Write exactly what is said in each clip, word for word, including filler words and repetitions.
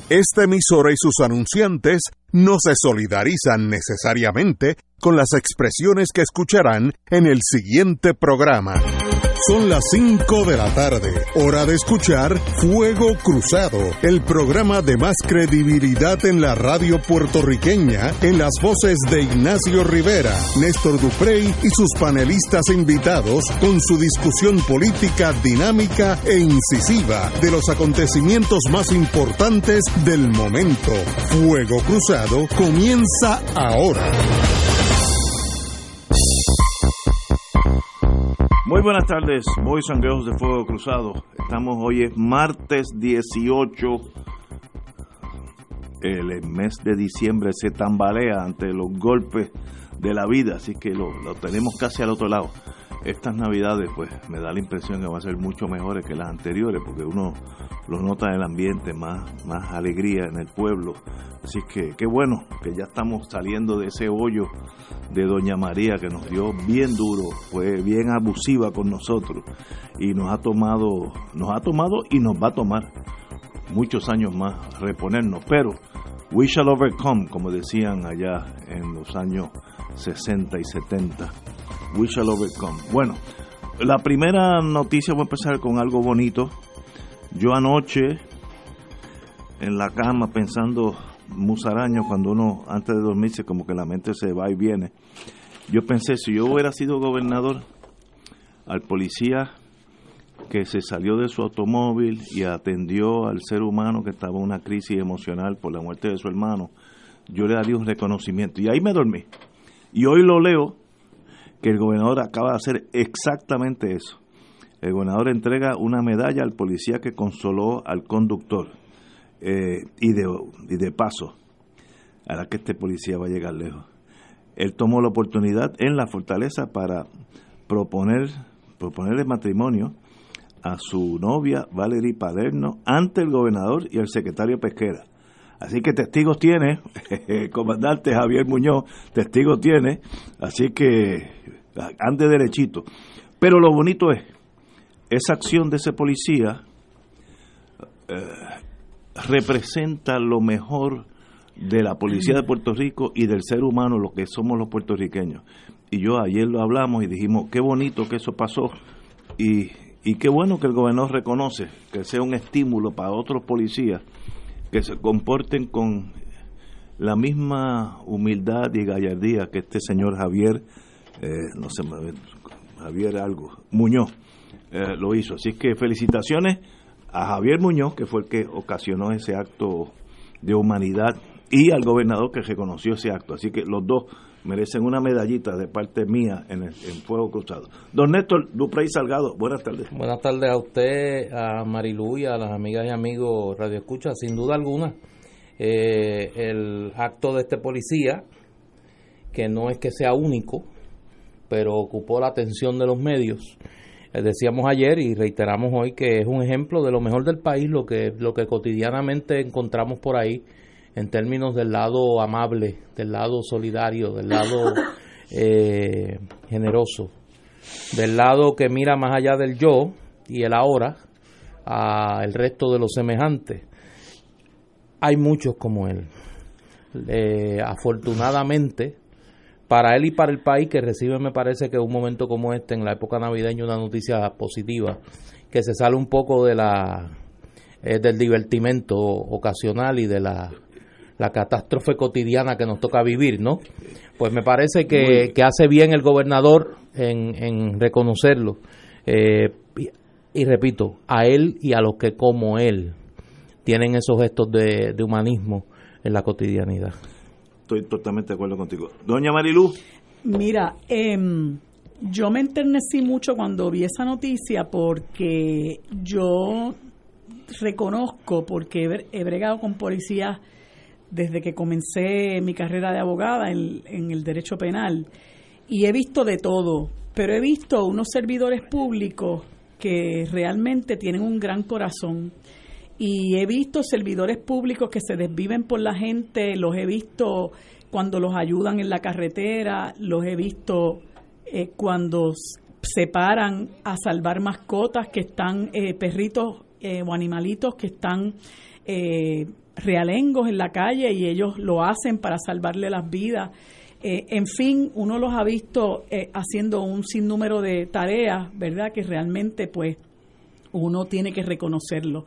Esta emisora y sus anunciantes no se solidarizan necesariamente con las expresiones que escucharán en el siguiente programa. Son las cinco de la tarde, hora de escuchar Fuego Cruzado, el programa de más credibilidad en la radio puertorriqueña, en las voces de Ignacio Rivera, Néstor Duprey y sus panelistas invitados, con su discusión política dinámica e incisiva de los acontecimientos más importantes del momento. Fuego Cruzado comienza ahora. Muy buenas tardes, Boys and Girls de Fuego Cruzado. Estamos hoy es martes dieciocho. El mes de diciembre se tambalea ante los golpes de la vida, así que lo, lo tenemos casi al otro lado. Estas navidades, pues, me da la impresión que van a ser mucho mejores que las anteriores, porque uno lo nota en el ambiente, más, más alegría en el pueblo. Así que qué bueno que ya estamos saliendo de ese hoyo de Doña María, que nos dio bien duro, fue bien abusiva con nosotros y nos ha tomado, nos ha tomado y nos va a tomar muchos años más reponernos, pero we shall overcome, como decían allá en los años sesenta y setenta. We shall overcome. Bueno, la primera noticia, voy a empezar con algo bonito. Yo anoche en la cama pensando musaraño, cuando uno antes de dormirse como que la mente se va y viene, yo pensé, si yo hubiera sido gobernador, al policía que se salió de su automóvil y atendió al ser humano que estaba en una crisis emocional por la muerte de su hermano, yo le daría un reconocimiento. Y ahí me dormí. Y hoy lo leo, que el gobernador acaba de hacer exactamente eso. El gobernador entrega una medalla al policía que consoló al conductor. Eh, y, de, y de paso, a la que este policía va a llegar lejos. Él tomó la oportunidad en la fortaleza para proponer proponerle matrimonio a su novia Valerie Paderno ante el gobernador y el secretario de Pesquera. Así que testigos tiene, el comandante Javier Muñoz, testigos tiene, así que ande derechito. Pero lo bonito es, esa acción de ese policía eh, representa lo mejor de la policía de Puerto Rico y del ser humano, lo que somos los puertorriqueños. Y yo ayer lo hablamos y dijimos, qué bonito que eso pasó, y, y qué bueno que el gobernador reconoce que sea un estímulo para otros policías que se comporten con la misma humildad y gallardía que este señor Javier, eh, no sé, Javier algo, Muñoz, eh, lo hizo. Así que felicitaciones a Javier Muñoz, que fue el que ocasionó ese acto de humanidad, y al gobernador que reconoció ese acto. Así que los dos merecen una medallita de parte mía en, el, en Fuego Cruzado. Don Néstor Duprey Salgado, buenas tardes. Buenas tardes a usted, a Marilu y a las amigas y amigos Radio Escucha. Sin duda alguna, eh, el acto de este policía, que no es que sea único, pero ocupó la atención de los medios. Eh, decíamos ayer y reiteramos hoy que es un ejemplo de lo mejor del país, lo que, lo que cotidianamente encontramos por ahí, en términos del lado amable, del lado solidario, del lado eh, generoso, del lado que mira más allá del yo y el ahora a el resto de los semejantes. Hay muchos como él. Eh, afortunadamente, para él y para el país, que recibe, me parece que un momento como este, en la época navideña, una noticia positiva, que se sale un poco de la eh, del divertimento ocasional y de la la catástrofe cotidiana que nos toca vivir, ¿no? Pues me parece que, que hace bien el gobernador en, en reconocerlo. Eh, y, y repito, a él y a los que como él tienen esos gestos de, de humanismo en la cotidianidad. Estoy totalmente de acuerdo contigo. Doña Marilu. Mira, eh, yo me enternecí mucho cuando vi esa noticia porque yo reconozco, porque he, he bregado con policías desde que comencé mi carrera de abogada en, en el derecho penal, y he visto de todo, pero he visto unos servidores públicos que realmente tienen un gran corazón, y he visto servidores públicos que se desviven por la gente, los he visto cuando los ayudan en la carretera, los he visto eh, cuando se paran a salvar mascotas que están, eh, perritos eh, o animalitos que están eh, realengos en la calle y ellos lo hacen para salvarle las vidas. Eh, en fin, uno los ha visto eh, haciendo un sinnúmero de tareas, ¿verdad? Que realmente pues uno tiene que reconocerlo.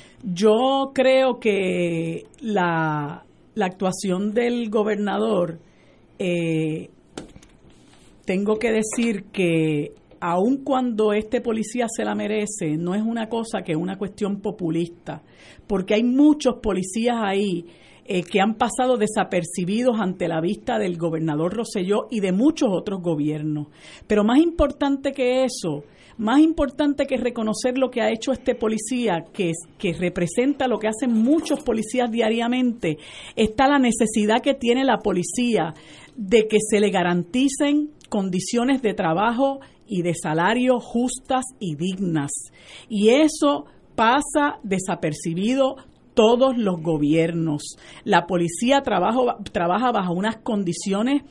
Yo creo que la, la actuación del gobernador, eh, tengo que decir que aun cuando este policía se la merece, no es una cosa que es una cuestión populista, porque hay muchos policías ahí eh, que han pasado desapercibidos ante la vista del gobernador Rosselló y de muchos otros gobiernos. Pero más importante que eso, más importante que reconocer lo que ha hecho este policía, que, que representa lo que hacen muchos policías diariamente, está la necesidad que tiene la policía de que se le garanticen condiciones de trabajo y de salario justas y dignas. Y eso pasa desapercibido todos los gobiernos. La policía trabaja, trabaja bajo unas condiciones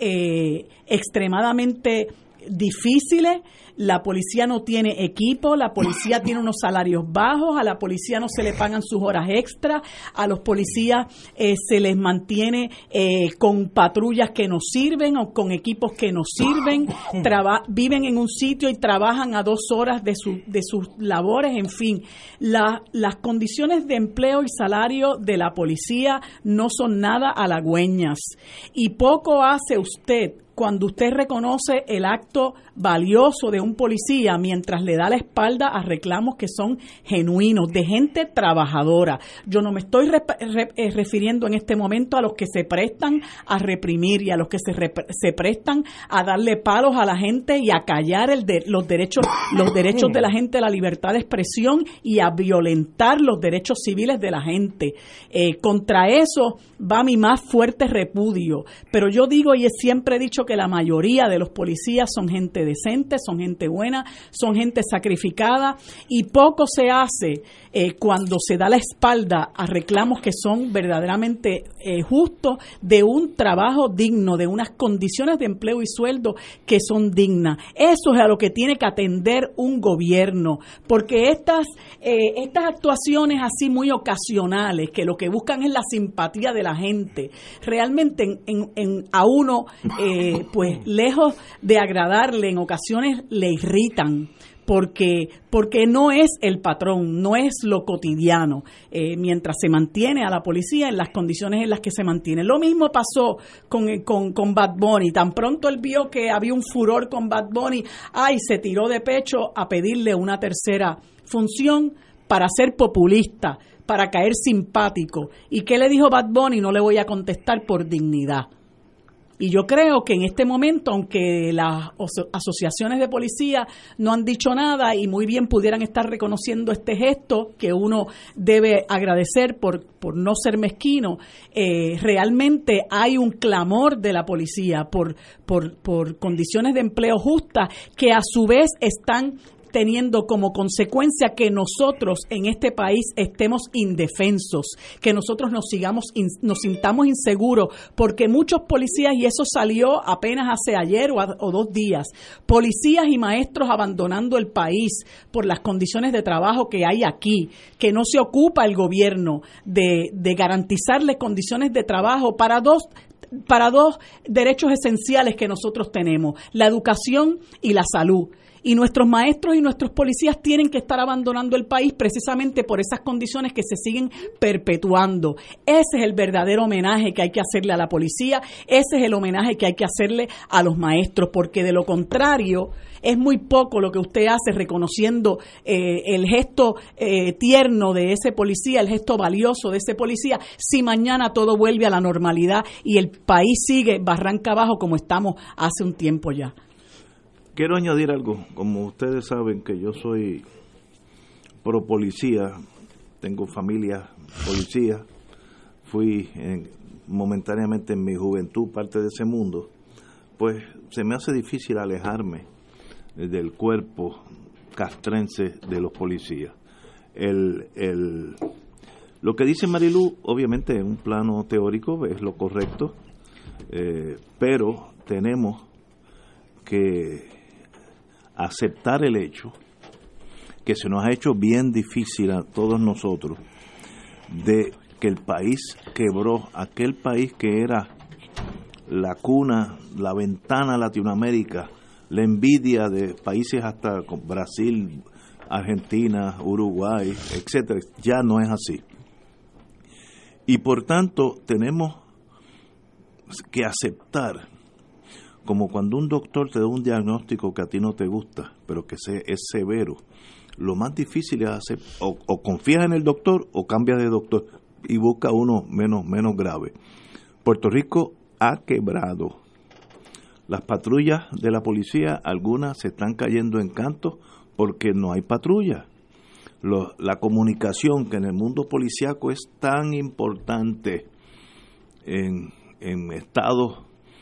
eh, extremadamente difíciles. La policía no tiene equipo, la policía tiene unos salarios bajos, a la policía no se le pagan sus horas extras, a los policías eh, se les mantiene eh, con patrullas que no sirven o con equipos que no sirven, traba, viven en un sitio y trabajan a dos horas de, su, de sus labores, en fin. La, las condiciones de empleo y salario de la policía no son nada halagüeñas y poco hace usted cuando usted reconoce el acto valioso de un policía mientras le da la espalda a reclamos que son genuinos, de gente trabajadora. Yo no me estoy re, re, eh, refiriendo en este momento a los que se prestan a reprimir y a los que se, re, se prestan a darle palos a la gente y a callar el de, los derechos los derechos de la gente, la libertad de expresión y a violentar los derechos civiles de la gente. Eh, contra eso va mi más fuerte repudio. Pero yo digo y siempre he dicho que la mayoría de los policías son gente decente, son gente buena, son gente sacrificada y poco se hace eh, cuando se da la espalda a reclamos que son verdaderamente eh, justos de un trabajo digno, de unas condiciones de empleo y sueldo que son dignas. Eso es a lo que tiene que atender un gobierno, porque estas, eh, estas actuaciones así muy ocasionales, que lo que buscan es la simpatía de la gente, realmente en, en, en, a uno eh, pues lejos de agradarle, en ocasiones le irritan, porque porque no es el patrón, no es lo cotidiano, eh, mientras se mantiene a la policía en las condiciones en las que se mantiene. Lo mismo pasó con, con, con Bad Bunny. Tan pronto él vio que había un furor con Bad Bunny, ay, se tiró de pecho a pedirle una tercera función para ser populista, para caer simpático. ¿Y qué le dijo Bad Bunny? No le voy a contestar, por dignidad. Y yo creo que en este momento, aunque las asociaciones de policía no han dicho nada y muy bien pudieran estar reconociendo este gesto que uno debe agradecer por, por no ser mezquino, eh, realmente hay un clamor de la policía por, por, por condiciones de empleo justas que a su vez están teniendo como consecuencia que nosotros en este país estemos indefensos, que nosotros nos sigamos, nos sintamos inseguros, porque muchos policías, y eso salió apenas hace ayer o, a, o dos días, policías y maestros abandonando el país por las condiciones de trabajo que hay aquí, que no se ocupa el gobierno de, de garantizarles condiciones de trabajo para dos para dos derechos esenciales que nosotros tenemos, la educación y la salud. Y nuestros maestros y nuestros policías tienen que estar abandonando el país precisamente por esas condiciones que se siguen perpetuando. Ese es el verdadero homenaje que hay que hacerle a la policía, ese es el homenaje que hay que hacerle a los maestros, porque de lo contrario es muy poco lo que usted hace reconociendo eh, el gesto eh, tierno de ese policía, el gesto valioso de ese policía, si mañana todo vuelve a la normalidad y el país sigue barranca abajo como estamos hace un tiempo ya. Quiero añadir algo. Como ustedes saben que yo soy pro policía, tengo familia policía, fui en, momentáneamente en mi juventud parte de ese mundo, pues se me hace difícil alejarme del cuerpo castrense de los policías. El, el, lo que dice Marilu, obviamente en un plano teórico es lo correcto, eh, pero tenemos que aceptar el hecho que se nos ha hecho bien difícil a todos nosotros de que el país quebró, aquel país que era la cuna, la ventana a Latinoamérica, la envidia de países hasta Brasil, Argentina, Uruguay, etcétera, ya no es así. Y por tanto tenemos que aceptar, como cuando un doctor te da un diagnóstico que a ti no te gusta, pero que es severo, lo más difícil es hacer, o, o confías en el doctor o cambias de doctor y busca uno menos, menos grave. Puerto Rico ha quebrado. Las patrullas de la policía, algunas se están cayendo en canto porque no hay patrulla. Lo, la comunicación, que en el mundo policíaco es tan importante en, en estados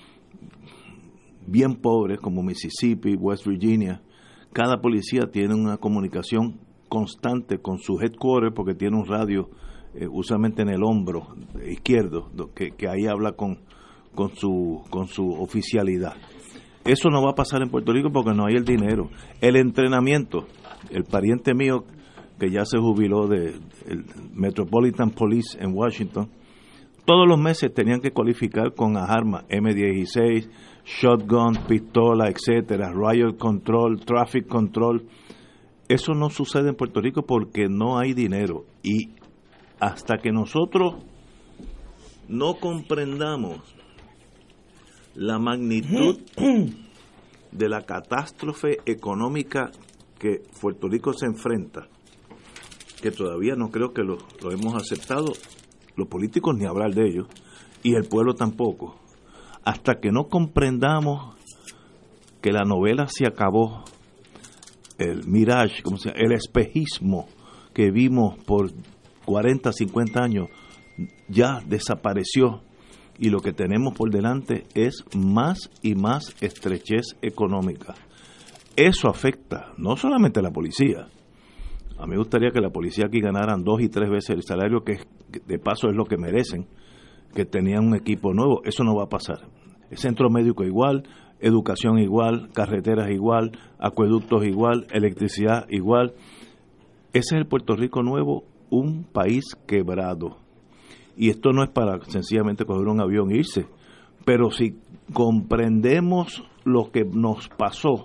bien pobres como Mississippi, West Virginia, cada policía tiene una comunicación constante con su headquarter porque tiene un radio eh, usualmente en el hombro izquierdo que, que ahí habla con, con su con su oficialidad. Eso no va a pasar en Puerto Rico porque no hay el dinero. El entrenamiento, el pariente mío que ya se jubiló de el Metropolitan Police en Washington, todos los meses tenían que cualificar con las armas eme dieciséis, shotgun, pistola, etcétera, riot control, traffic control. Eso no sucede en Puerto Rico porque no hay dinero. Y hasta que nosotros no comprendamos la magnitud de la catástrofe económica que Puerto Rico se enfrenta, que todavía no creo que lo, lo hemos aceptado, los políticos ni hablar de ellos, y el pueblo tampoco, hasta que no comprendamos que la novela se acabó, el mirage, como se llama, el espejismo que vimos por cuarenta, cincuenta años, ya desapareció, y lo que tenemos por delante es más y más estrechez económica. Eso afecta no solamente a la policía. A mí me gustaría que la policía aquí ganaran dos y tres veces el salario, que de paso es lo que merecen, que tenían un equipo nuevo. Eso no va a pasar. El centro médico igual, educación igual, carreteras igual, acueductos igual, electricidad igual. Ese es el Puerto Rico nuevo, un país quebrado. Y esto no es para sencillamente coger un avión e irse, pero si comprendemos lo que nos pasó,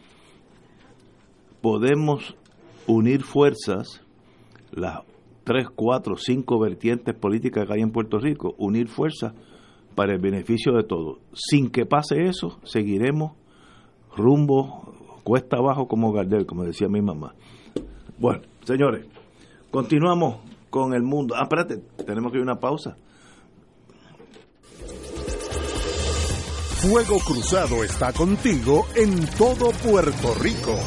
podemos unir fuerzas, las tres, cuatro, cinco vertientes políticas que hay en Puerto Rico, unir fuerzas para el beneficio de todos. Sin que pase eso, seguiremos rumbo cuesta abajo como Gardel, como decía mi mamá. Bueno, señores, continuamos con el mundo. Ah, espérate, tenemos que ir a una pausa. Fuego Cruzado está contigo en todo Puerto Rico.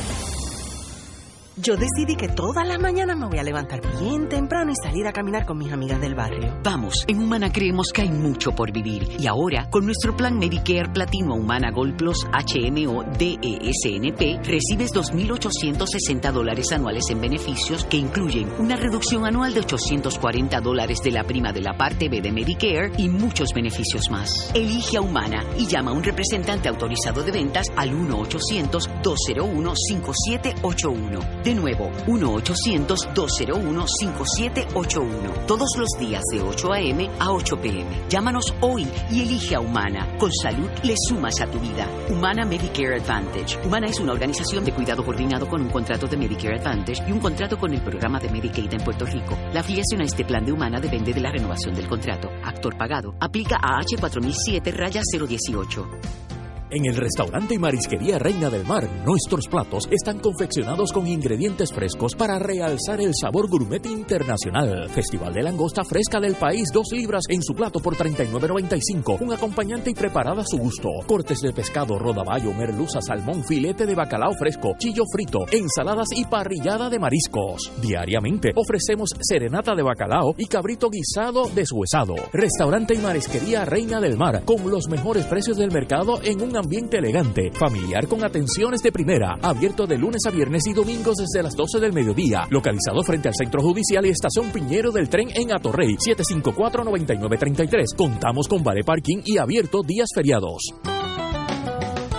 Yo decidí que todas las mañanas me voy a levantar bien temprano y salir a caminar con mis amigas del barrio. Vamos, en Humana creemos que hay mucho por vivir. Y ahora, con nuestro plan Medicare Platino Humana Gold Plus H M O D E S N P, recibes dos mil ochocientos sesenta dólares anuales en beneficios que incluyen una reducción anual de ochocientos cuarenta dólares de la prima de la parte B de Medicare y muchos beneficios más. Elige a Humana y llama a un representante autorizado de ventas al uno ochocientos, dos cero uno, cinco siete ocho uno. De nuevo, uno ochocientos, dos cero uno, cinco siete ocho uno. Todos los días de ocho a eme a ocho pe eme. Llámanos hoy y elige a Humana. Con salud le sumas a tu vida. Humana Medicare Advantage. Humana es una organización de cuidado coordinado con un contrato de Medicare Advantage y un contrato con el programa de Medicaid en Puerto Rico. La afiliación a este plan de Humana depende de la renovación del contrato. Actor pagado. Aplica a H cuatro mil siete cero dieciocho. En el restaurante y marisquería Reina del Mar, nuestros platos están confeccionados con ingredientes frescos para realzar el sabor gourmet internacional. Festival de langosta fresca del país, dos libras en su plato por treinta y nueve noventa y cinco, un acompañante y preparada a su gusto. Cortes de pescado, rodaballo, merluza, salmón, filete de bacalao fresco, chillo frito, ensaladas y parrillada de mariscos. Diariamente ofrecemos serenata de bacalao y cabrito guisado deshuesado. Restaurante y marisquería Reina del Mar, con los mejores precios del mercado en un ambiente elegante, familiar con atenciones de primera, abierto de lunes a viernes y domingos desde las doce del mediodía, localizado frente al Centro Judicial y Estación Piñero del Tren en Atorrey, siete cinco cuatro, nueve nueve tres tres. Contamos con vale parking y abierto días feriados.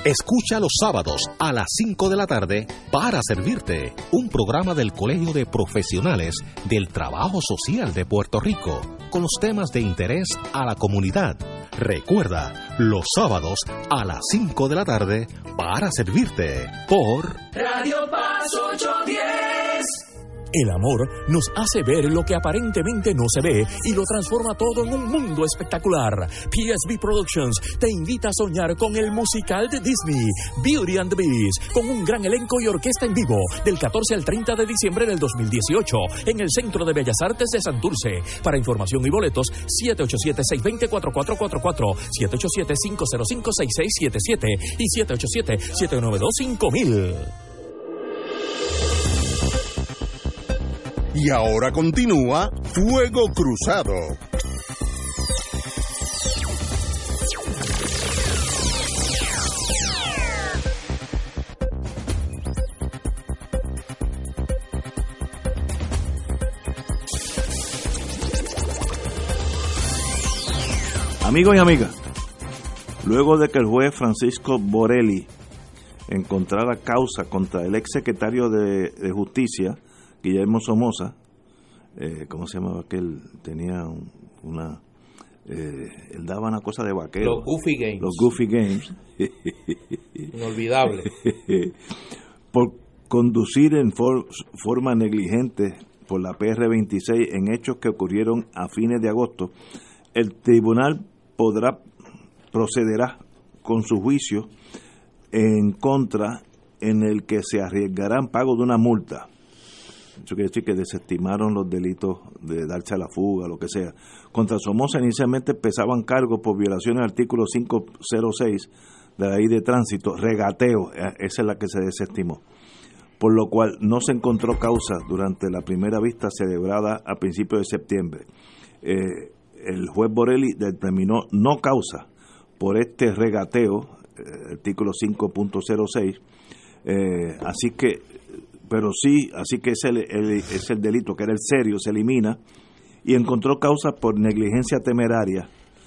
Escucha los sábados a las cinco de la tarde Para Servirte, un programa del Colegio de Profesionales del Trabajo Social de Puerto Rico, con los temas de interés a la comunidad. Recuerda, los sábados a las cinco de la tarde Para Servirte, por Radio Paz ochocientos diez. El amor nos hace ver lo que aparentemente no se ve y lo transforma todo en un mundo espectacular. P S B Productions te invita a soñar con el musical de Disney, Beauty and the Beast, con un gran elenco y orquesta en vivo, del catorce al treinta de diciembre del dos mil dieciocho, en el Centro de Bellas Artes de Santurce. Para información y boletos, siete ocho siete, seis dos cero, cuatro cuatro cuatro cuatro, siete ocho siete, cinco cero cinco, seis seis siete siete y siete ocho siete, siete nueve dos, cinco mil. Y ahora continúa Fuego Cruzado. Amigos y amigas, luego de que el juez Francisco Borelli encontrara causa contra el ex secretario de, de Justicia, Guillermo Somoza, eh, ¿cómo se llamaba aquel? Tenía un, una... Eh, él daba una cosa de vaquero. Los Goofy Games. Los Goofy Games. Inolvidable. Por conducir en for, forma negligente por la P R veintiséis en hechos que ocurrieron a fines de agosto, el tribunal podrá, procederá con su juicio en contra, en el que se arriesgarán pago de una multa. Eso quiere decir que desestimaron los delitos de darse a la fuga, lo que sea. Contra Somoza inicialmente pesaban cargos por violaciones al artículo quinientos seis de la ley de tránsito, regateo, esa es la que se desestimó, por lo cual no se encontró causa durante la primera vista celebrada a principios de septiembre. Eh, el juez Borelli determinó no causa por este regateo, eh, artículo cinco punto cero seis, eh, así que pero sí, así que es el, el, es el delito, que era el serio, se elimina, y encontró causa por negligencia temeraria,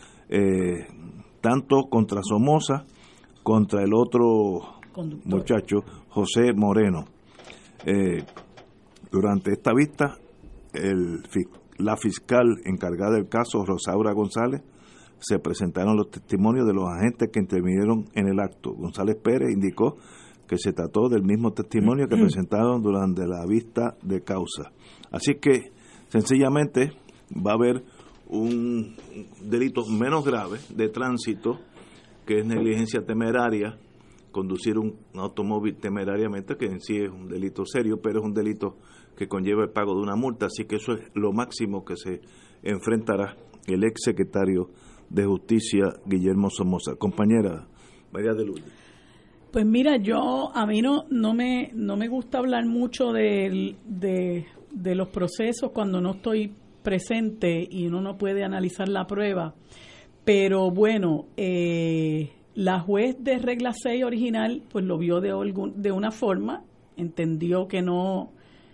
eh, tanto contra Somoza, contra el otro conductor, muchacho, José Moreno. Eh, durante esta vista, el, la fiscal encargada del caso, Rosaura González, se presentaron los testimonios de los agentes que intervinieron en el acto. González Pérez indicó que se trató del mismo testimonio que presentaron durante la vista de causa. Así que, sencillamente, va a haber un delito menos grave de tránsito, que es negligencia temeraria, conducir un automóvil temerariamente, que en sí es un delito serio, pero es un delito que conlleva el pago de una multa, así que eso es lo máximo que se enfrentará el ex secretario de Justicia, Guillermo Somoza. Compañera María de Lourdes. Pues mira, yo a mí no no me no me gusta hablar mucho de, de, de los procesos cuando no estoy presente y uno no puede analizar la prueba, pero bueno, eh, la juez de regla seis original pues lo vio de, algún, de una forma, entendió que no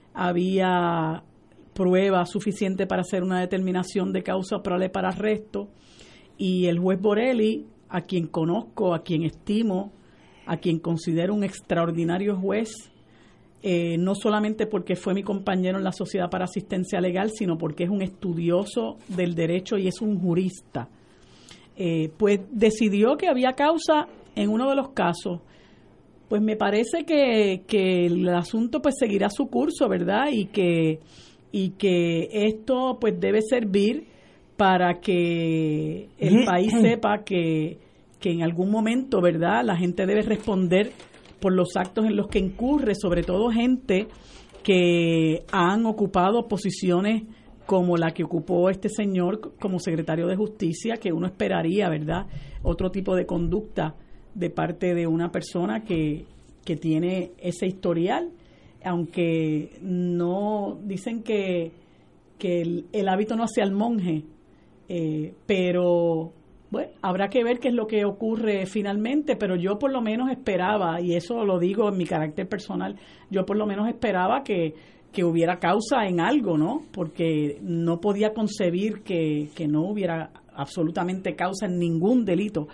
había prueba suficiente para hacer una determinación de causa probable para arresto, y el juez Borelli, a quien conozco, a quien estimo, a quien considero un extraordinario juez, eh, no solamente porque fue mi compañero en la Sociedad para Asistencia Legal, sino porque es un estudioso del derecho y es un jurista. Eh, pues decidió que había causa en uno de los casos. Pues me parece que, que el asunto pues seguirá su curso, ¿verdad? Y que, y que esto pues debe servir para que el país sepa que que en algún momento, ¿verdad?, la gente debe responder por los actos en los que incurre, sobre todo gente que han ocupado posiciones como la que ocupó este señor como secretario de Justicia, que uno esperaría, ¿verdad?, otro tipo de conducta de parte de una persona que, que tiene ese historial, aunque no dicen que, que el, el hábito no hace al monje, eh, pero bueno, habrá que ver qué es lo que ocurre finalmente, pero yo por lo menos esperaba, y eso lo digo en mi carácter personal, yo por lo menos esperaba que, que hubiera causa en algo, ¿no? Porque no podía concebir que, que no hubiera absolutamente causa en ningún delito.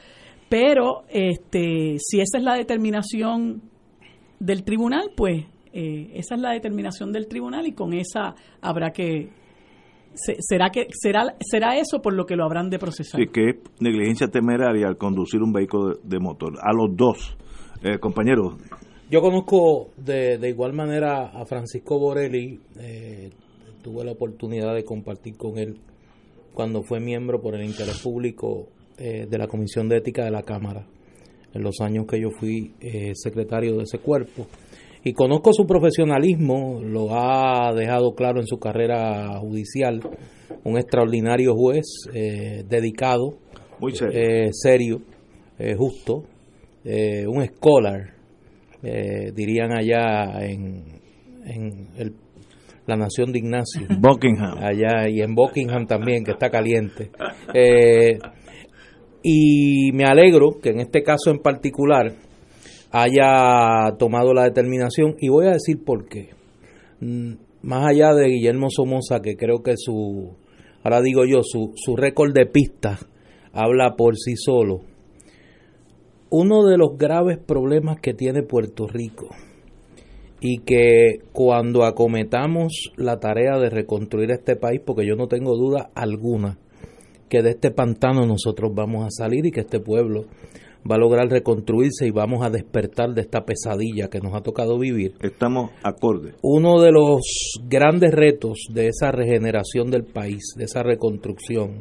pero este si esa es la determinación del tribunal, pues eh, esa es la determinación del tribunal y con esa habrá que se, será que será será eso por lo que lo habrán de procesar. Sí, que es negligencia temeraria al conducir un vehículo de, de motor. A los dos, eh, compañeros. Yo conozco de, de igual manera a Francisco Borelli, eh, tuve la oportunidad de compartir con él cuando fue miembro por el interés público eh, de la Comisión de Ética de la Cámara, en los años que yo fui eh, secretario de ese cuerpo. Y conozco su profesionalismo, lo ha dejado claro en su carrera judicial, un extraordinario juez, eh, dedicado, muy serio, eh, serio eh, justo, eh, un scholar, eh, dirían allá en, en el, la nación de Ignacio. Buckingham. Allá y en Buckingham también, que está caliente. Eh, y me alegro que en este caso en particular haya tomado la determinación, y voy a decir por qué. Más allá de Guillermo Somoza, que creo que su, ahora digo yo, su, su récord de pistas habla por sí solo. Uno de los graves problemas que tiene Puerto Rico, y que cuando acometamos la tarea de reconstruir este país, porque yo no tengo duda alguna que de este pantano nosotros vamos a salir y que este pueblo va a lograr reconstruirse y vamos a despertar de esta pesadilla que nos ha tocado vivir. Estamos acordes. Uno de los grandes retos de esa regeneración del país, de esa reconstrucción,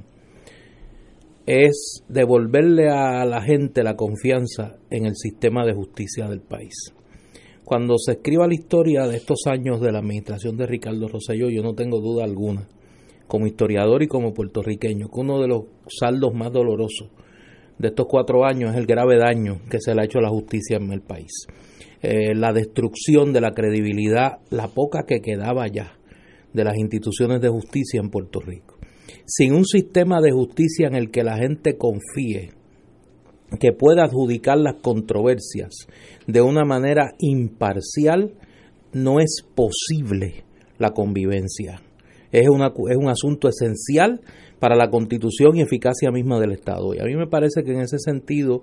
es devolverle a la gente la confianza en el sistema de justicia del país. Cuando se escriba la historia de estos años de la administración de Ricardo Rosselló, yo no tengo duda alguna, como historiador y como puertorriqueño, que uno de los saldos más dolorosos de estos cuatro años es el grave daño que se le ha hecho a la justicia en el país. Eh, la destrucción de la credibilidad, la poca que quedaba ya de las instituciones de justicia en Puerto Rico. Sin un sistema de justicia en el que la gente confíe, que pueda adjudicar las controversias de una manera imparcial, no es posible la convivencia. Es, una, es un asunto esencial para la constitución y eficacia misma del Estado. Y a mí me parece que en ese sentido,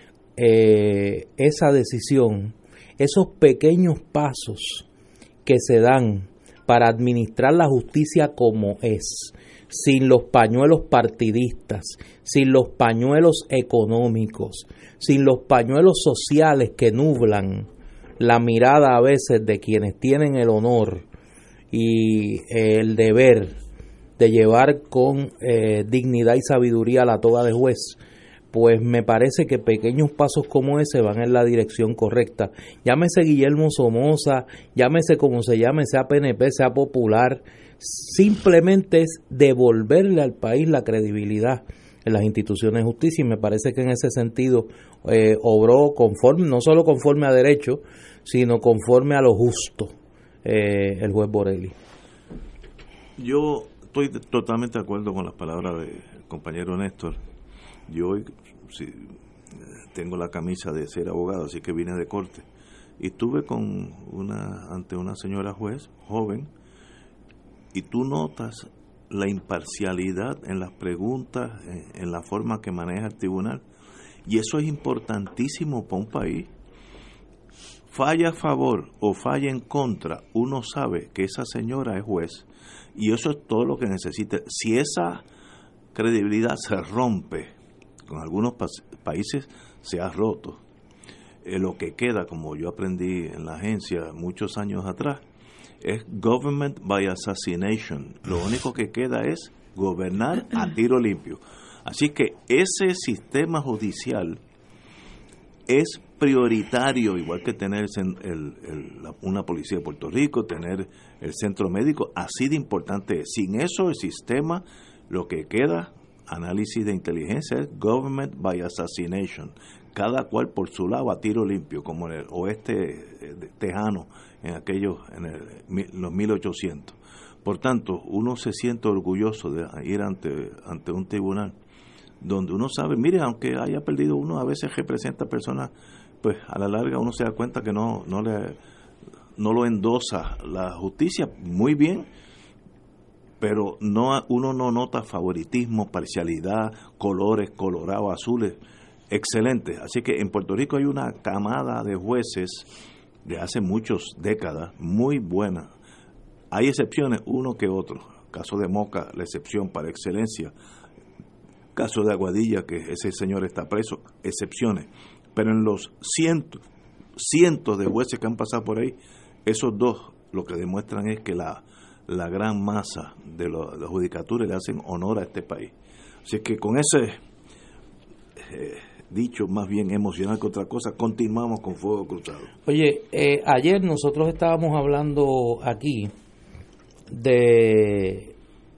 eh, esa decisión, esos pequeños pasos que se dan para administrar la justicia como es, sin los pañuelos partidistas, sin los pañuelos económicos, sin los pañuelos sociales que nublan la mirada a veces de quienes tienen el honor y el deber de llevar con eh, dignidad y sabiduría la toga de juez, pues me parece que pequeños pasos como ese van en la dirección correcta. Llámese Guillermo Somoza, llámese como se llame, sea P N P, sea popular, simplemente es devolverle al país la credibilidad en las instituciones de justicia, y me parece que en ese sentido eh, obró conforme, no solo conforme a derecho, sino conforme a lo justo, eh, el juez Borelli. Yo estoy totalmente de acuerdo con las palabras del compañero Néstor. Yo hoy sí, tengo la camisa de ser abogado, así que vine de corte. Y estuve con una ante una señora juez, joven, y tú notas la imparcialidad en las preguntas, en, en la forma que maneja el tribunal. Y eso es importantísimo para un país. Falla a favor o falla en contra, uno sabe que esa señora es juez. Y eso es todo lo que necesita. Si esa credibilidad se rompe, con algunos pa- países se ha roto, eh, lo que queda, como yo aprendí en la agencia muchos años atrás, es government by assassination. Lo único que queda es gobernar a tiro limpio. Así que ese sistema judicial es prioritario, igual que tener el, el, el, la, una policía de Puerto Rico, tener el centro médico, así de importante es. Sin eso el sistema, lo que queda, análisis de inteligencia, es government by assassination, cada cual por su lado a tiro limpio, como en el oeste tejano en aquellos, en el, los mil ochocientos. Por tanto, uno se siente orgulloso de ir ante, ante un tribunal donde uno sabe, mire, aunque haya perdido uno, a veces representa personas, pues a la larga uno se da cuenta que no, no le no lo endosa la justicia, muy bien, pero no uno no nota favoritismo, parcialidad, colores, colorados, azules. excelentes. Así que en Puerto Rico hay una camada de jueces de hace muchas décadas muy buena. Hay excepciones, uno que otro. Caso de Moca, la excepción para excelencia. Caso de Aguadilla, que ese señor está preso, excepciones. Pero en los cientos, cientos de jueces que han pasado por ahí, esos dos lo que demuestran es que la, la gran masa de los, la judicatura le hacen honor a este país. Así que con ese eh, dicho más bien emocional que otra cosa, continuamos con Fuego Cruzado. Oye, eh, ayer nosotros estábamos hablando aquí de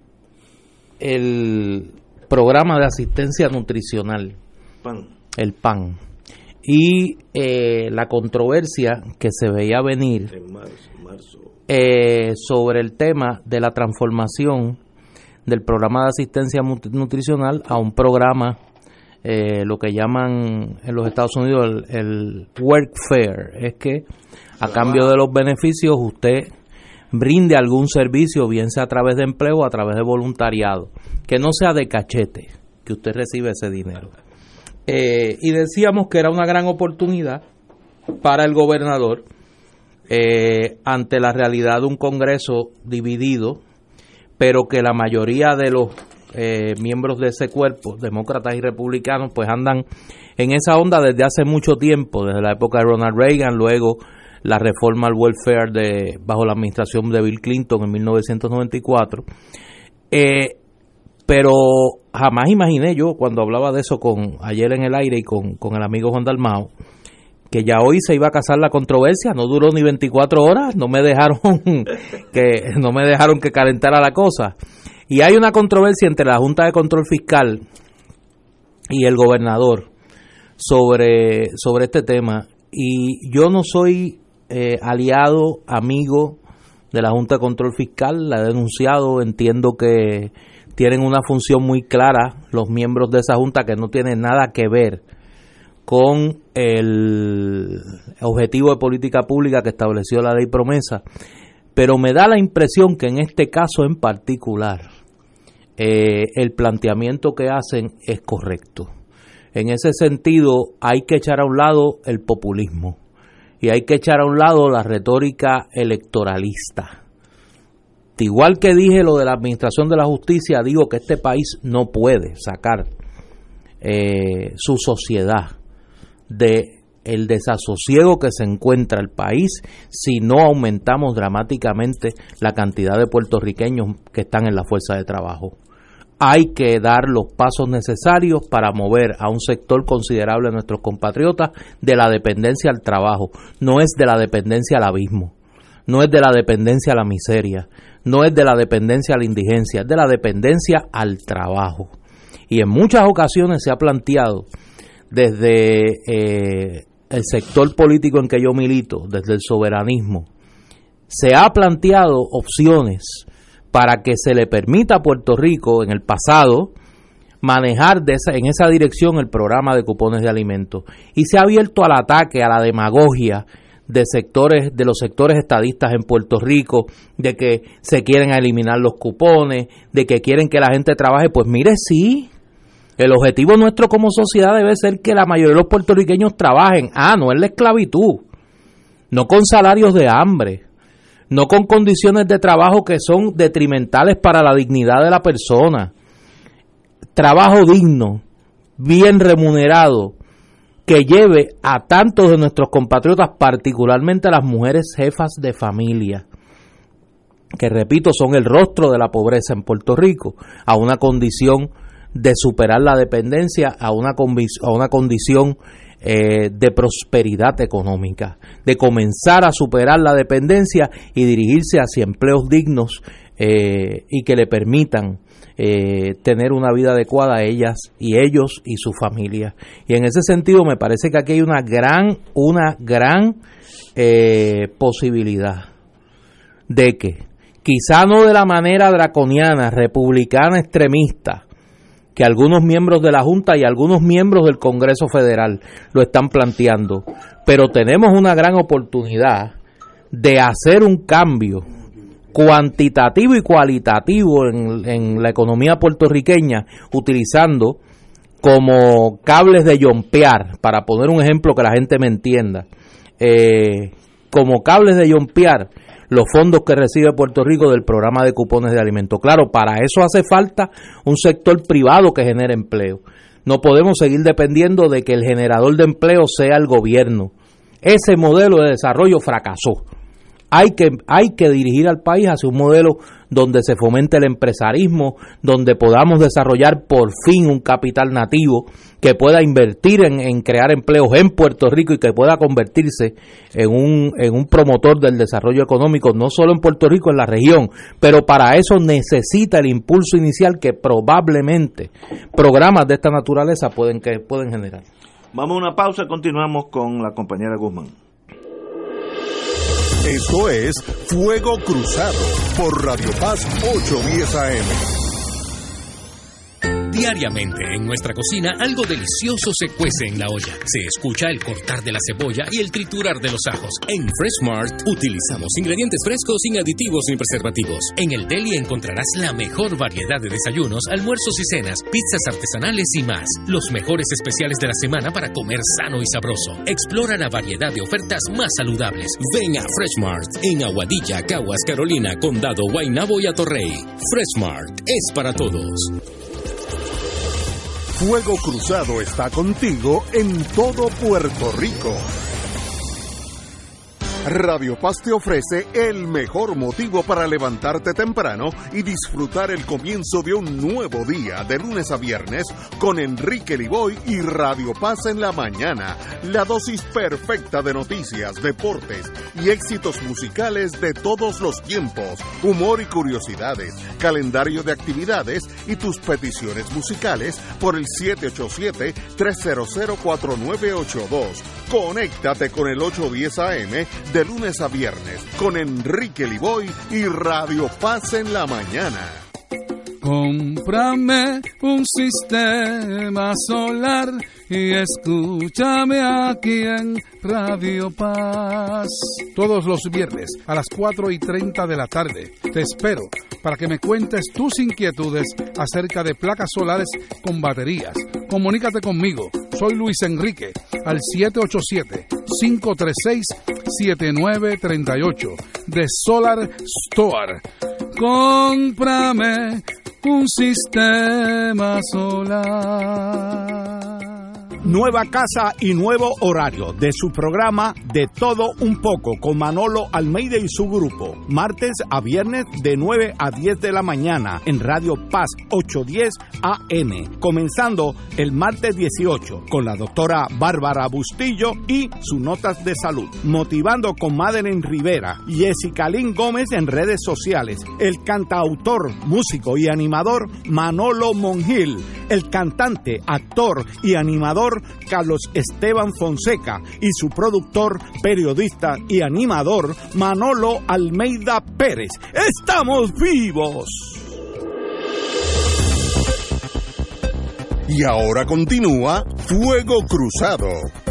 el programa de asistencia nutricional, PAN. el PAN, y eh, la controversia que se veía venir En marzo, marzo. Eh, sobre el tema de la transformación del programa de asistencia nutricional a un programa, eh, lo que llaman en los Estados Unidos el, el workfare, es que a cambio de los beneficios usted brinde algún servicio, bien sea a través de empleo o a través de voluntariado, que no sea de cachete, que usted recibe ese dinero. Eh, y decíamos que era una gran oportunidad para el gobernador, eh, ante la realidad de un Congreso dividido, pero que la mayoría de los eh, miembros de ese cuerpo, demócratas y republicanos, pues andan en esa onda desde hace mucho tiempo, desde la época de Ronald Reagan, luego la reforma al welfare de bajo la administración de Bill Clinton en mil novecientos noventa y cuatro. Eh, pero jamás imaginé yo, cuando hablaba de eso con ayer en el aire y con, con el amigo Juan Dalmao, que ya hoy se iba a casar la controversia. No duró ni veinticuatro horas, no me dejaron que no me dejaron que calentara la cosa. Y hay una controversia entre la Junta de Control Fiscal y el gobernador sobre, sobre este tema. Y yo no soy eh, aliado, amigo de la Junta de Control Fiscal, la he denunciado, entiendo que tienen una función muy clara los miembros de esa Junta que no tienen nada que ver con el objetivo de política pública que estableció la ley promesa, pero me da la impresión que en este caso en particular eh, el planteamiento que hacen es correcto. En ese sentido hay que echar a un lado el populismo y hay que echar a un lado la retórica electoralista. Igual que dije lo de la administración de la justicia, digo que este país no puede sacar eh, su sociedad de el desasosiego que se encuentra el país si no aumentamos dramáticamente la cantidad de puertorriqueños que están en la fuerza de trabajo. Hay que dar los pasos necesarios para mover a un sector considerable de nuestros compatriotas de la dependencia al trabajo. No es de la dependencia al abismo, no es de la dependencia a la miseria, no es de la dependencia a la indigencia, es de la dependencia al trabajo. Y en muchas ocasiones se ha planteado desde eh, el sector político en que yo milito, desde el soberanismo, se ha planteado opciones para que se le permita a Puerto Rico en el pasado manejar de esa, en esa dirección el programa de cupones de alimentos. Y se ha abierto al ataque, a la demagogia de sectores, de los sectores estadistas en Puerto Rico, de que se quieren eliminar los cupones, de que quieren que la gente trabaje. Pues mire, sí, el objetivo nuestro como sociedad debe ser que la mayoría de los puertorriqueños trabajen. Ah, no es la esclavitud, no con salarios de hambre, no con condiciones de trabajo que son detrimentales para la dignidad de la persona. Trabajo digno, bien remunerado, que lleve a tantos de nuestros compatriotas, particularmente a las mujeres jefas de familia, que repito, son el rostro de la pobreza en Puerto Rico, a una condición de superar la dependencia, a una, a una condición eh, de prosperidad económica, de comenzar a superar la dependencia y dirigirse hacia empleos dignos eh, y que le permitan eh, tener una vida adecuada a ellas y ellos y su familia. Y en ese sentido me parece que aquí hay una gran, una gran eh, posibilidad de que, quizá no de la manera draconiana, republicana, extremista, que algunos miembros de la Junta y algunos miembros del Congreso Federal lo están planteando, pero tenemos una gran oportunidad de hacer un cambio cuantitativo y cualitativo en, en la economía puertorriqueña, utilizando como cables de yompear, para poner un ejemplo que la gente me entienda, eh, como cables de yompear los fondos que recibe Puerto Rico del programa de cupones de alimentos. Claro, para eso hace falta un sector privado que genere empleo. No podemos seguir dependiendo de que el generador de empleo sea el gobierno. Ese modelo de desarrollo fracasó. Hay que, hay que dirigir al país hacia un modelo donde se fomente el empresarismo, donde podamos desarrollar por fin un capital nativo que pueda invertir en, en crear empleos en Puerto Rico y que pueda convertirse en un, en un promotor del desarrollo económico, no solo en Puerto Rico, en la región, pero para eso necesita el impulso inicial que probablemente programas de esta naturaleza pueden, que pueden generar. Vamos a una pausa, continuamos con la compañera Guzmán. Esto es Fuego Cruzado por Radio Paz ochocientos diez A M. Diariamente en nuestra cocina algo delicioso se cuece en la olla. Se escucha el cortar de la cebolla y el triturar de los ajos. En Fresh Mart utilizamos ingredientes frescos sin aditivos ni preservativos. En el deli encontrarás la mejor variedad de desayunos, almuerzos y cenas, pizzas artesanales y más. Los mejores especiales de la semana para comer sano y sabroso. Explora la variedad de ofertas más saludables. Ven a Fresh Mart en Aguadilla, Caguas, Carolina, Condado, Guaynabo y Atorrey. Fresh Mart es para todos. Fuego Cruzado está contigo en todo Puerto Rico. Radio Paz te ofrece el mejor motivo para levantarte temprano y disfrutar el comienzo de un nuevo día de lunes a viernes con Enrique Liboy y Radio Paz en la mañana. La dosis perfecta de noticias, deportes y éxitos musicales de todos los tiempos, humor y curiosidades, calendario de actividades y tus peticiones musicales por el siete ocho siete, tres cero cero, cuatro nueve ocho dos. Conéctate con el ochocientos diez A M de lunes a viernes con Enrique Liboy y Radio Paz en la mañana. Cómprame un sistema solar y escúchame aquí en Radio Paz. Todos los viernes a las cuatro y treinta de la tarde te espero para que me cuentes tus inquietudes acerca de placas solares con baterías. Comunícate conmigo, soy Luis Enrique, al siete ocho siete, cinco tres seis, siete nueve tres ocho de Solar Store. Cómprame un sistema solar. Nueva casa y nuevo horario de su programa De Todo Un Poco con Manolo Almeida y su grupo. Martes a viernes de nueve a diez de la mañana en Radio Paz ochocientos diez A M. Comenzando el martes dieciocho con la doctora Bárbara Bustillo y sus notas de salud. Motivando con Madeline Rivera y Jessica Lynn Gómez en redes sociales. El cantautor, músico y animador Manolo Monjil. El cantante, actor y animador Carlos Esteban Fonseca y su productor, periodista y animador Manolo Almeida Pérez. ¡Estamos vivos! Y ahora continúa Fuego Cruzado.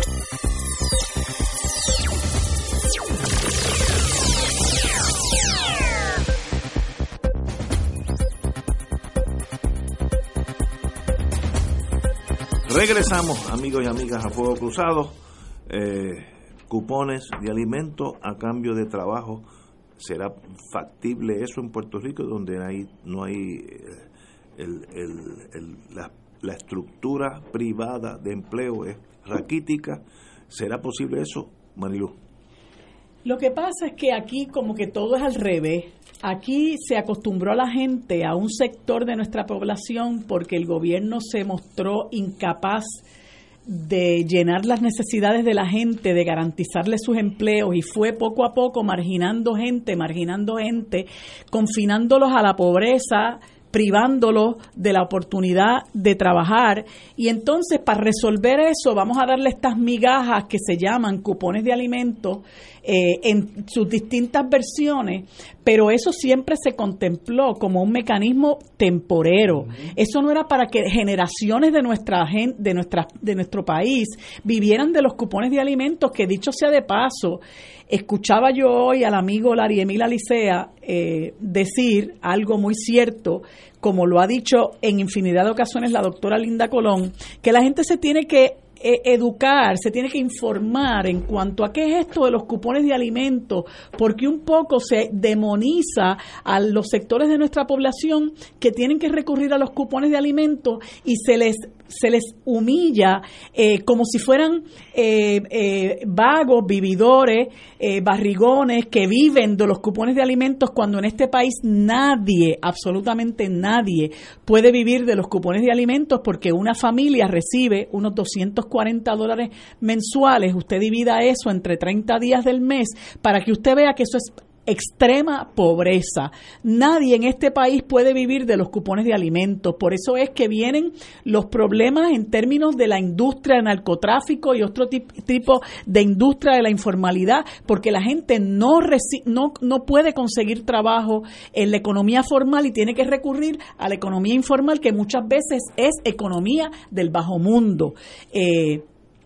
Regresamos, amigos y amigas, a Fuego Cruzado. Eh, cupones de alimentos a cambio de trabajo. ¿Será factible eso en Puerto Rico, donde hay, no hay el, el, el, la, la estructura privada de empleo es raquítica? ¿Será posible eso, Marilú? Lo que pasa es que aquí como que todo es al revés. Aquí se acostumbró a la gente, a un sector de nuestra población, porque el gobierno se mostró incapaz de llenar las necesidades de la gente, de garantizarle sus empleos, y fue poco a poco marginando gente, marginando gente, confinándolos a la pobreza, privándolos de la oportunidad de trabajar. Y entonces, para resolver eso, vamos a darle estas migajas que se llaman cupones de alimentos eh, en sus distintas versiones, pero eso siempre se contempló como un mecanismo temporero. Eso no era para que generaciones de nuestra gente, de nuestra, de nuestro país vivieran de los cupones de alimentos, que dicho sea de paso, escuchaba yo hoy al amigo Larry Emil Alicea eh, decir algo muy cierto, como lo ha dicho en infinidad de ocasiones la doctora Linda Colón, que la gente se tiene que educar, se tiene que informar en cuanto a qué es esto de los cupones de alimentos, porque un poco se demoniza a los sectores de nuestra población que tienen que recurrir a los cupones de alimentos y se les se les humilla eh, como si fueran eh, eh, vagos, vividores, eh, barrigones que viven de los cupones de alimentos, cuando en este país nadie, absolutamente nadie, puede vivir de los cupones de alimentos, porque una familia recibe unos doscientos cuarenta dólares mensuales. Usted divida eso entre treinta días del mes para que usted vea que eso es extrema pobreza. Nadie en este país puede vivir de los cupones de alimentos. Por eso es que vienen los problemas en términos de la industria del narcotráfico y otro tip, tipo de industria de la informalidad, porque la gente no, reci- no, no puede conseguir trabajo en la economía formal y tiene que recurrir a la economía informal, que muchas veces es economía del bajo mundo. Eh,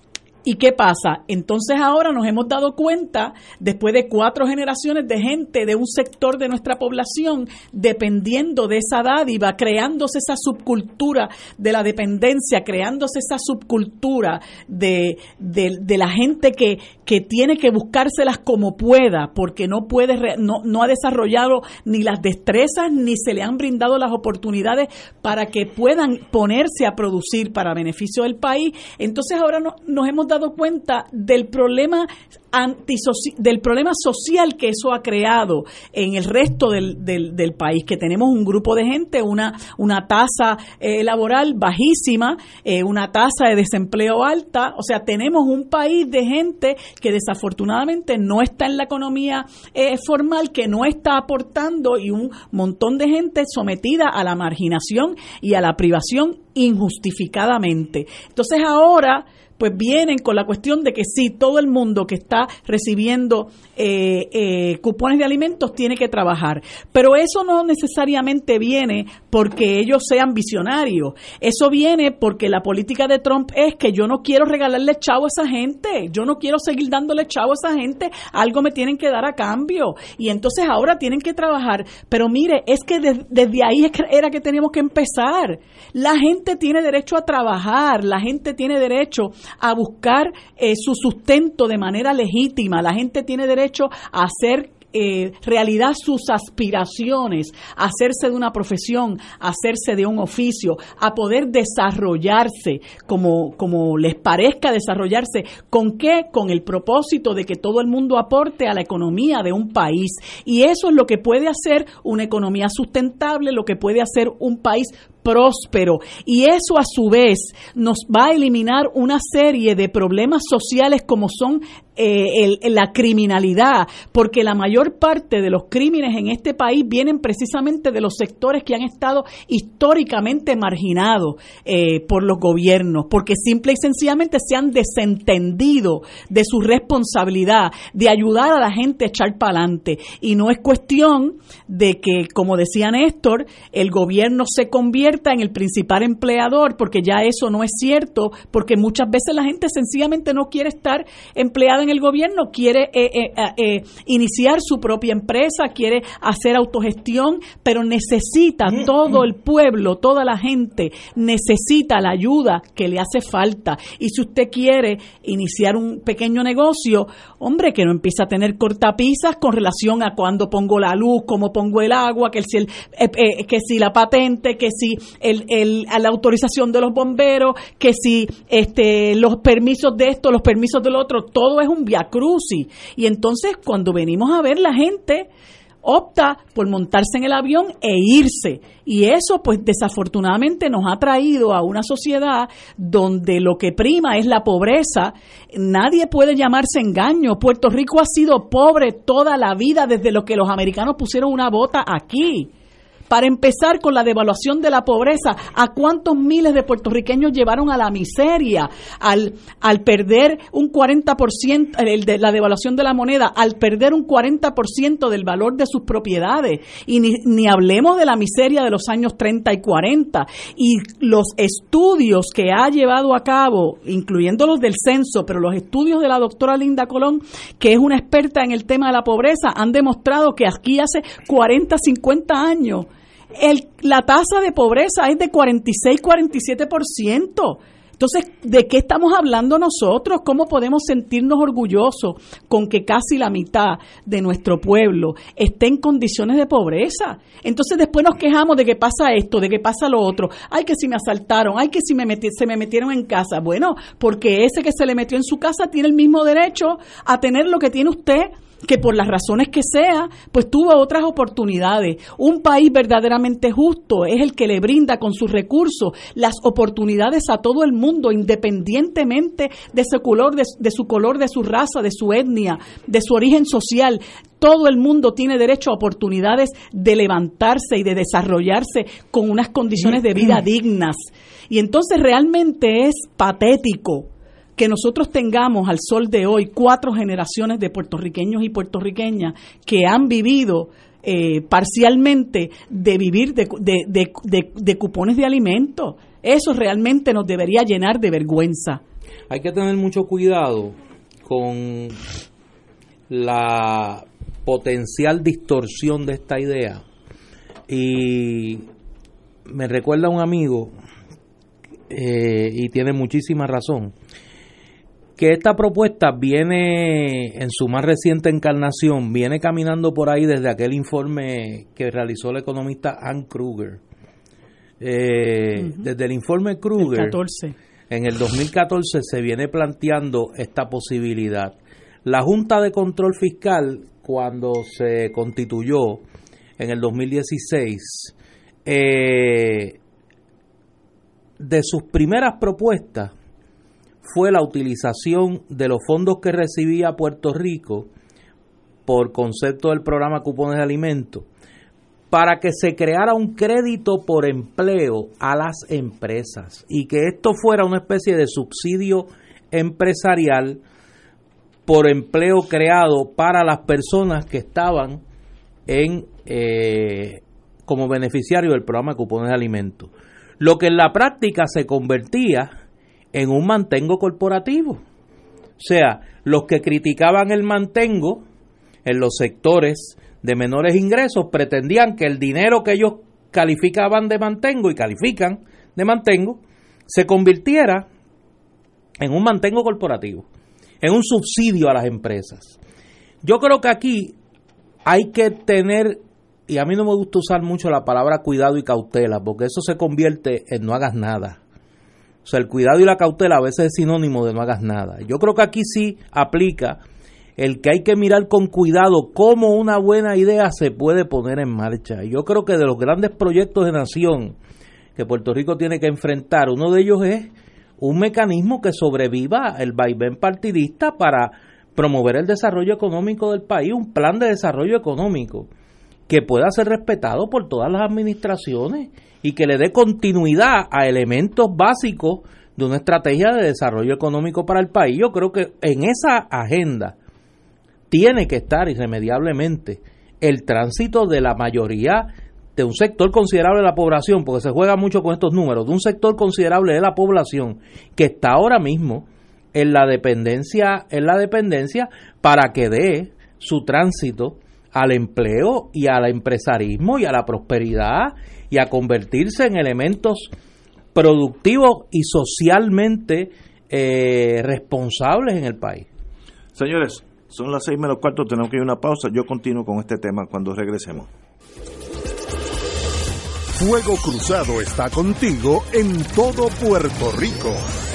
¿Y qué pasa? Entonces ahora nos hemos dado cuenta, después de cuatro generaciones de gente de un sector de nuestra población dependiendo de esa dádiva, creándose esa subcultura de la dependencia, creándose esa subcultura de, de, de la gente que, que tiene que buscárselas como pueda, porque no puede, no, no ha desarrollado ni las destrezas ni se le han brindado las oportunidades para que puedan ponerse a producir para beneficio del país. Entonces ahora no, nos hemos dado dado cuenta del problema antisoci- del problema social que eso ha creado en el resto del, del, del país, que tenemos un grupo de gente, una, una tasa eh, laboral bajísima, eh, una tasa de desempleo alta, o sea, tenemos un país de gente que desafortunadamente no está en la economía eh, formal, que no está aportando, y un montón de gente sometida a la marginación y a la privación injustificadamente. Entonces ahora pues vienen con la cuestión de que sí, todo el mundo que está recibiendo eh, eh, cupones de alimentos tiene que trabajar, pero eso no necesariamente viene porque ellos sean visionarios, eso viene porque la política de Trump es que yo no quiero regalarle chavo a esa gente, yo no quiero seguir dándole chavo a esa gente, algo me tienen que dar a cambio, y entonces ahora tienen que trabajar, pero mire, es que de, desde ahí era que teníamos que empezar. La gente tiene derecho a trabajar, la gente tiene derecho a buscar eh, su sustento de manera legítima. La gente tiene derecho a hacer eh, realidad sus aspiraciones, a hacerse de una profesión, a hacerse de un oficio, a poder desarrollarse como, como les parezca desarrollarse. ¿Con qué? Con el propósito de que todo el mundo aporte a la economía de un país. Y eso es lo que puede hacer una economía sustentable, lo que puede hacer un país próspero, y eso a su vez nos va a eliminar una serie de problemas sociales como son eh, el, la criminalidad, porque la mayor parte de los crímenes en este país vienen precisamente de los sectores que han estado históricamente marginados eh, por los gobiernos, porque simple y sencillamente se han desentendido de su responsabilidad de ayudar a la gente a echar para adelante, y no es cuestión de que, como decía Néstor, el gobierno se convierta en el principal empleador, porque ya eso no es cierto, porque muchas veces la gente sencillamente no quiere estar empleada en el gobierno, quiere eh, eh, eh, iniciar su propia empresa, quiere hacer autogestión, pero necesita todo el pueblo, toda la gente necesita la ayuda que le hace falta. Y si usted quiere iniciar un pequeño negocio, hombre, que no empiece a tener cortapisas con relación a cuándo pongo la luz, cómo pongo el agua, que si, el, eh, eh, que si la patente, que si El, el, a la autorización de los bomberos, que si este, los permisos de esto, los permisos del otro, todo es un viacrucis. Y entonces cuando venimos a ver, la gente opta por montarse en el avión e irse, y eso pues desafortunadamente nos ha traído a una sociedad donde lo que prima es la pobreza. Nadie puede llamarse engaño. Puerto Rico ha sido pobre toda la vida, desde lo que los americanos pusieron una bota aquí. Para empezar con la devaluación de la pobreza, ¿a cuántos miles de puertorriqueños llevaron a la miseria al, al perder un cuarenta por ciento, el de la devaluación de la moneda, al perder un cuarenta por ciento del valor de sus propiedades? Y ni, ni hablemos de la miseria de los años treinta y cuarenta. Y los estudios que ha llevado a cabo, incluyendo los del censo, pero los estudios de la doctora Linda Colón, que es una experta en el tema de la pobreza, han demostrado que aquí hace cuarenta, cincuenta años el, la tasa de pobreza es de cuarenta y seis, cuarenta y siete por ciento. Entonces, ¿de qué estamos hablando nosotros? ¿Cómo podemos sentirnos orgullosos con que casi la mitad de nuestro pueblo esté en condiciones de pobreza? Entonces, después nos quejamos de que pasa esto, de que pasa lo otro. Ay, que si me asaltaron, ay, que si me metí, se me metieron en casa. Bueno, porque ese que se le metió en su casa tiene el mismo derecho a tener lo que tiene usted, que por las razones que sea, pues tuvo otras oportunidades. Un país verdaderamente justo es el que le brinda con sus recursos las oportunidades a todo el mundo, independientemente de su color, de, de su color, de su raza, de su etnia, de su origen social. Todo el mundo tiene derecho a oportunidades de levantarse y de desarrollarse con unas condiciones de vida dignas. Y entonces realmente es patético que nosotros tengamos al sol de hoy cuatro generaciones de puertorriqueños y puertorriqueñas que han vivido eh, parcialmente de vivir de, de, de, de, de cupones de alimentos. Eso realmente nos debería llenar de vergüenza. Hay que tener mucho cuidado con la potencial distorsión de esta idea. Y me recuerda a un amigo, eh, y tiene muchísima razón, que esta propuesta viene en su más reciente encarnación, viene caminando por ahí desde aquel informe que realizó el economista Ann Kruger. Eh, uh-huh. Desde el informe Kruger, el catorce. En el dos mil catorce se viene planteando esta posibilidad. La Junta de Control Fiscal, cuando se constituyó en el dos mil dieciséis, eh, de sus primeras propuestas fue la utilización de los fondos que recibía Puerto Rico por concepto del programa Cupones de Alimentos para que se creara un crédito por empleo a las empresas y que esto fuera una especie de subsidio empresarial por empleo creado para las personas que estaban en eh, como beneficiarios del programa de Cupones de Alimentos. Lo que en la práctica se convertía en un mantengo corporativo. O sea, los que criticaban el mantengo en los sectores de menores ingresos pretendían que el dinero que ellos calificaban de mantengo y califican de mantengo se convirtiera en un mantengo corporativo, en un subsidio a las empresas. Yo creo que aquí hay que tener, y a mí no me gusta usar mucho la palabra cuidado y cautela, porque eso se convierte en no hagas nada. O sea, el cuidado y la cautela a veces es sinónimo de no hagas nada. Yo creo que aquí sí aplica el que hay que mirar con cuidado cómo una buena idea se puede poner en marcha. Yo creo que de los grandes proyectos de nación que Puerto Rico tiene que enfrentar, uno de ellos es un mecanismo que sobreviva el vaivén partidista para promover el desarrollo económico del país, un plan de desarrollo económico que pueda ser respetado por todas las administraciones y que le dé continuidad a elementos básicos de una estrategia de desarrollo económico para el país. Yo creo que en esa agenda tiene que estar irremediablemente el tránsito de la mayoría de un sector considerable de la población, porque se juega mucho con estos números, de un sector considerable de la población que está ahora mismo en la dependencia, en la dependencia para que dé su tránsito al empleo y al empresarismo y a la prosperidad y a convertirse en elementos productivos y socialmente eh, responsables en el país. Señores, son las seis menos cuarto, tenemos que ir a una pausa. Yo continúo con este tema cuando regresemos. Fuego Cruzado está contigo en todo Puerto Rico.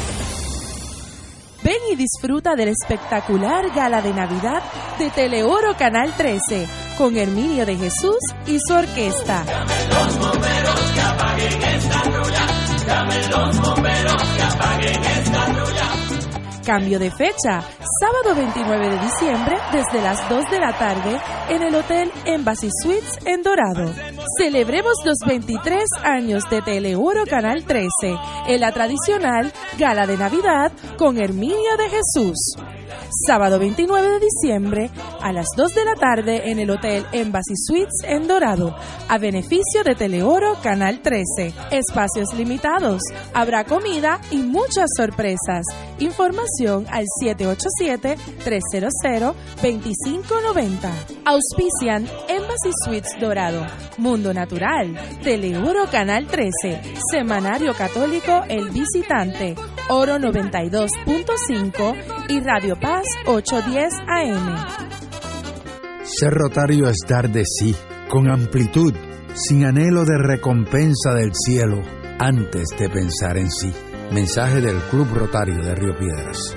Ven y disfruta del espectacular Gala de Navidad de Teleoro Canal trece con Herminio de Jesús y su orquesta. Llamen los bomberos que apaguen esta trulla. Llamen los bomberos que apaguen esta trulla. Cambio de fecha, sábado veintinueve de diciembre desde las dos de la tarde en el Hotel Embassy Suites en Dorado. Celebremos los veintitrés años de Teleoro Canal trece en la tradicional Gala de Navidad con Herminio de Jesús. Sábado veintinueve de diciembre a las dos de la tarde en el Hotel Embassy Suites en Dorado, a beneficio de Teleoro Canal trece. Espacios limitados, habrá comida y muchas sorpresas. Información al siete ocho siete, tres cero cero, dos cinco nueve cero. Auspician Embassy Suites Dorado, Mundo Natural, Teleoro Canal trece, Semanario Católico El Visitante, Oro noventa y dos punto cinco y Radio Paz ochocientos diez A M. Ser rotario es dar de sí, con amplitud, sin anhelo de recompensa del cielo, antes de pensar en sí. Mensaje del Club Rotario de Río Piedras.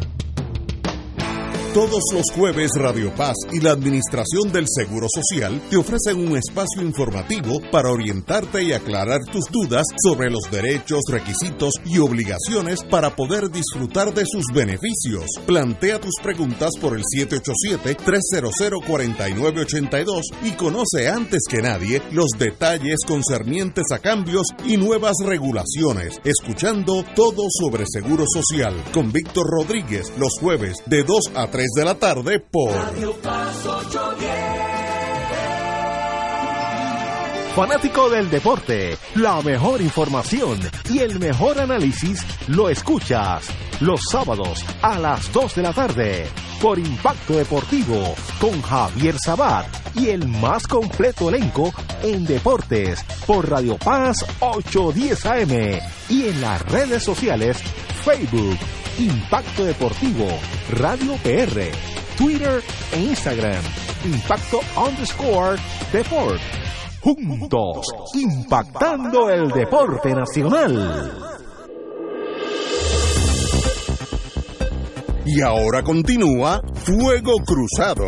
Todos los jueves Radio Paz y la Administración del Seguro Social te ofrecen un espacio informativo para orientarte y aclarar tus dudas sobre los derechos, requisitos y obligaciones para poder disfrutar de sus beneficios. Plantea tus preguntas por el siete ocho siete, tres cero cero, cuatro nueve ocho dos y conoce antes que nadie los detalles concernientes a cambios y nuevas regulaciones. Escuchando Todo sobre Seguro Social con Víctor Rodríguez los jueves de dos a tres de la tarde por Radio Paz ochocientos diez. Fanático del deporte, la mejor información y el mejor análisis lo escuchas los sábados a las dos de la tarde por Impacto Deportivo con Javier Sabat y el más completo elenco en deportes por Radio Paz ochocientos diez A M y en las redes sociales Facebook, Impacto Deportivo, Radio P R, Twitter e Instagram, Impacto underscore Deport. Juntos, impactando el deporte nacional. Y ahora continúa Fuego Cruzado.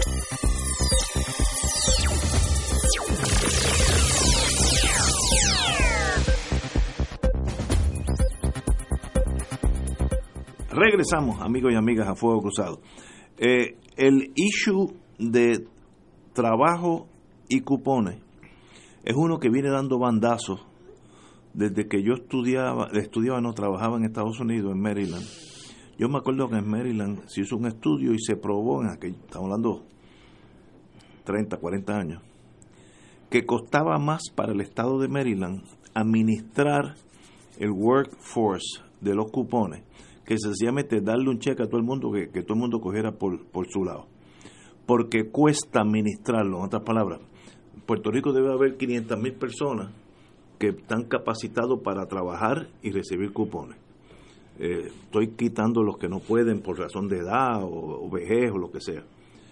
Regresamos, amigos y amigas, a Fuego Cruzado. Eh, el issue de trabajo y cupones es uno que viene dando bandazos desde que yo estudiaba, estudiaba no trabajaba en Estados Unidos, en Maryland. Yo me acuerdo que en Maryland se hizo un estudio y se probó, en aquel, estamos hablando treinta, cuarenta años, que costaba más para el estado de Maryland administrar el workforce de los cupones que sencillamente darle un cheque a todo el mundo, que, que todo el mundo cogiera por, por su lado. Porque cuesta administrarlo, en otras palabras. En Puerto Rico debe haber quinientas mil personas que están capacitados para trabajar y recibir cupones. Eh, estoy quitando los que no pueden por razón de edad o, o vejez o lo que sea.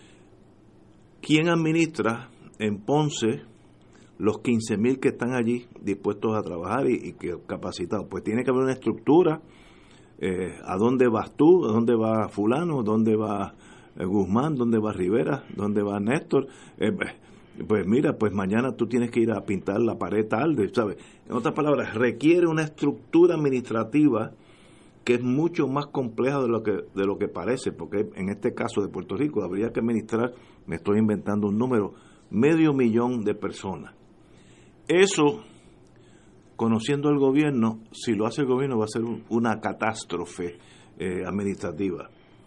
¿Quién administra en Ponce los quince mil que están allí dispuestos a trabajar y, y que capacitados? Pues tiene que haber una estructura. Eh, ¿A dónde vas tú? ¿A dónde va fulano? ¿Dónde va eh, Guzmán? ¿Dónde va Rivera? ¿Dónde va Néstor? Eh, pues mira, pues mañana tú tienes que ir a pintar la pared tal, ¿sabes? En otras palabras, requiere una estructura administrativa que es mucho más compleja de lo que de lo que parece, porque en este caso de Puerto Rico habría que administrar, me estoy inventando un número, medio millón de personas. Eso, conociendo al gobierno, si lo hace el gobierno va a ser un, una catástrofe eh, administrativa.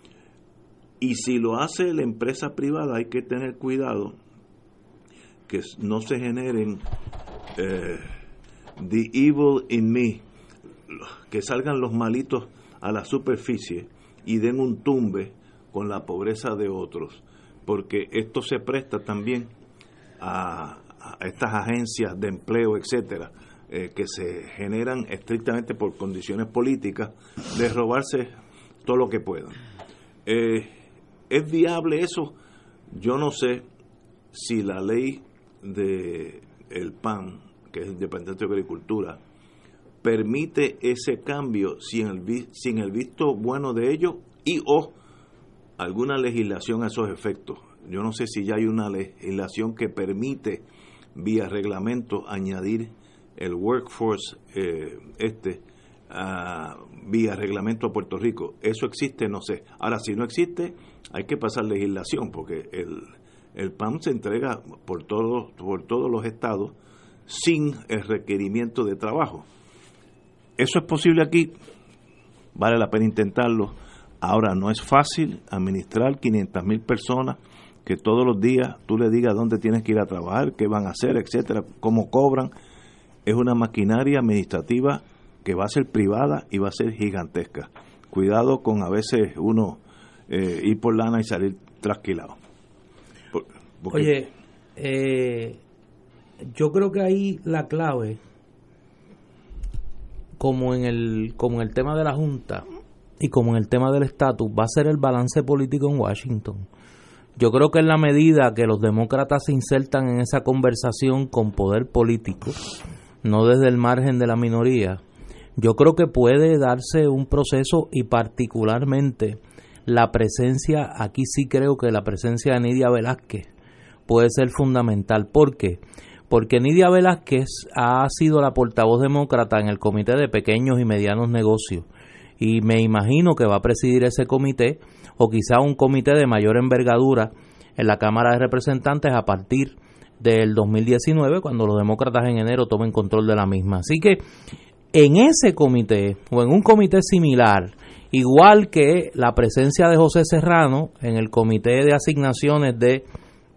Y si lo hace la empresa privada, hay que tener cuidado que no se generen eh, the evil in me, que salgan los malitos a la superficie y den un tumbe con la pobreza de otros, porque esto se presta también a, a estas agencias de empleo, etcétera, eh, que se generan estrictamente por condiciones políticas de robarse todo lo que puedan. Eh, ¿Es viable eso? Yo no sé si la ley de el P A N, que es el Departamento de Agricultura, permite ese cambio sin el, sin el visto bueno de ellos y o alguna legislación a esos efectos. Yo no sé si ya hay una legislación que permite vía reglamento añadir el workforce eh, este a, vía reglamento a Puerto Rico. Eso existe, no sé. Ahora, si no existe, hay que pasar legislación, porque el, el P A M se entrega por todos, por todos los estados sin el requerimiento de trabajo. Eso es posible aquí, vale la pena intentarlo. Ahora, no es fácil administrar quinientas mil personas que todos los días tú le digas dónde tienes que ir a trabajar, qué van a hacer, etcétera, cómo cobran. Es una maquinaria administrativa que va a ser privada y va a ser gigantesca. Cuidado con a veces uno eh, ir por lana y salir trasquilado. Por, porque... Oye, eh, yo creo que ahí la clave, como en el como en el tema de la Junta y como en el tema del estatus, va a ser el balance político en Washington. Yo creo que en la medida que los demócratas se insertan en esa conversación con poder político, no desde el margen de la minoría, yo creo que puede darse un proceso, y particularmente la presencia, aquí sí creo que la presencia de Nidia Velázquez puede ser fundamental. ¿Por qué? Porque Nidia Velázquez ha sido la portavoz demócrata en el Comité de Pequeños y Medianos Negocios, y me imagino que va a presidir ese comité, o quizá un comité de mayor envergadura en la Cámara de Representantes a partir del dos mil diecinueve, cuando los demócratas en enero tomen control de la misma. Así que en ese comité, o en un comité similar, igual que la presencia de José Serrano en el comité de asignaciones de,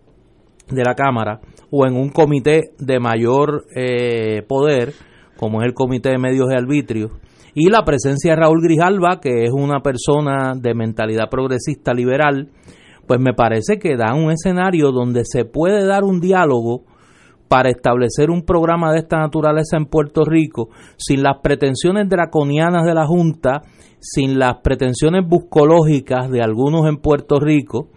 de la Cámara, o en un comité de mayor eh, poder, como es el Comité de Medios y Arbitrios, y la presencia de Raúl Grijalva, que es una persona de mentalidad progresista liberal, pues me parece que da un escenario donde se puede dar un diálogo para establecer un programa de esta naturaleza en Puerto Rico, sin las pretensiones draconianas de la Junta, sin las pretensiones buscológicas de algunos en Puerto Rico,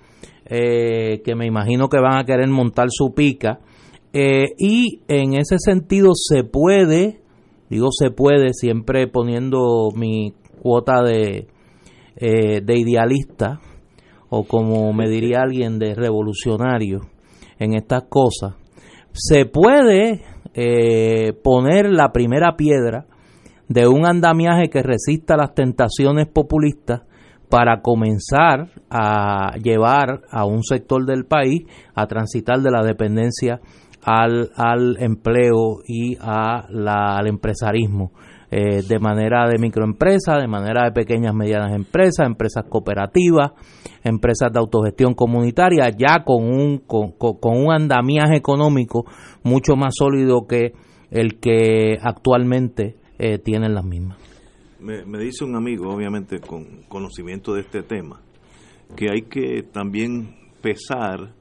eh, que me imagino que van a querer montar su pica, eh, y en ese sentido se puede... Digo se puede, siempre poniendo mi cuota de, eh, de idealista, o como me diría alguien, de revolucionario en estas cosas. Se puede eh, poner la primera piedra de un andamiaje que resista las tentaciones populistas para comenzar a llevar a un sector del país a transitar de la dependencia al, al empleo y a la, al empresarismo, eh, de manera de microempresa, de manera de pequeñas medianas empresas, empresas cooperativas, empresas de autogestión comunitaria, ya con un con, con, con un andamiaje económico mucho más sólido que el que actualmente eh, tienen las mismas. Me, me dice un amigo, obviamente con conocimiento de este tema, que hay que también pesar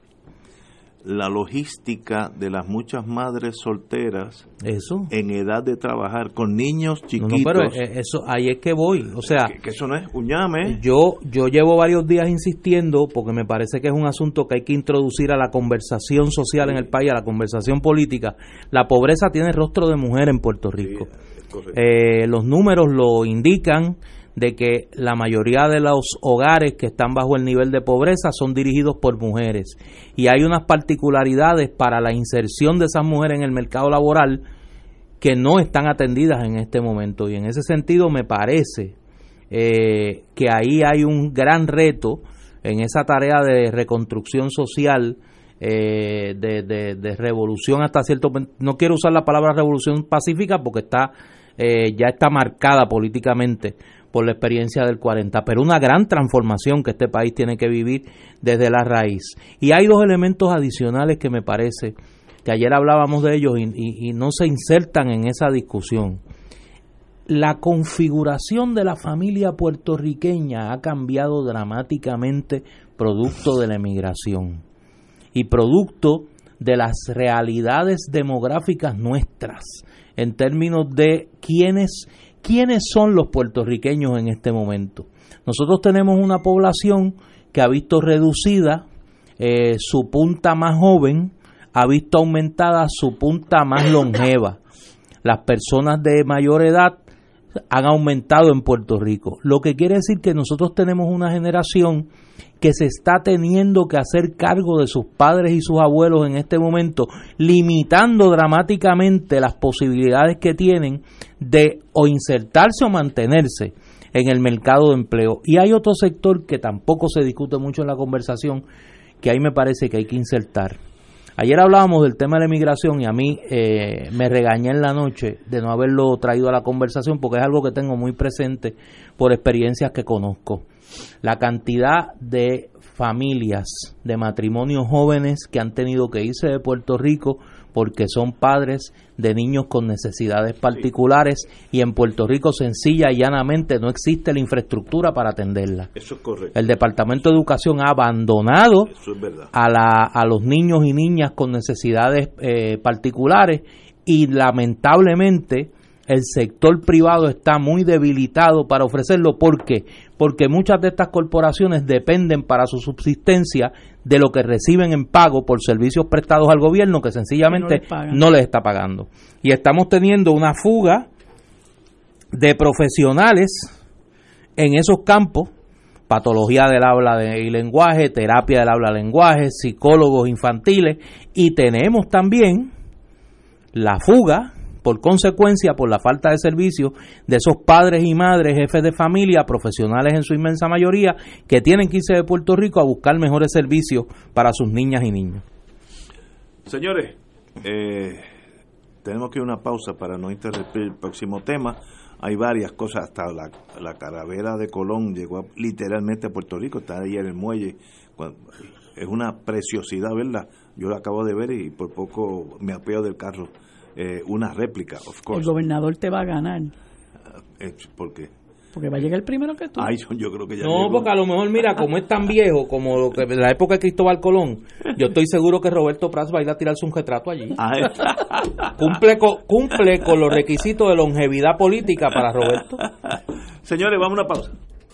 la logística de las muchas madres solteras, eso en edad de trabajar con niños chiquitos. No, no, pero eso ahí es que voy, o sea, que, que eso no es un llame. Yo yo llevo varios días insistiendo, porque me parece que es un asunto que hay que introducir a la conversación social en el país, a la conversación política. La pobreza tiene rostro de mujer en Puerto Rico. Sí, eh, los números lo indican, de que la mayoría de los hogares que están bajo el nivel de pobreza son dirigidos por mujeres, y hay unas particularidades para la inserción de esas mujeres en el mercado laboral que no están atendidas en este momento, y en ese sentido me parece eh, que ahí hay un gran reto en esa tarea de reconstrucción social, eh, de, de, de revolución hasta cierto punto. No quiero usar la palabra revolución pacífica porque está eh, ya está marcada políticamente por la experiencia del cuarenta, pero una gran transformación que este país tiene que vivir desde la raíz. Y hay dos elementos adicionales que me parece que ayer hablábamos de ellos y, y, y no se insertan en esa discusión. La configuración de la familia puertorriqueña ha cambiado dramáticamente producto de la emigración y producto de las realidades demográficas nuestras en términos de quiénes ¿Quiénes son los puertorriqueños en este momento? Nosotros tenemos una población que ha visto reducida eh, su punta más joven, ha visto aumentada su punta más longeva. Las personas de mayor edad han aumentado en Puerto Rico, lo que quiere decir que nosotros tenemos una generación que se está teniendo que hacer cargo de sus padres y sus abuelos en este momento, limitando dramáticamente las posibilidades que tienen de o insertarse o mantenerse en el mercado de empleo. Y hay otro sector que tampoco se discute mucho en la conversación, que ahí me parece que hay que insertar. Ayer hablábamos del tema de la inmigración y a mí eh, me regañé en la noche de no haberlo traído a la conversación porque es algo que tengo muy presente por experiencias que conozco. La cantidad de familias, de matrimonios jóvenes que han tenido que irse de Puerto Rico porque son padres de niños con necesidades particulares y en Puerto Rico sencilla y llanamente no existe la infraestructura para atenderla. Eso es correcto. El Departamento de Educación ha abandonado Eso es verdad. a, la, a los niños y niñas con necesidades eh, particulares y lamentablemente el sector privado está muy debilitado para ofrecerlo. ¿Por qué? Porque muchas de estas corporaciones dependen para su subsistencia de lo que reciben en pago por servicios prestados al gobierno que sencillamente Que no les no les está pagando. Y estamos teniendo una fuga de profesionales en esos campos, patología del habla y lenguaje, terapia del habla y lenguaje, psicólogos infantiles, y tenemos también la fuga por consecuencia, por la falta de servicios de esos padres y madres, jefes de familia, profesionales en su inmensa mayoría, que tienen que irse de Puerto Rico a buscar mejores servicios para sus niñas y niños. Señores, eh, tenemos que ir a una pausa para no interrumpir el próximo tema. Hay varias cosas, hasta la, la caravera de Colón llegó a, literalmente a Puerto Rico, está ahí en el muelle. Cuando, es una preciosidad, ¿verdad? Yo la acabo de ver y por poco me apeo del carro. Eh, una réplica, of course. El gobernador te va a ganar. Eh, ¿Por qué? Porque va a llegar primero que tú. Ay, yo creo que ya No, llegó. porque a lo mejor, mira, como es tan viejo como lo que la época de Cristóbal Colón, yo estoy seguro que Roberto Prats va a ir a tirarse un retrato allí. Cumple con, cumple con los requisitos de longevidad política para Roberto. Señores, vamos a una pausa.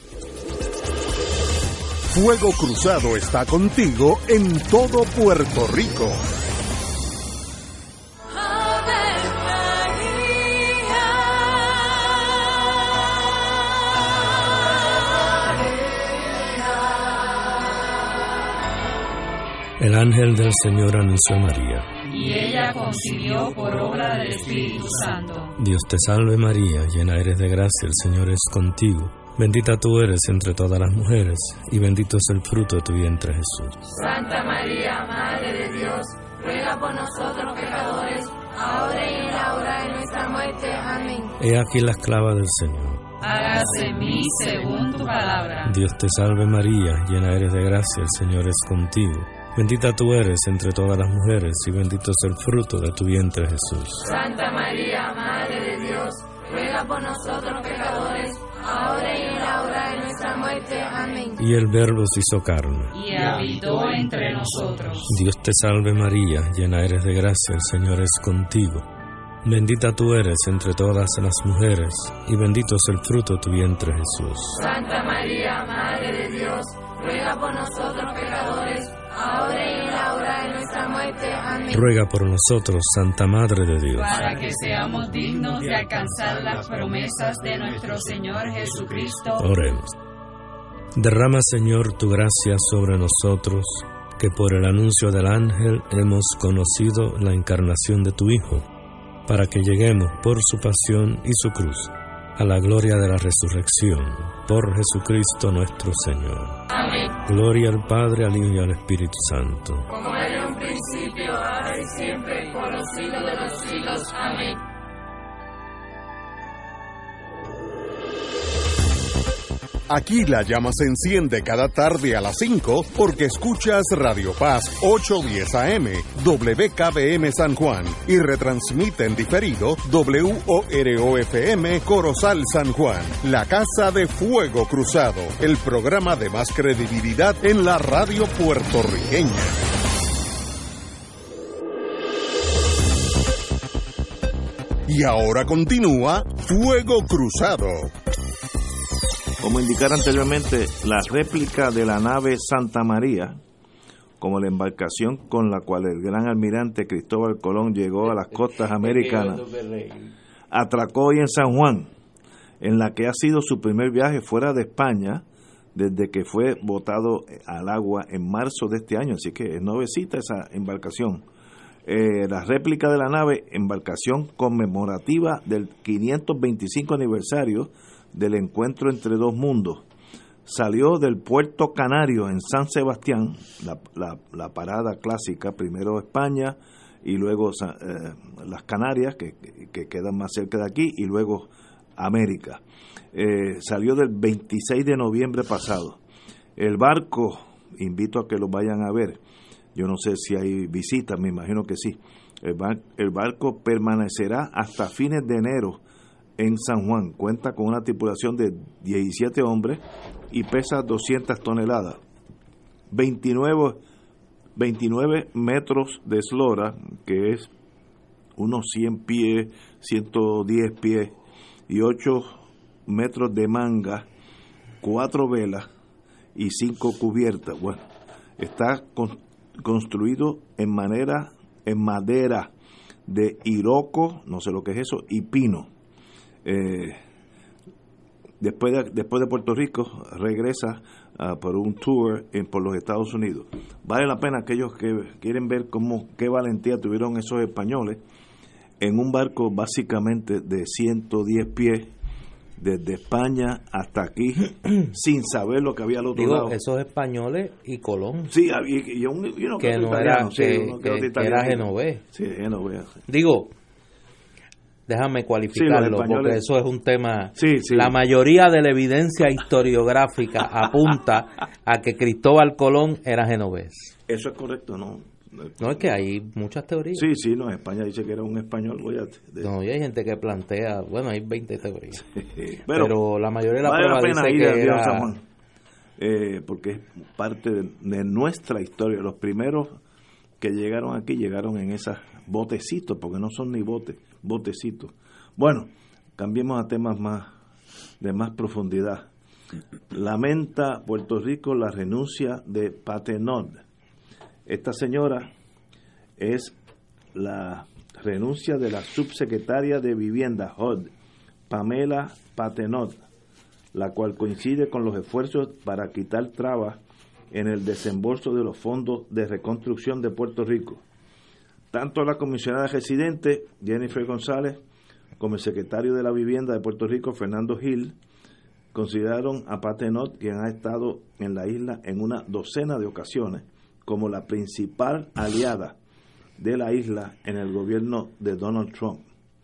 Fuego Cruzado está contigo en todo Puerto Rico. El ángel del Señor anunció a María. Y ella concibió por obra del Espíritu Santo. Dios te salve María, llena eres de gracia, el Señor es contigo. Bendita tú eres entre todas las mujeres, y bendito es el fruto de tu vientre Jesús. Santa María, Madre de Dios, ruega por nosotros pecadores, ahora y en la hora de nuestra muerte. Amén. He aquí la esclava del Señor. Hágase en mí según tu palabra. Dios te salve María, llena eres de gracia, el Señor es contigo. Bendita tú eres entre todas las mujeres, y bendito es el fruto de tu vientre Jesús. Santa María, Madre de Dios, ruega por nosotros pecadores, ahora y en la hora de nuestra muerte. Amén. Y el Verbo se hizo carne. Y habitó entre nosotros. Dios te salve María, llena eres de gracia, el Señor es contigo. Bendita tú eres entre todas las mujeres, y bendito es el fruto de tu vientre Jesús. Santa María, Madre de Dios, ruega por nosotros pecadores, ahora y en la hora de nuestra muerte. Amén. Ruega por nosotros, Santa Madre de Dios, para que seamos dignos de alcanzar las promesas de nuestro Señor Jesucristo. Oremos. Derrama, Señor, tu gracia sobre nosotros, que por el anuncio del ángel hemos conocido la encarnación de tu Hijo, para que lleguemos por su pasión y su cruz a la gloria de la resurrección, por Jesucristo nuestro Señor. Amén. Gloria al Padre, al Hijo y al Espíritu Santo. Como era en un principio, ahora y siempre, por los siglos de los siglos. Amén. Aquí la llama se enciende cada tarde a las cinco porque escuchas Radio Paz ochocientos diez A M, W K B M San Juan y retransmite en diferido W O R O F M Corozal San Juan, la Casa de Fuego Cruzado, el programa de más credibilidad en la radio puertorriqueña. Y ahora continúa Fuego Cruzado. Como indicara anteriormente, la réplica de la nave Santa María, como la embarcación con la cual el gran almirante Cristóbal Colón llegó a las costas americanas, atracó hoy en San Juan. en la que ha sido su primer viaje fuera de España desde que fue botado al agua en marzo de este año, así que es nuevecita esa embarcación. Eh, la réplica de la nave, embarcación conmemorativa del quinientos veinticinco aniversario del encuentro entre dos mundos, salió del puerto canario en San Sebastián, la, la, la parada clásica, primero España y luego eh, las Canarias, que, que quedan más cerca de aquí, y luego América. Eh, salió del veintiséis de noviembre pasado. El barco, invito a que lo vayan a ver, yo no sé si hay visitas, me imagino que sí. El, bar, el barco permanecerá hasta fines de enero en San Juan. Cuenta con una tripulación de diecisiete hombres y pesa doscientas toneladas. veintinueve, veintinueve metros de eslora, que es unos cien pies, ciento diez pies, y ocho metros de manga, cuatro velas y cinco cubiertas. Bueno, está con, construido en manera, en madera de hiroco, no sé lo que es eso, y pino. Eh, después de, después de Puerto Rico regresa uh, por un tour en, por los Estados Unidos. Vale la pena aquellos que quieren ver cómo qué valentía tuvieron esos españoles en un barco básicamente de ciento diez pies desde España hasta aquí sin saber lo que había al otro Digo, lado. Esos españoles y Colón. Sí, y, y un, y uno que, que no italiano, era, sí, que, uno que que, que era genovés. Sí, genovés. Sí. Digo, déjame cualificarlo, sí, porque eso es un tema. Sí, sí. La mayoría de la evidencia historiográfica apunta a que Cristóbal Colón era genovés. Eso es correcto, ¿no? No, es que hay muchas teorías. Sí, sí, no, España dice que era un español. Voy a, de... No, y hay gente que plantea, bueno, hay veinte teorías. pero, pero la mayoría de la vale prueba la pena dice ir que a era... San Juan, eh, porque es parte de, de nuestra historia. Los primeros que llegaron aquí llegaron en esos botecitos, porque no son ni botes, botecitos. Bueno, cambiemos a temas más de más profundidad. Lamenta Puerto Rico la renuncia de Patenot. Esta señora es la renuncia de la subsecretaria de Vivienda, H U D, Pamela Patenot, la cual coincide con los esfuerzos para quitar trabas en el desembolso de los fondos de reconstrucción de Puerto Rico. Tanto la comisionada residente, Jennifer González, como el secretario de la Vivienda de Puerto Rico, Fernando Gil, consideraron a Patenot, quien ha estado en la isla en una docena de ocasiones, como la principal aliada de la isla en el gobierno de Donald Trump.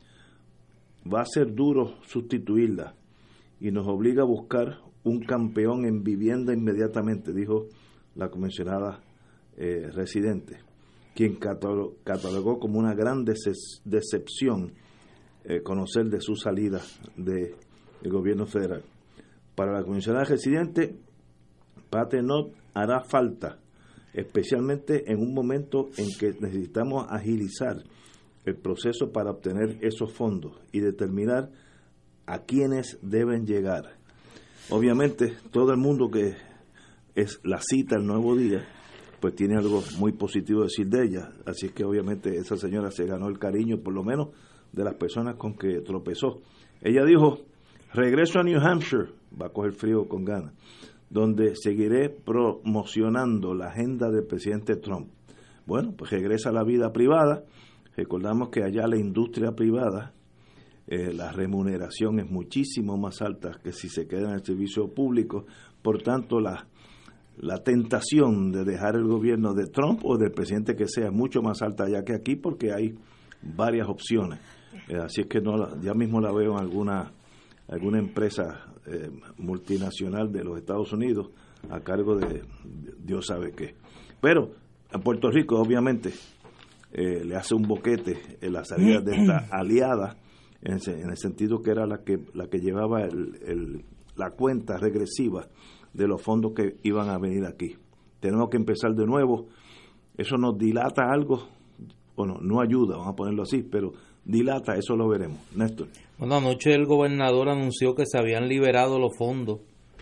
Va a ser duro sustituirla y nos obliga a buscar un campeón en vivienda inmediatamente, dijo la comisionada eh, residente, quien catalogó, catalogó como una gran decepción eh, conocer de su salida del de gobierno federal. Para la comisionada residente, Patenot hará falta, especialmente en un momento en que necesitamos agilizar el proceso para obtener esos fondos y determinar a quiénes deben llegar. Obviamente, todo el mundo que es la cita el nuevo día, pues tiene algo muy positivo a decir de ella, así es que obviamente esa señora se ganó el cariño, por lo menos, de las personas con que tropezó. Ella dijo, regreso a New Hampshire, va a coger frío con ganas, donde seguiré promocionando la agenda del presidente Trump. Bueno, pues regresa a la vida privada. Recordamos que allá la industria privada, eh, la remuneración es muchísimo más alta que si se queda en el servicio público. Por tanto, la, la tentación de dejar el gobierno de Trump o del presidente que sea es mucho más alta allá que aquí, porque hay varias opciones. Eh, así es que no la, ya mismo la veo en alguna, alguna empresa Eh, multinacional de los Estados Unidos a cargo de, de Dios sabe qué. Pero a Puerto Rico obviamente eh, le hace un boquete en la salida de esta aliada, en, en el sentido que era la que la que llevaba el, el, la cuenta regresiva de los fondos que iban a venir aquí. Tenemos que empezar de nuevo. Eso nos dilata algo, bueno, no ayuda, vamos a ponerlo así, pero dilata, eso lo veremos. Néstor. Bueno, anoche el gobernador anunció que se habían liberado los fondos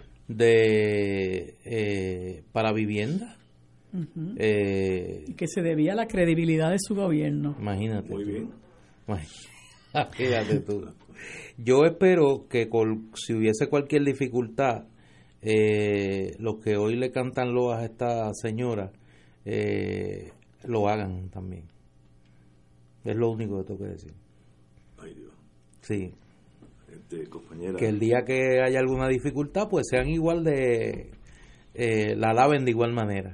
de eh, para vivienda. Uh-huh. eh, que se debía a la credibilidad de su gobierno. Imagínate. Muy tú. bien. Fíjate tú. Yo espero que con, si hubiese cualquier dificultad, eh, los que hoy le cantan loas a esta señora, eh, lo hagan también. Es lo único que tengo que decir. Ay, Dios. Sí. Este, compañera. Que el día que haya alguna dificultad, pues sean igual de... Eh, la laven de igual manera.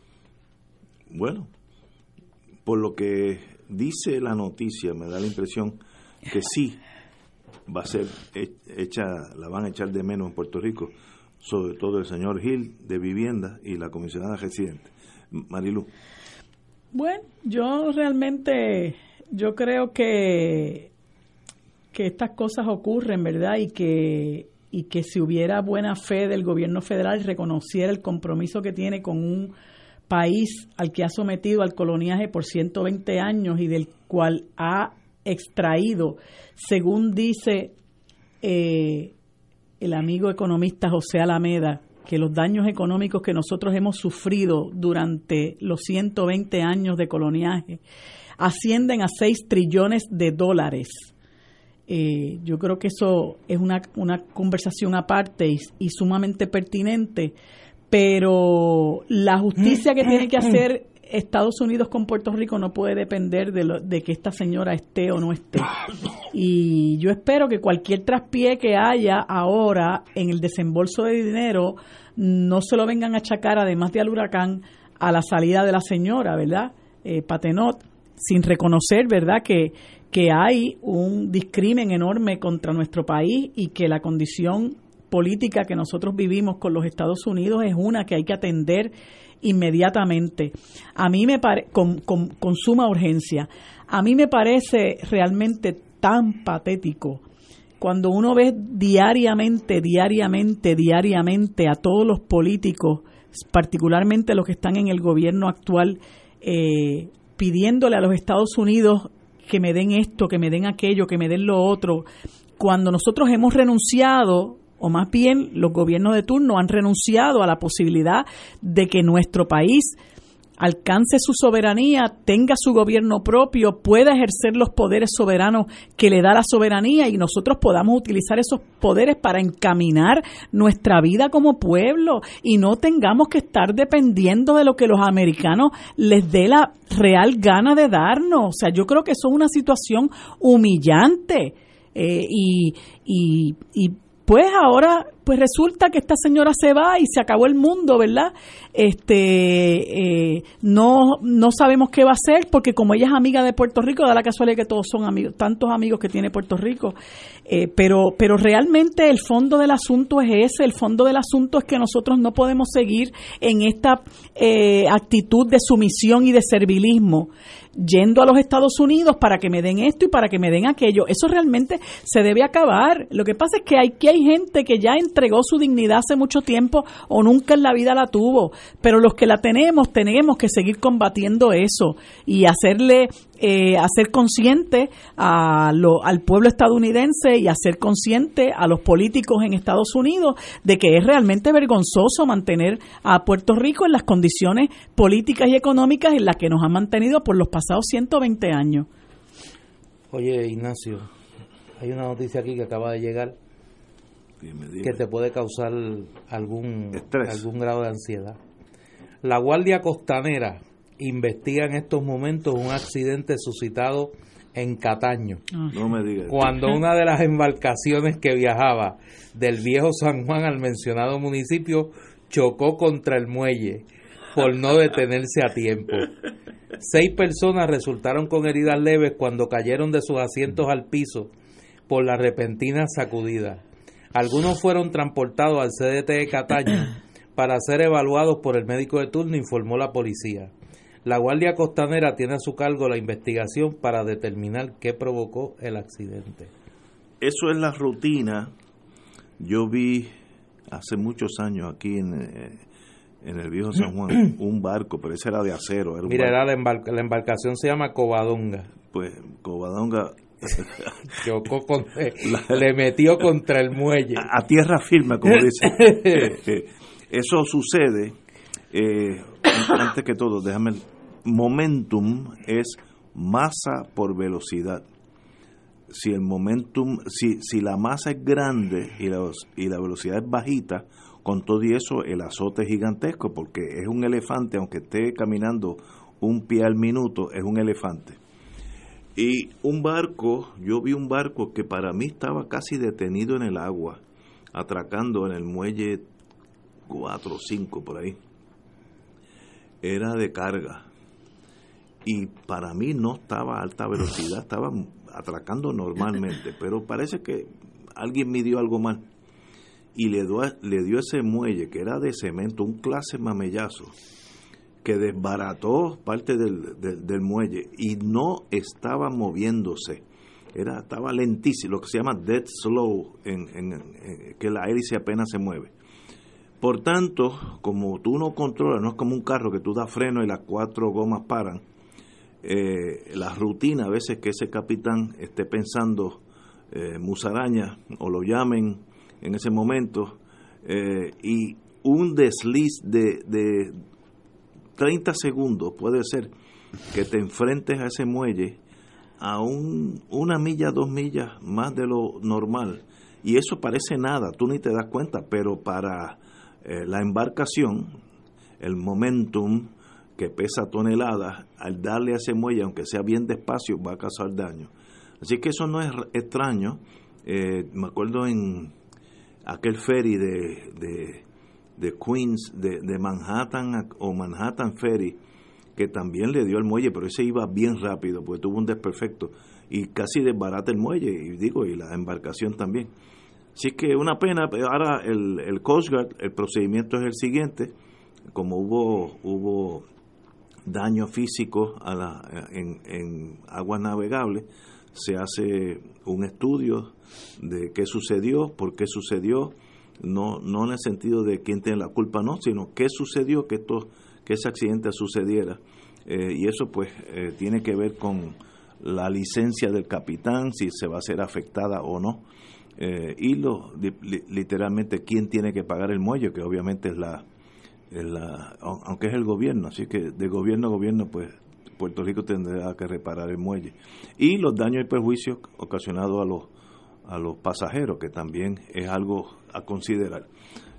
Bueno, por lo que dice la noticia, me da la impresión que sí va a ser hecha, la van a echar de menos en Puerto Rico, sobre todo el señor Gil de Vivienda y la comisionada residente. Marilu. Bueno, yo realmente, yo creo que que estas cosas ocurren, ¿verdad? Y que y que si hubiera buena fe del gobierno federal, reconociera el compromiso que tiene con un país al que ha sometido al coloniaje por ciento veinte años y del cual ha extraído, según dice eh, el amigo economista José Alameda, que los daños económicos que nosotros hemos sufrido durante los ciento veinte años de coloniaje ascienden a seis trillones de dólares. Eh, yo creo que eso es una, una conversación aparte y, y sumamente pertinente, pero la justicia que tiene que hacer Estados Unidos con Puerto Rico no puede depender de, lo, de que esta señora esté o no esté. Y yo espero que cualquier traspié que haya ahora en el desembolso de dinero no se lo vengan a achacar, además de al huracán, a la salida de la señora, ¿verdad? Eh, Patenot, sin reconocer, ¿verdad?, que que hay un discrimen enorme contra nuestro país y que la condición política que nosotros vivimos con los Estados Unidos es una que hay que atender inmediatamente. A mí me pare, con, con, con suma urgencia. A mí me parece realmente tan patético cuando uno ve diariamente, diariamente, diariamente a todos los políticos, particularmente los que están en el gobierno actual, eh, pidiéndole a los Estados Unidos que me den esto, que me den aquello, que me den lo otro, cuando nosotros hemos renunciado, o más bien los gobiernos de turno han renunciado a la posibilidad de que nuestro país alcance su soberanía, tenga su gobierno propio, pueda ejercer los poderes soberanos que le da la soberanía y nosotros podamos utilizar esos poderes para encaminar nuestra vida como pueblo y no tengamos que estar dependiendo de lo que los americanos les dé la real gana de darnos. O sea, yo creo que eso es una situación humillante eh, y, y, y pues ahora pues resulta que esta señora se va y se acabó el mundo, ¿verdad? Este eh, no no sabemos qué va a hacer porque como ella es amiga de Puerto Rico, da la casualidad que todos son amigos, tantos amigos que tiene Puerto Rico, eh, pero pero realmente el fondo del asunto es ese, el fondo del asunto es que nosotros no podemos seguir en esta eh, actitud de sumisión y de servilismo, yendo a los Estados Unidos para que me den esto y para que me den aquello. Eso realmente se debe acabar. Lo que pasa es que aquí hay gente que ya entregó su dignidad hace mucho tiempo o nunca en la vida la tuvo, pero los que la tenemos, tenemos que seguir combatiendo eso y hacerle, eh, hacer consciente a lo, al pueblo estadounidense y hacer consciente a los políticos en Estados Unidos de que es realmente vergonzoso mantener a Puerto Rico en las condiciones políticas y económicas en las que nos han mantenido por los pasados ciento veinte años. Oye, Ignacio, hay una noticia aquí que acaba de llegar. Dime, dime. Que te puede causar algún Estrés. algún grado de ansiedad. La Guardia Costanera investiga en estos momentos un accidente suscitado en Cataño. No me digas. Cuando una de las embarcaciones que viajaba del viejo San Juan al mencionado municipio chocó contra el muelle por no detenerse a tiempo. Seis personas resultaron con heridas leves cuando cayeron de sus asientos al piso por la repentina sacudida. Algunos fueron transportados al C D T de Cataño para ser evaluados por el médico de turno, informó la policía. La Guardia Costanera tiene a su cargo la investigación para determinar qué provocó el accidente. Eso es la rutina. Yo vi hace muchos años aquí en, en el viejo San Juan un barco, pero ese era de acero. Era un Mira, era barco. la, embar- la embarcación se llama Covadonga. Pues Covadonga chocó con, la, le metió contra el muelle a, a tierra firme, como dice. Eso sucede eh, antes que todo, déjame, momentum es masa por velocidad. si el momentum, si, si la masa es grande y la, y la velocidad es bajita, con todo y eso el azote es gigantesco, porque es un elefante, aunque esté caminando un pie al minuto, es un elefante. Y un barco, yo vi un barco que para mí estaba casi detenido en el agua, atracando en el muelle cuatro o cinco por ahí. Era de carga. Y para mí no estaba a alta velocidad, estaba atracando normalmente, pero parece que alguien midió algo mal. Y le, do, le dio ese muelle que era de cemento, un clase mamellazo, que desbarató parte del, del, del muelle y no estaba moviéndose. Era, estaba lentísimo, lo que se llama dead slow, en, en, en, que la hélice apenas se mueve. Por tanto, como tú no controlas, no es como un carro que tú das freno y las cuatro gomas paran, eh, la rutina a veces que ese capitán esté pensando eh, musaraña o lo llamen en ese momento, eh, y un desliz de, de treinta segundos puede ser que te enfrentes a ese muelle a un, una milla, dos millas más de lo normal, y eso parece nada, tú ni te das cuenta, pero para eh, la embarcación, el momentum que pesa toneladas, al darle a ese muelle, aunque sea bien despacio, va a causar daño. Así que eso no es extraño. Eh, me acuerdo en aquel ferry de, de, de Queens, de, de Manhattan o Manhattan Ferry, que también le dio el muelle, pero ese iba bien rápido, porque tuvo un desperfecto y casi desbarata el muelle, y digo, y la embarcación también. Así que una pena. Ahora el, el Coast Guard, el procedimiento es el siguiente: como hubo hubo daño físico a la, en, en aguas navegables, se hace un estudio de qué sucedió, por qué sucedió, no no en el sentido de quién tiene la culpa, no, sino qué sucedió que esto que ese accidente sucediera, eh, y eso pues eh, tiene que ver con la licencia del capitán, si se va a ser afectada o no, eh, y lo, li, literalmente quién tiene que pagar el muelle, que obviamente es la, es la, aunque es el gobierno, así que de gobierno a gobierno pues Puerto Rico tendrá que reparar el muelle, y los daños y perjuicios ocasionados a los a los pasajeros, que también es algo a considerar.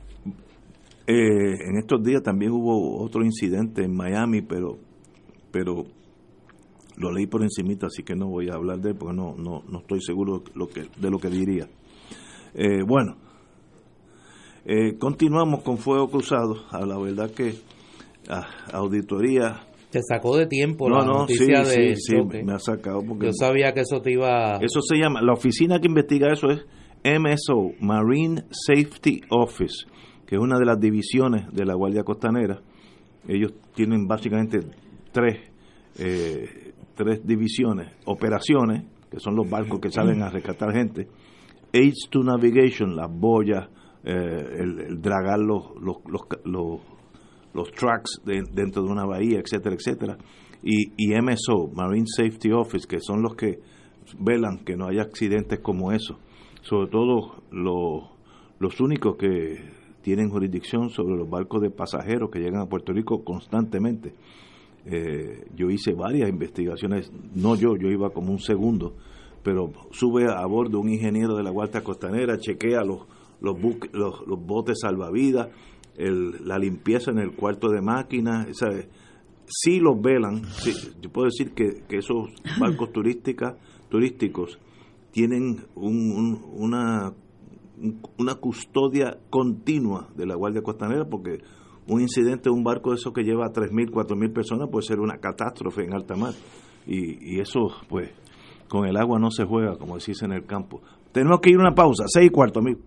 Eh, en estos días también hubo otro incidente en Miami, pero pero lo leí por encimita, así que no voy a hablar de él porque no no, no estoy seguro lo que, de lo que diría. Eh, bueno, eh, continuamos con Fuego Cruzado. A la verdad que ah, auditoría... Te sacó de tiempo no, la no, noticia sí, de... Sí, sí, me ha sacado porque... Yo sabía que eso te iba... Eso se llama, la oficina que investiga eso es M S O, Marine Safety Office, que es una de las divisiones de la Guardia Costanera. Ellos tienen básicamente tres, eh, tres divisiones: operaciones, que son los barcos que salen a rescatar gente; aids to navigation, las boyas, eh, el, el dragar los los los, los, los tracks de, dentro de una bahía, etcétera, etcétera; y, y M S O, Marine Safety Office, que son los que velan que no haya accidentes como eso, sobre todo los, los únicos que tienen jurisdicción sobre los barcos de pasajeros que llegan a Puerto Rico constantemente. Eh, yo hice varias investigaciones, no yo, yo iba como un segundo, pero sube a bordo un ingeniero de la Guardia Costanera, chequea los los, buque, los, los botes salvavidas, el, la limpieza en el cuarto de máquinas, ¿sabes? Sí los velan, sí, yo puedo decir que, que esos barcos turísticas, turísticos tienen un, un, una... una custodia continua de la Guardia Costanera, porque un incidente de un barco de esos que lleva tres mil, cuatro mil personas puede ser una catástrofe en alta mar, y, y eso pues con el agua no se juega, como decís en el campo. Tenemos que ir a una pausa, seis y cuarto, amigo.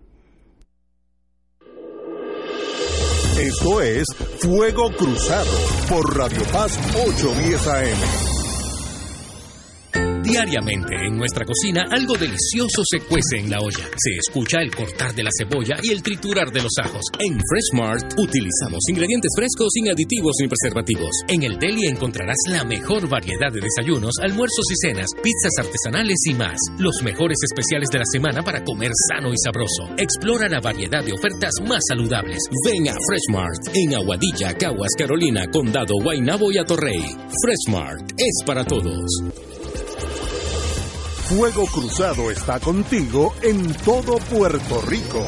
Esto es Fuego Cruzado por Radio Paz ochocientos diez A M. Diariamente en nuestra cocina algo delicioso se cuece en la olla. Se escucha el cortar de la cebolla y el triturar de los ajos. En Fresh Mart utilizamos ingredientes frescos sin aditivos ni preservativos. En el deli encontrarás la mejor variedad de desayunos, almuerzos y cenas, pizzas artesanales y más. Los mejores especiales de la semana para comer sano y sabroso. Explora la variedad de ofertas más saludables. Ven a Fresh Mart en Aguadilla, Caguas, Carolina, Condado, Guaynabo y Atorrey. Fresh Mart es para todos. Fuego Cruzado está contigo en todo Puerto Rico.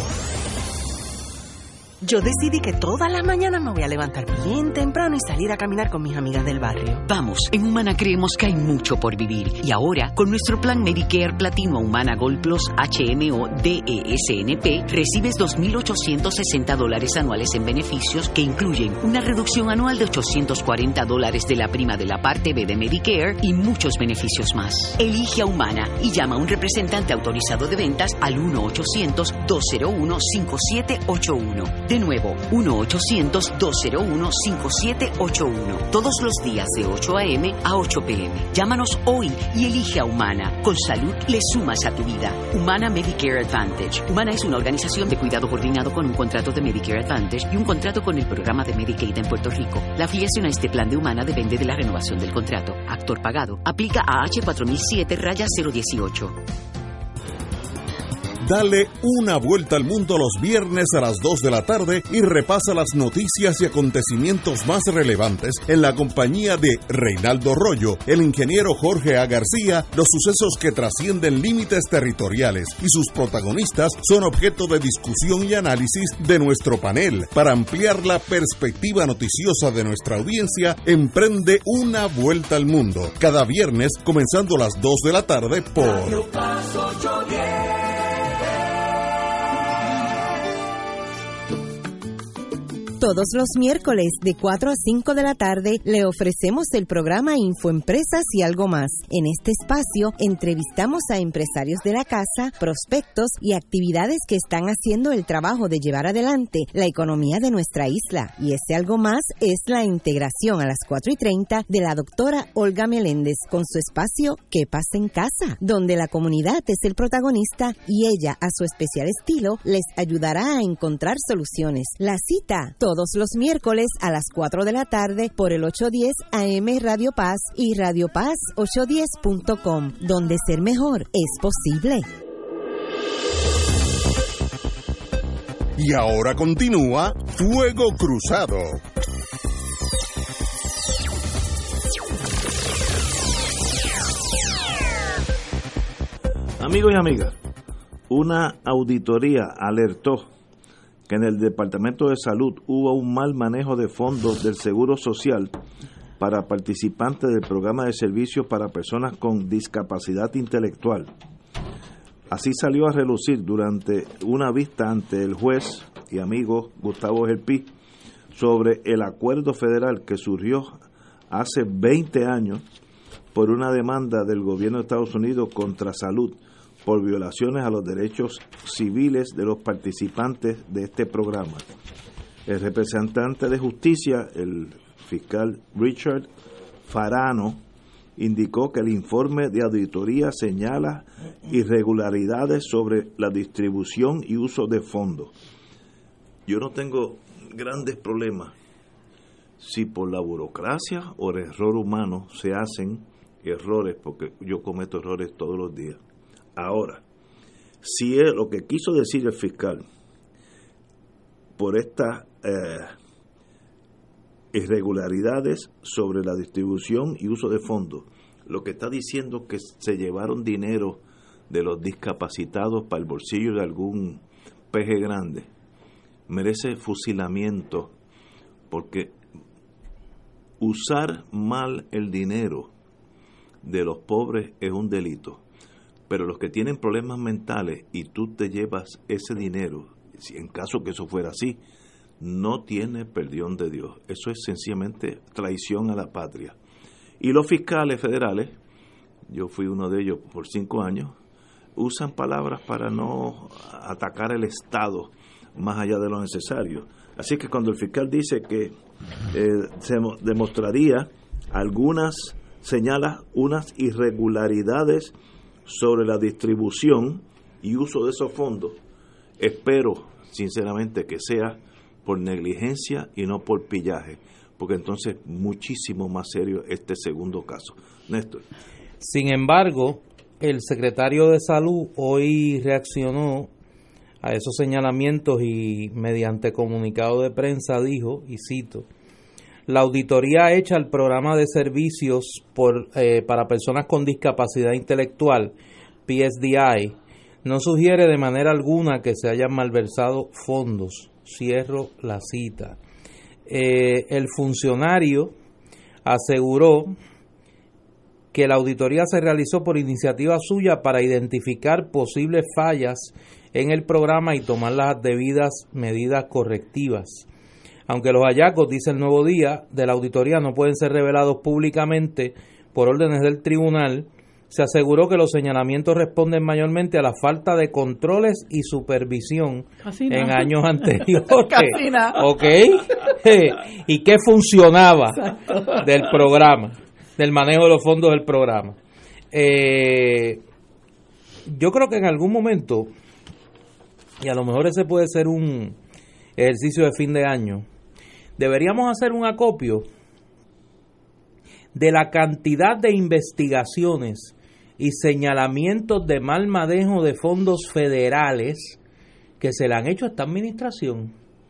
Yo decidí que todas las mañanas me voy a levantar bien temprano y salir a caminar con mis amigas del barrio. Vamos, en Humana creemos que hay mucho por vivir. Y ahora, con nuestro plan Medicare Platino Humana Gold Plus H M O D E S N P, recibes dos mil ochocientos sesenta dólares anuales en beneficios que incluyen una reducción anual de ochocientos cuarenta dólares de la prima de la parte B de Medicare y muchos beneficios más. Elige a Humana y llama a un representante autorizado de ventas al uno ochocientos dos cero uno cinco siete ocho uno. De nuevo, uno ochocientos dos cero uno cinco siete ocho uno. Todos los días de ocho a eme a ocho pe eme. Llámanos hoy y elige a Humana. Con salud le sumas a tu vida. Humana Medicare Advantage. Humana es una organización de cuidado coordinado con un contrato de Medicare Advantage y un contrato con el programa de Medicaid en Puerto Rico. La afiliación a este plan de Humana depende de la renovación del contrato. Actor pagado. Aplica a H cuatro mil siete cero dieciocho. Dale una vuelta al mundo los viernes a las dos de la tarde y repasa las noticias y acontecimientos más relevantes en la compañía de Reinaldo Rollo, el ingeniero Jorge A. García, los sucesos que trascienden límites territoriales y sus protagonistas son objeto de discusión y análisis de nuestro panel. Para ampliar la perspectiva noticiosa de nuestra audiencia, emprende una vuelta al mundo, cada viernes comenzando a las dos de la tarde por Todos los miércoles de cuatro a cinco de la tarde le ofrecemos el programa Infoempresas y algo más. En este espacio entrevistamos a empresarios de la casa, prospectos y actividades que están haciendo el trabajo de llevar adelante la economía de nuestra isla. Y ese algo más es la integración a las cuatro y treinta de la doctora Olga Meléndez con su espacio ¿Qué pasa en casa?, donde la comunidad es el protagonista y ella, a su especial estilo, les ayudará a encontrar soluciones. La cita, todos los miércoles a las cuatro de la tarde por el ochocientos diez A M Radio Paz y Radio Paz ochocientos diez punto com, donde ser mejor es posible. Y ahora continúa Fuego Cruzado. Amigos y amigas, una auditoría alertó que en el Departamento de Salud hubo un mal manejo de fondos del Seguro Social para participantes del programa de servicios para personas con discapacidad intelectual. Así salió a relucir durante una vista ante el juez y amigo Gustavo Gelpi sobre el acuerdo federal que surgió hace veinte años por una demanda del gobierno de Estados Unidos contra Salud por violaciones a los derechos civiles de los participantes de este programa. El representante de justicia, el fiscal Richard Farano, indicó que el informe de auditoría señala irregularidades sobre la distribución y uso de fondos. Yo no tengo grandes problemas si por la burocracia o el error humano se hacen errores, porque yo cometo errores todos los días. Ahora, si es lo que quiso decir el fiscal por estas eh, irregularidades sobre la distribución y uso de fondos, lo que está diciendo que se llevaron dinero de los discapacitados para el bolsillo de algún peje grande, merece fusilamiento, porque usar mal el dinero de los pobres es un delito. Pero los que tienen problemas mentales y tú te llevas ese dinero, si en caso que eso fuera así, no tiene perdón de Dios. Eso es sencillamente traición a la patria. Y los fiscales federales, yo fui uno de ellos por cinco años, usan palabras para no atacar el Estado más allá de lo necesario. Así que cuando el fiscal dice que eh, se demostraría algunas, señala unas irregularidades sobre la distribución y uso de esos fondos, espero sinceramente que sea por negligencia y no por pillaje, porque entonces muchísimo más serio este segundo caso. Néstor. Sin embargo, el secretario de Salud hoy reaccionó a esos señalamientos y mediante comunicado de prensa dijo, y cito: la auditoría hecha al programa de servicios por, eh, para personas con discapacidad intelectual P S D I, no sugiere de manera alguna que se hayan malversado fondos. Cierro la cita. Eh, el funcionario aseguró que la auditoría se realizó por iniciativa suya para identificar posibles fallas en el programa y tomar las debidas medidas correctivas. Aunque los hallazgos, dice el Nuevo Día, de la auditoría no pueden ser revelados públicamente por órdenes del tribunal, se aseguró que los señalamientos responden mayormente a la falta de controles y supervisión en años anteriores. Casi nada. ¿Ok? ¿Y qué funcionaba Exacto. del programa, del manejo de los fondos del programa? Eh, yo creo que en algún momento, y a lo mejor ese puede ser un ejercicio de fin de año, deberíamos hacer un acopio de la cantidad de investigaciones y señalamientos de mal manejo de fondos federales que se le han hecho a esta administración.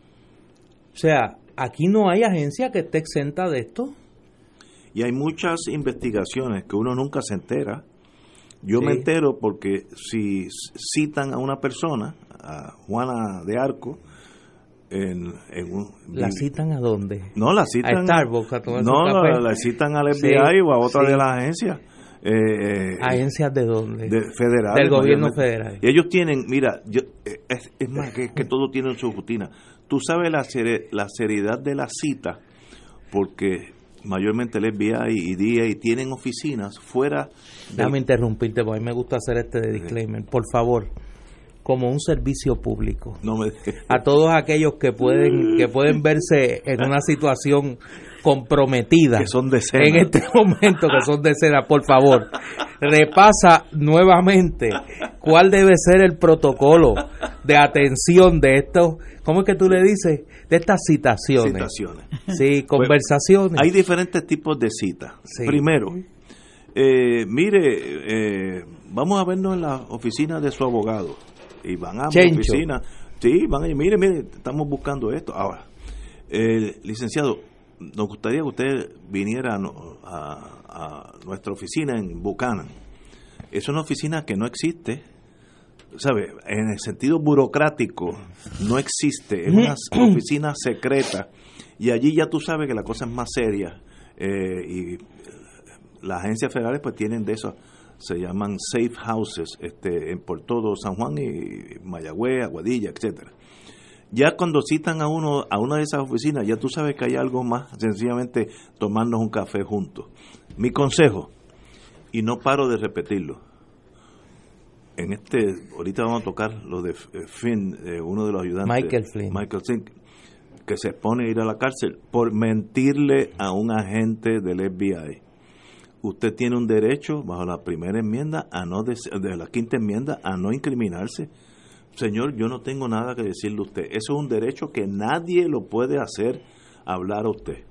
O sea, aquí no hay agencia que esté exenta de esto. Y hay muchas investigaciones que uno nunca se entera. Yo sí. me entero porque si citan a una persona, a Juana de Arco, En, en un, ¿La citan a dónde? No, la citan a Starbucks a tomar no, su café. La, la citan al F B I sí, o a otra sí. de las agencias. Eh, ¿Agencias de dónde? De federales. Del gobierno federal. Y ellos tienen, mira, yo, es, es más que, que todo tiene su rutina. Tú sabes la, seri- la seriedad de la cita, porque mayormente el F B I y D A tienen oficinas fuera. Déjame del... interrumpirte, porque a mí me gusta hacer este disclaimer. Por favor, como un servicio público, no me... a todos aquellos que pueden que pueden verse en una situación comprometida, que son decenas. En este momento, que son decenas, por favor, repasa nuevamente cuál debe ser el protocolo de atención de estos, ¿cómo es que tú le dices? De estas citaciones. Citaciones. Sí, conversaciones. Pues, hay diferentes tipos de citas. Sí. Primero, eh, mire, eh, vamos a vernos en la oficina de su abogado. Y van a la oficina, sí, van a ir, mire, mire, estamos buscando esto. Ahora, eh, licenciado, nos gustaría que usted viniera a, a, a nuestra oficina en Buchanan. Es una oficina que no existe, ¿sabe? En el sentido burocrático, no existe, es una oficina secreta, y allí ya tú sabes que la cosa es más seria, eh, y las agencias federales pues tienen de eso. Se llaman safe houses este, en por todo San Juan y Mayagüez, Aguadilla, etcétera. Ya cuando citan a uno a una de esas oficinas, ya tú sabes que hay algo más, sencillamente tomarnos un café juntos. Mi consejo, y no paro de repetirlo, en este, ahorita vamos a tocar lo de Flynn, eh, uno de los ayudantes, Michael Flynn, Michael Flynn, que se pone a ir a la cárcel por mentirle a un agente del F B I. Usted tiene un derecho, bajo la primera enmienda, a no de, de la quinta enmienda, a no incriminarse. Señor, yo no tengo nada que decirle a usted. Eso es un derecho que nadie lo puede hacer hablar a usted.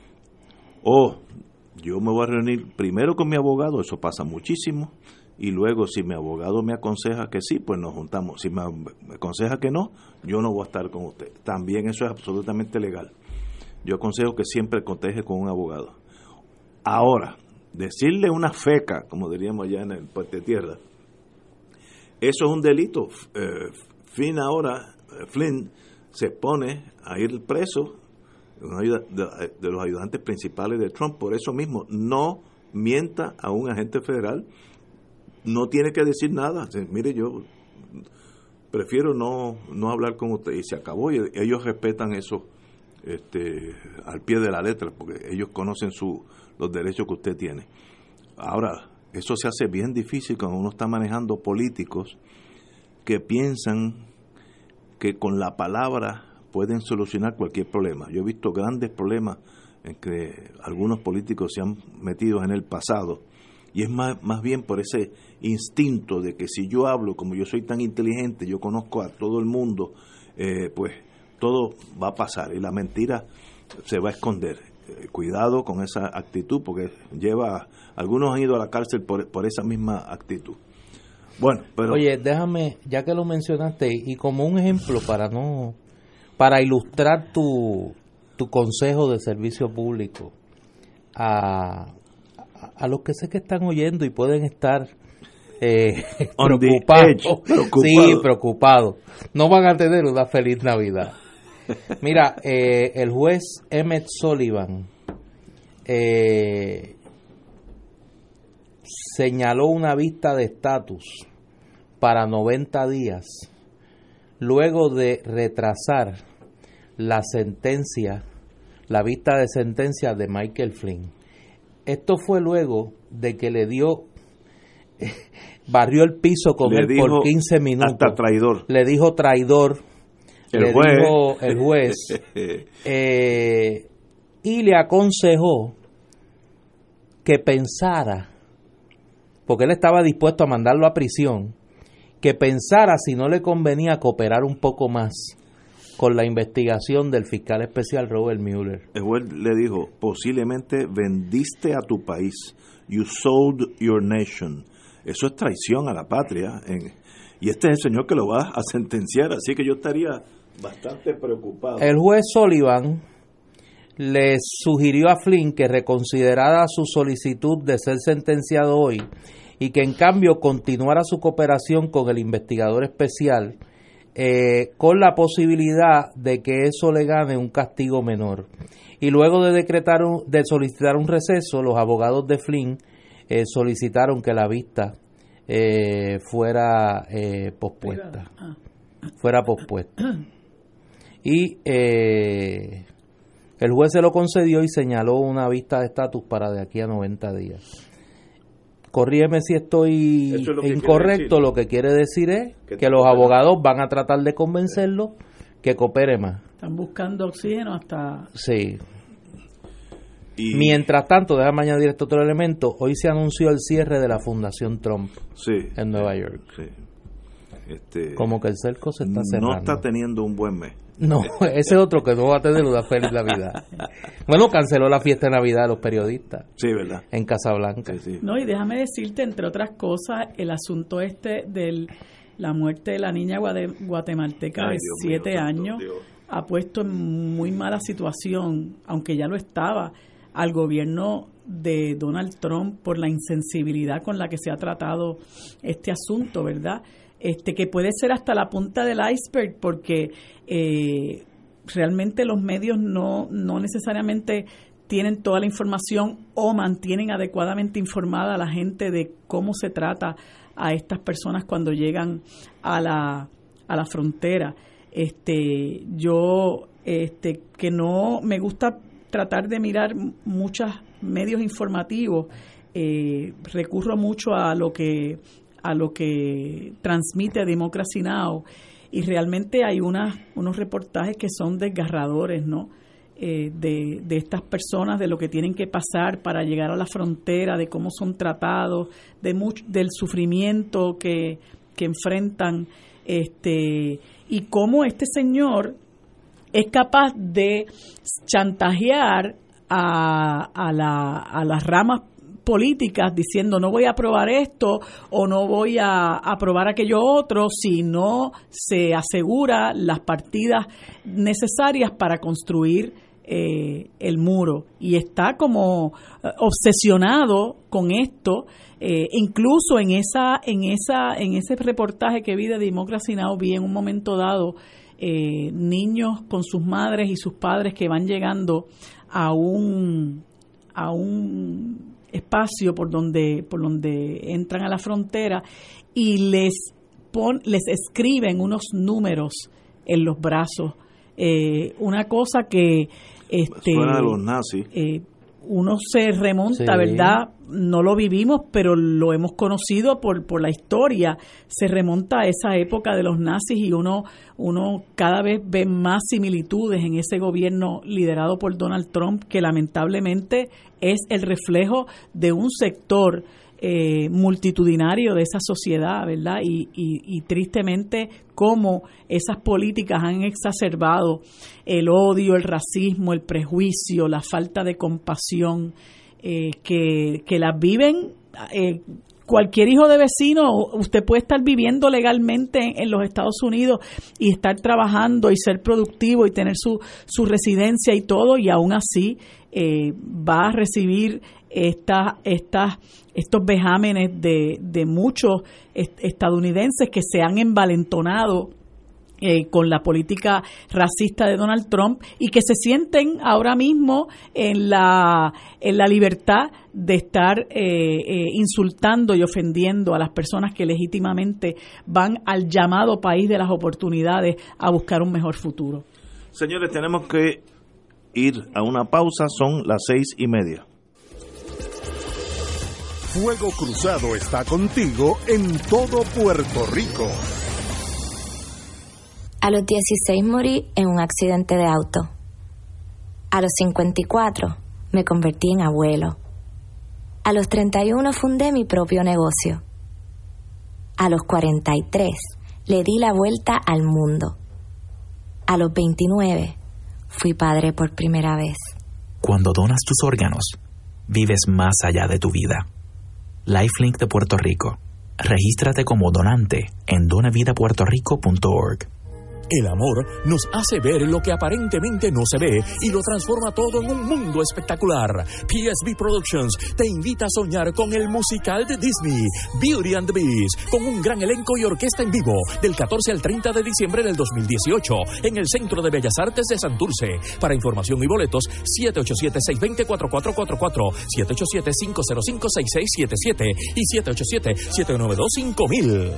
O yo me voy a reunir primero con mi abogado, eso pasa muchísimo, y luego si mi abogado me aconseja que sí, pues nos juntamos. Si me, me aconseja que no, yo no voy a estar con usted. También eso es absolutamente legal. Yo aconsejo que siempre coteje con un abogado. Ahora, decirle una feca, como diríamos allá en el Puerto de Tierra, eso es un delito. Eh, Flynn ahora, eh, Flynn se pone a ir preso, de, de, de los ayudantes principales de Trump, por eso mismo. No mienta a un agente federal, no tiene que decir nada. O sea, mire, yo prefiero no, no hablar con usted, y se acabó, y ellos respetan eso este, al pie de la letra, porque ellos conocen su los derechos que usted tiene. Ahora, eso se hace bien difícil cuando uno está manejando políticos que piensan que con la palabra pueden solucionar cualquier problema. Yo he visto grandes problemas en que algunos políticos se han metido en el pasado, y es más, más bien por ese instinto de que si yo hablo, como yo soy tan inteligente, yo conozco a todo el mundo, eh, pues todo va a pasar y la mentira se va a esconder. Cuidado con esa actitud, porque lleva, algunos han ido a la cárcel por, por esa misma actitud. Bueno, pero oye, déjame, ya que lo mencionaste, y como un ejemplo para no, para ilustrar tu, tu consejo de servicio público a, a, a los que sé que están oyendo y pueden estar eh, preocupado. preocupado. Sí, preocupado. No van a tener una feliz Navidad. Mira, eh, el juez Emmett Sullivan eh, señaló una vista de estatus para noventa días luego de retrasar la sentencia, la vista de sentencia de Michael Flynn. Esto fue luego de que le dio, eh, barrió el piso con le él por quince minutos. Hasta traidor. Le dijo traidor. El le juez. dijo el juez. eh, y le aconsejó que pensara, porque él estaba dispuesto a mandarlo a prisión, que pensara si no le convenía cooperar un poco más con la investigación del fiscal especial Robert Mueller. El juez le dijo, posiblemente vendiste a tu país. You sold your nation. Eso es traición a la patria. En, y este es el señor que lo va a sentenciar, así que yo estaría bastante preocupado. El juez Sullivan le sugirió a Flynn que reconsiderara su solicitud de ser sentenciado hoy y que en cambio continuara su cooperación con el investigador especial, eh, con la posibilidad de que eso le gane un castigo menor. Y luego de decretar un, de solicitar un receso, los abogados de Flynn eh, solicitaron que la vista eh, fuera eh, pospuesta. Fuera pospuesta. Y eh, el juez se lo concedió y señaló una vista de estatus para de aquí a noventa días. Corrígeme si estoy es lo incorrecto, lo que quiere decir es que, que los abogados van a tratar de convencerlo que coopere más. Están buscando oxígeno hasta... Sí. Y... Mientras tanto, déjame añadir este otro elemento, hoy se anunció el cierre de la Fundación Trump sí, en Nueva York. Sí. Este, Como que el cerco se está cerrando. No está teniendo un buen mes. No, ese otro que no va a tener una feliz Navidad. Bueno, canceló la fiesta de Navidad de los periodistas. Sí, ¿verdad? En Casablanca. Sí, sí. No, y déjame decirte, entre otras cosas, el asunto este de la muerte de la niña guatemalteca Ay, de Dios siete mío, años Dios. ha puesto en muy mala situación, aunque ya lo estaba, al gobierno de Donald Trump por la insensibilidad con la que se ha tratado este asunto, ¿verdad? Este que puede ser hasta la punta del iceberg, porque eh, realmente los medios no, no necesariamente tienen toda la información o mantienen adecuadamente informada a la gente de cómo se trata a estas personas cuando llegan a la, a la frontera. Este, yo este, que no me gusta tratar de mirar muchos medios informativos, eh, recurro mucho a lo que a lo que transmite Democracy Now! Y realmente hay unas, unos reportajes que son desgarradores, ¿no? Eh, de, de estas personas, de lo que tienen que pasar para llegar a la frontera, de cómo son tratados, de mucho, del sufrimiento que, que enfrentan, este, y cómo este señor es capaz de chantajear a, a, la, a las ramas políticas diciendo no voy a aprobar esto o no voy a aprobar aquello otro si no se asegura las partidas necesarias para construir eh, el muro, y está como obsesionado con esto. Eh, incluso en esa en esa en ese reportaje que vi de Democracy Now! Vi en un momento dado eh, niños con sus madres y sus padres que van llegando a un a un espacio por donde por donde entran a la frontera y les pon, les escriben unos números en los brazos, eh, una cosa que este suena a los nazis. Eh, uno se remonta, Sí. ¿verdad? No lo vivimos, pero lo hemos conocido por por la historia. Se remonta a esa época de los nazis y uno uno cada vez ve más similitudes en ese gobierno liderado por Donald Trump, que lamentablemente es el reflejo de un sector eh, multitudinario de esa sociedad, ¿verdad? Y, y, y tristemente cómo esas políticas han exacerbado el odio, el racismo, el prejuicio, la falta de compasión, eh, que, que las viven eh, cualquier hijo de vecino. Usted puede estar viviendo legalmente en los Estados Unidos y estar trabajando y ser productivo y tener su, su residencia y todo, y aún así eh, va a recibir estas estas estos vejámenes de, de muchos estadounidenses que se han envalentonado Eh, con la política racista de Donald Trump y que se sienten ahora mismo en la en la libertad de estar eh, eh, insultando y ofendiendo a las personas que legítimamente van al llamado país de las oportunidades a buscar un mejor futuro. Señores, tenemos que ir a una pausa, son las seis y media. Fuego Cruzado está contigo en todo Puerto Rico. A los dieciséis morí en un accidente de auto. A los cincuenta y cuatro me convertí en abuelo. A los treinta y uno fundé mi propio negocio. A los cuarenta y tres le di la vuelta al mundo. A los veintinueve fui padre por primera vez. Cuando donas tus órganos, vives más allá de tu vida. Lifelink de Puerto Rico. Regístrate como donante en dona vida puerto rico punto org. El amor nos hace ver lo que aparentemente no se ve y lo transforma todo en un mundo espectacular. P S B Productions te invita a soñar con el musical de Disney, Beauty and the Beast, con un gran elenco y orquesta en vivo, del catorce al treinta de diciembre del dos mil dieciocho, en el Centro de Bellas Artes de Santurce. Para información y boletos, siete ocho siete, seis dos cero, cuatro cuatro cuatro cuatro, siete ocho siete, cinco cero cinco, seis seis siete siete y siete ocho siete, siete nueve dos, cinco mil.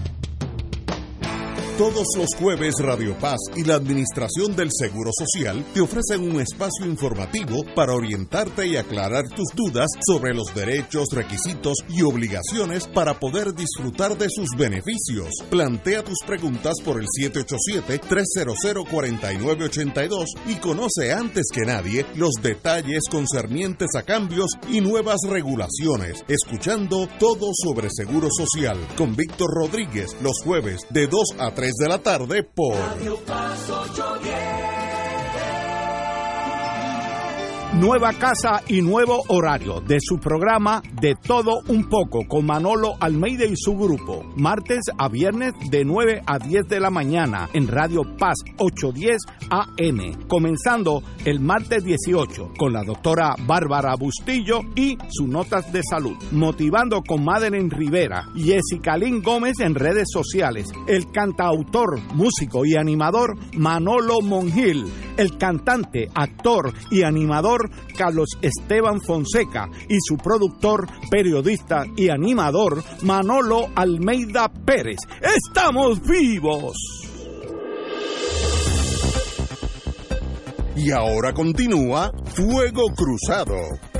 Todos los jueves Radio Paz y la Administración del Seguro Social te ofrecen un espacio informativo para orientarte y aclarar tus dudas sobre los derechos, requisitos y obligaciones para poder disfrutar de sus beneficios. Plantea tus preguntas por el siete ocho siete, tres cero cero, cuatro nueve ocho dos y conoce antes que nadie los detalles concernientes a cambios y nuevas regulaciones, escuchando todo sobre Seguro Social con Víctor Rodríguez los jueves de dos a tres de la tarde por Radio Paz ochocientos diez. Nueva casa y nuevo horario de su programa De Todo Un Poco con Manolo Almeida y su grupo. Martes a viernes de nueve a diez de la mañana en Radio Paz ochocientos diez A M. Comenzando el martes dieciocho con la doctora Bárbara Bustillo y sus notas de salud. Motivando con Madeline Rivera y Jessica Lynn Gómez en redes sociales. El cantautor, músico y animador Manolo Monjil. El cantante, actor y animador Carlos Esteban Fonseca y su productor, periodista y animador Manolo Almeida Pérez. ¡Estamos vivos! Y ahora continúa Fuego Cruzado.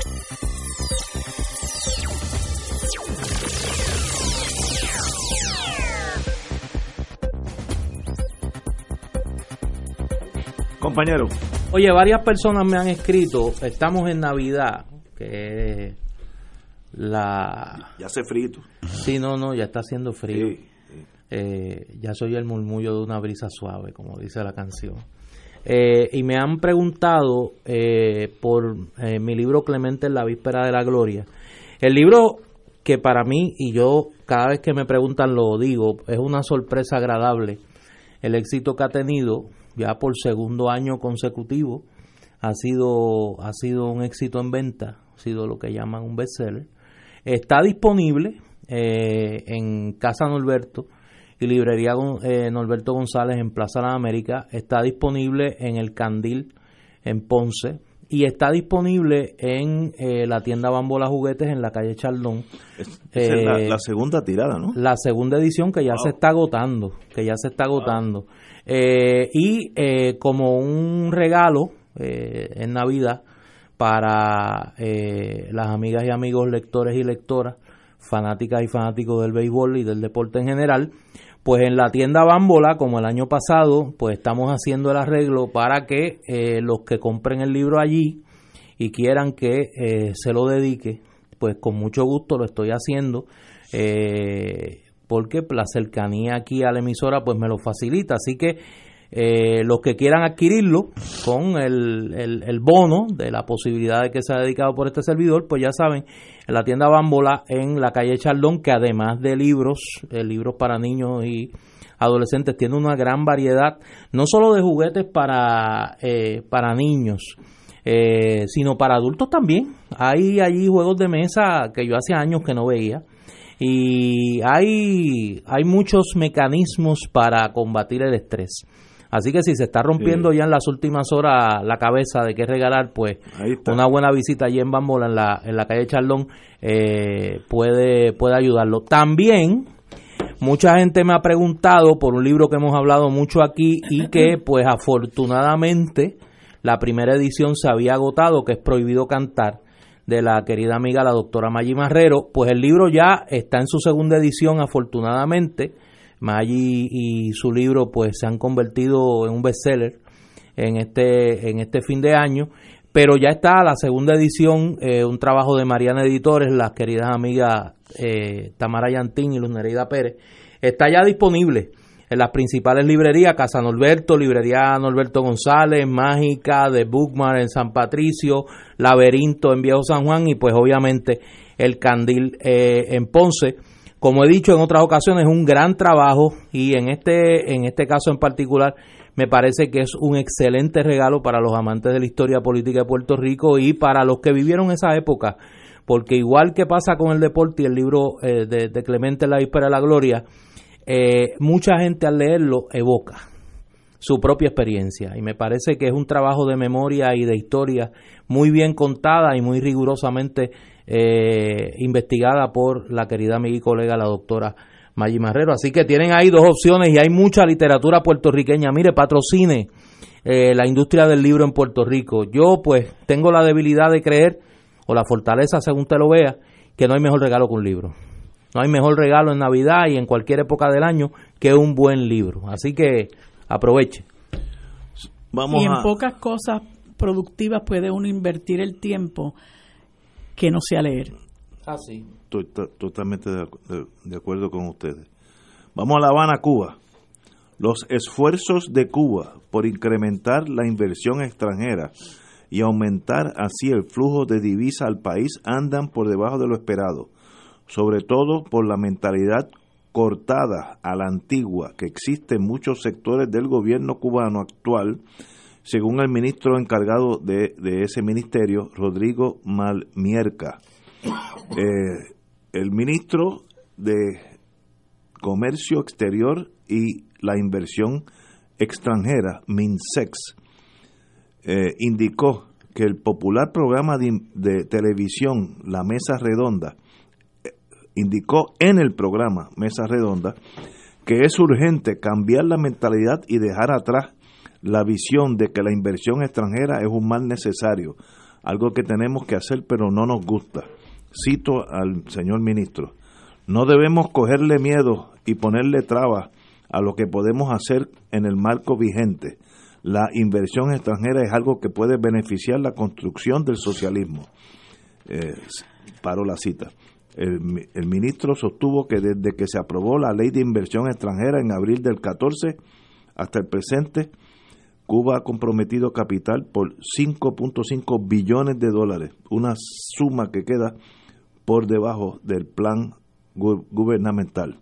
Compañero. Oye, varias personas me han escrito, estamos en Navidad, que la... Ya hace frito. Sí, no, no, ya está haciendo frío. Sí, sí. Eh, ya soy el murmullo de una brisa suave, como dice la canción. Eh, y me han preguntado eh, por eh, mi libro Clemente en la Víspera de la Gloria. El libro que para mí, y yo cada vez que me preguntan lo digo, es una sorpresa agradable. El éxito que ha tenido ya por segundo año consecutivo ha sido ha sido un éxito en venta, ha sido lo que llaman un bestseller. Está disponible eh, en Casa Norberto y Librería eh, Norberto González en Plaza Las Américas. Está disponible en El Candil en Ponce y está disponible en eh, la tienda Bambola Juguetes en la calle Chaldón. Es, esa eh, es la, la segunda tirada, ¿no? La segunda edición que ya wow. se está agotando, que ya se está agotando. Wow. Eh, y eh, como un regalo eh, en Navidad para eh, las amigas y amigos lectores y lectoras, fanáticas y fanáticos del béisbol y del deporte en general, pues en la tienda Bambola, como el año pasado, pues estamos haciendo el arreglo para que eh, los que compren el libro allí y quieran que eh, se lo dedique, pues con mucho gusto lo estoy haciendo, eh, porque la cercanía aquí a la emisora pues me lo facilita, así que eh, los que quieran adquirirlo con el, el, el bono de la posibilidad de que sea dedicado por este servidor, pues ya saben, en la tienda Bambola en la calle Chaldón, que además de libros, eh, libros para niños y adolescentes, tiene una gran variedad, no solo de juguetes para, eh, para niños, eh, sino para adultos también. Hay allí juegos de mesa que yo hace años que no veía, y hay, hay muchos mecanismos para combatir el estrés. Así que si se está rompiendo sí. ya en las últimas horas la cabeza de qué regalar, pues una buena visita allí en Bambola, en la, en la calle Charlón, eh, puede, puede ayudarlo. También mucha gente me ha preguntado por un libro que hemos hablado mucho aquí y que pues afortunadamente la primera edición se había agotado, que es Prohibido Cantar, de la querida amiga la doctora Maggi Marrero. Pues el libro ya está en su segunda edición, afortunadamente. Maggi y su libro pues se han convertido en un bestseller en este en este fin de año, pero ya está la segunda edición, eh, un trabajo de Mariana Editores, las queridas amigas eh, Tamara Yantín y Luz Nereida Pérez. Está ya disponible en las principales librerías: Casa Norberto, Librería Norberto González, Mágica, The Bookmark en San Patricio, Laberinto en Viejo San Juan y pues obviamente El Candil eh, en Ponce. Como he dicho en otras ocasiones, es un gran trabajo y en este en este caso en particular me parece que es un excelente regalo para los amantes de la historia política de Puerto Rico y para los que vivieron esa época, porque igual que pasa con el deporte y el libro eh, de, de Clemente La Víspera de la Gloria, eh, mucha gente al leerlo evoca su propia experiencia y me parece que es un trabajo de memoria y de historia muy bien contada y muy rigurosamente Eh, investigada por la querida amiga y colega la doctora Maggi Marrero. Así que tienen ahí dos opciones y hay mucha literatura puertorriqueña. Mire, patrocine eh, la industria del libro en Puerto Rico. Yo pues tengo la debilidad de creer, o la fortaleza según te lo vea, que no hay mejor regalo que un libro. No hay mejor regalo en Navidad y en cualquier época del año que un buen libro. Así que aproveche. Vamos y en a... pocas cosas productivas puede uno invertir el tiempo que no sea leer. Ah, sí. Estoy t- totalmente de, de, de acuerdo con ustedes. Vamos a La Habana, Cuba. Los esfuerzos de Cuba por incrementar la inversión extranjera y aumentar así el flujo de divisa al país andan por debajo de lo esperado, sobre todo por la mentalidad cortada a la antigua que existe en muchos sectores del gobierno cubano actual, según el ministro encargado de, de ese ministerio, Rodrigo Malmierca. Eh, el ministro de Comercio Exterior y la Inversión Extranjera, MINSEX, eh, indicó que el popular programa de, de televisión La Mesa Redonda, eh, indicó en el programa Mesa Redonda que es urgente cambiar la mentalidad y dejar atrás la visión de que la inversión extranjera es un mal necesario, algo que tenemos que hacer pero no nos gusta. Cito al señor ministro: no debemos cogerle miedo y ponerle trabas a lo que podemos hacer en el marco vigente. La inversión extranjera es algo que puede beneficiar la construcción del socialismo. Eh, paro la cita. El, el ministro sostuvo que desde que se aprobó la ley de inversión extranjera en abril del catorce hasta el presente, Cuba ha comprometido capital por cinco punto cinco billones de dólares, una suma que queda por debajo del plan gu- gubernamental.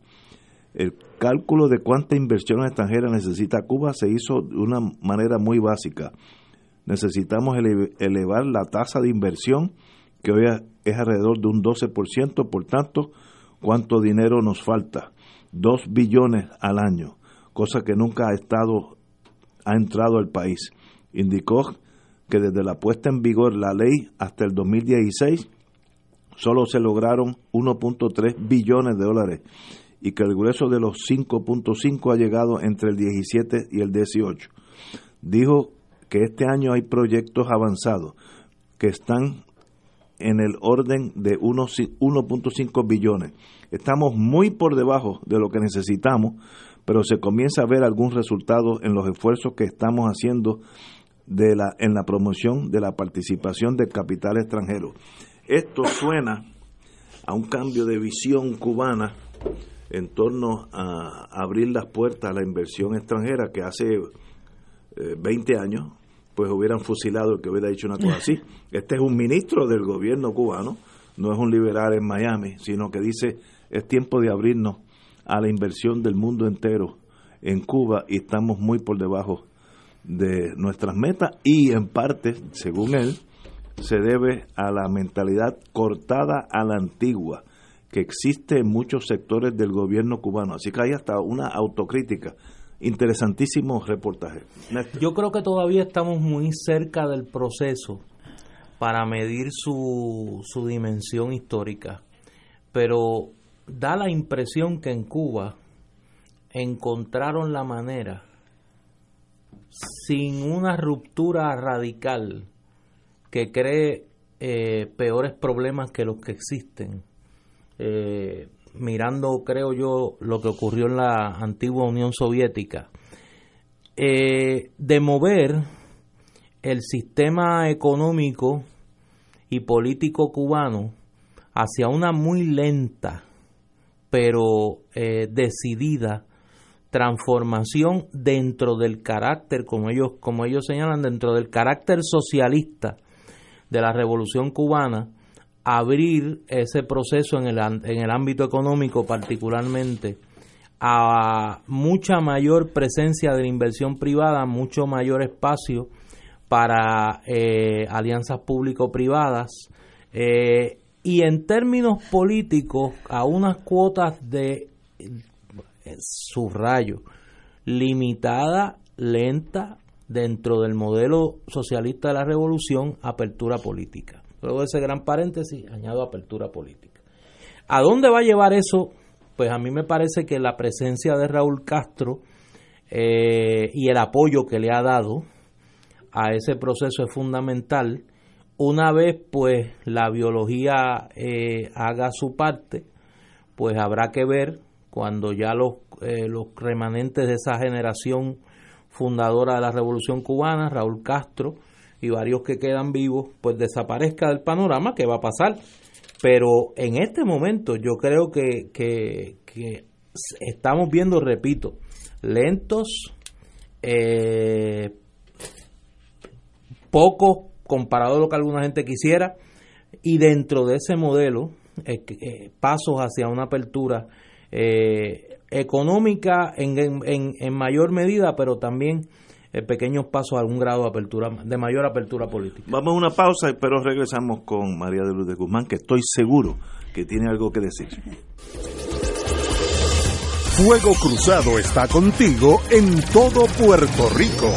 El cálculo de cuánta inversión extranjera necesita Cuba se hizo de una manera muy básica. Necesitamos ele- elevar la tasa de inversión, que hoy es alrededor de un doce por ciento, por tanto, ¿cuánto dinero nos falta? Dos billones al año, cosa que nunca ha estado ha entrado al país. Indicó que desde la puesta en vigor de la ley hasta el dos mil dieciséis solo se lograron uno punto tres billones de dólares y que el grueso de los cinco punto cinco ha llegado entre el diecisiete y el dieciocho. Dijo que este año hay proyectos avanzados que están en el orden de uno punto cinco billones. Estamos muy por debajo de lo que necesitamos, pero se comienza a ver algún resultado en los esfuerzos que estamos haciendo de la, en la promoción de la participación del capital extranjero. Esto suena a un cambio de visión cubana en torno a abrir las puertas a la inversión extranjera, que hace eh, veinte años pues hubieran fusilado el que hubiera dicho una cosa así. Este es un ministro del gobierno cubano, no es un liberal en Miami, sino que dice es tiempo de abrirnos a la inversión del mundo entero en Cuba y estamos muy por debajo de nuestras metas y en parte, según él, se debe a la mentalidad cortada a la antigua que existe en muchos sectores del gobierno cubano. Así que hay hasta una autocrítica. Interesantísimo reportaje. Néstor. Yo creo que todavía estamos muy cerca del proceso para medir su, su dimensión histórica, pero da la impresión que en Cuba encontraron la manera, sin una ruptura radical que cree eh, peores problemas que los que existen, eh, mirando, creo yo, lo que ocurrió en la antigua Unión Soviética, eh, de mover el sistema económico y político cubano hacia una muy lenta pero eh, decidida transformación dentro del carácter, como ellos, como ellos señalan, dentro del carácter socialista de la Revolución Cubana, abrir ese proceso en el, en el ámbito económico particularmente a mucha mayor presencia de la inversión privada, mucho mayor espacio para eh, alianzas público-privadas eh, y en términos políticos a unas cuotas de subrayo limitada, lenta, dentro del modelo socialista de la revolución, apertura política. Luego de ese gran paréntesis, añado apertura política. ¿A dónde va a llevar eso? Pues a mí me parece que la presencia de Raúl Castro eh, y el apoyo que le ha dado a ese proceso es fundamental. Una vez pues la biología eh, haga su parte, pues habrá que ver cuando ya los, eh, los remanentes de esa generación fundadora de la Revolución Cubana, Raúl Castro y varios que quedan vivos, pues desaparezca del panorama, que va a pasar. Pero en este momento yo creo que, que, que estamos viendo, repito, lentos, eh, pocos comparado a lo que alguna gente quisiera, y dentro de ese modelo, eh, eh, pasos hacia una apertura eh, económica en, en, en mayor medida, pero también eh, pequeños pasos a algún grado de apertura, de mayor apertura política. Vamos a una pausa, pero regresamos con María de Luz de Guzmán, que estoy seguro que tiene algo que decir. Fuego Cruzado está contigo en todo Puerto Rico.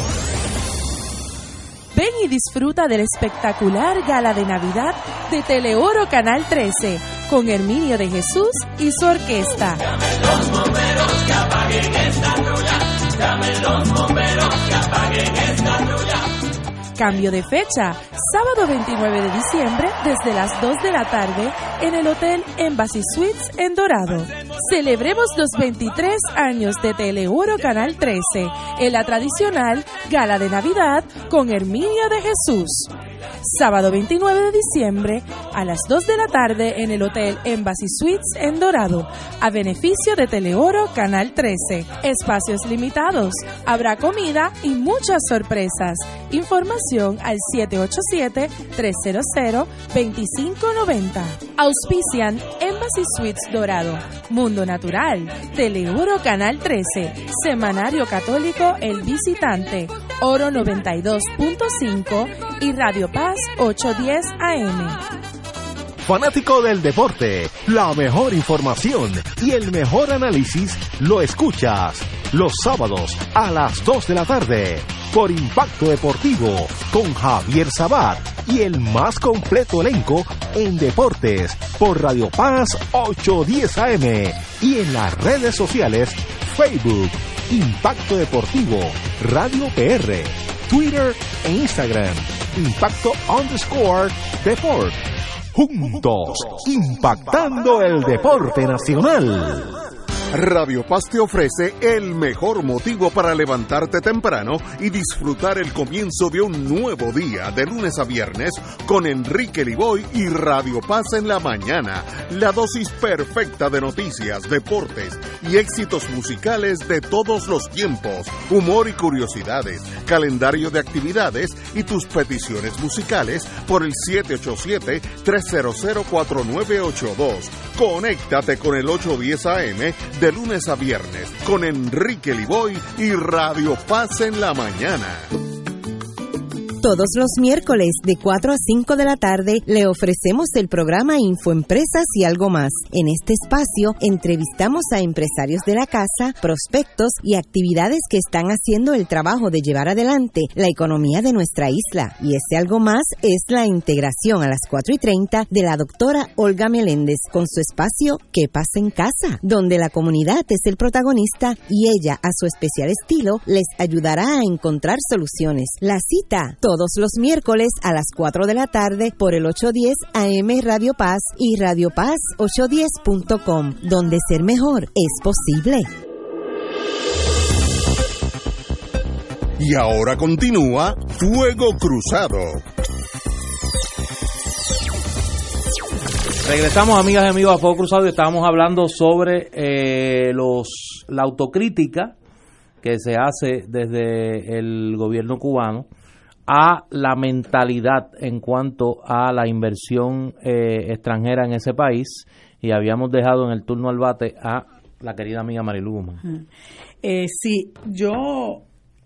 Ven y disfruta del espectacular Gala de Navidad de Teleoro Canal trece con Herminio de Jesús y su orquesta. Llamen los bomberos que apaguen esta trulla. Llamen los bomberos que apaguen esta trulla. Cambio de fecha, sábado veintinueve de diciembre desde las dos de la tarde en el Hotel Embassy Suites en Dorado. Celebremos los veintitrés años de Teleoro Canal trece en la tradicional Gala de Navidad con Herminio de Jesús. Sábado veintinueve de diciembre a las dos de la tarde en el Hotel Embassy Suites en Dorado, a beneficio de Teleoro Canal trece. Espacios limitados, habrá comida y muchas sorpresas. Información al siete ocho siete, tres cero cero, dos cinco nueve cero. Auspician Embassy Suites Dorado, Mundo Natural, Teleoro Canal trece, Semanario Católico El Visitante, Oro noventa y dos punto cinco y Radio Paz ochocientos diez A M. Fanático del deporte, la mejor información y el mejor análisis lo escuchas los sábados a las dos de la tarde por Impacto Deportivo con Javier Sabat y el más completo elenco en deportes por Radio Paz ochocientos diez A M y en las redes sociales Facebook, Impacto Deportivo, Radio P R, Twitter e Instagram, Impacto underscore Deport. Juntos, impactando el deporte nacional. Radio Paz te ofrece el mejor motivo para levantarte temprano y disfrutar el comienzo de un nuevo día de lunes a viernes con Enrique Liboy y Radio Paz en la mañana. La dosis perfecta de noticias, deportes y éxitos musicales de todos los tiempos, humor y curiosidades, calendario de actividades y tus peticiones musicales por el siete ocho siete, tres cero cero, cuatro nueve ocho dos. Conéctate con el ochocientos diez A M de lunes a viernes, con Enrique Liboy y Radio Paz en la mañana. Todos los miércoles de cuatro a cinco de la tarde le ofrecemos el programa Infoempresas y algo más. En este espacio entrevistamos a empresarios de la casa, prospectos y actividades que están haciendo el trabajo de llevar adelante la economía de nuestra isla. Y ese algo más es la integración a las cuatro y treinta de la doctora Olga Meléndez con su espacio ¿Qué pasa en casa?, donde la comunidad es el protagonista y ella, a su especial estilo, les ayudará a encontrar soluciones. La cita, todos los miércoles a las cuatro de la tarde por el ochocientos diez A M Radio Paz y Radio Paz ochocientos diez punto com, donde ser mejor es posible. Y ahora continúa Fuego Cruzado. Regresamos, amigas y amigos, a Fuego Cruzado, y estábamos hablando sobre eh, los la autocrítica que se hace desde el gobierno cubano a la mentalidad en cuanto a la inversión eh, extranjera en ese país, y habíamos dejado en el turno al bate a la querida amiga Marilu Guzmán. Eh, sí, yo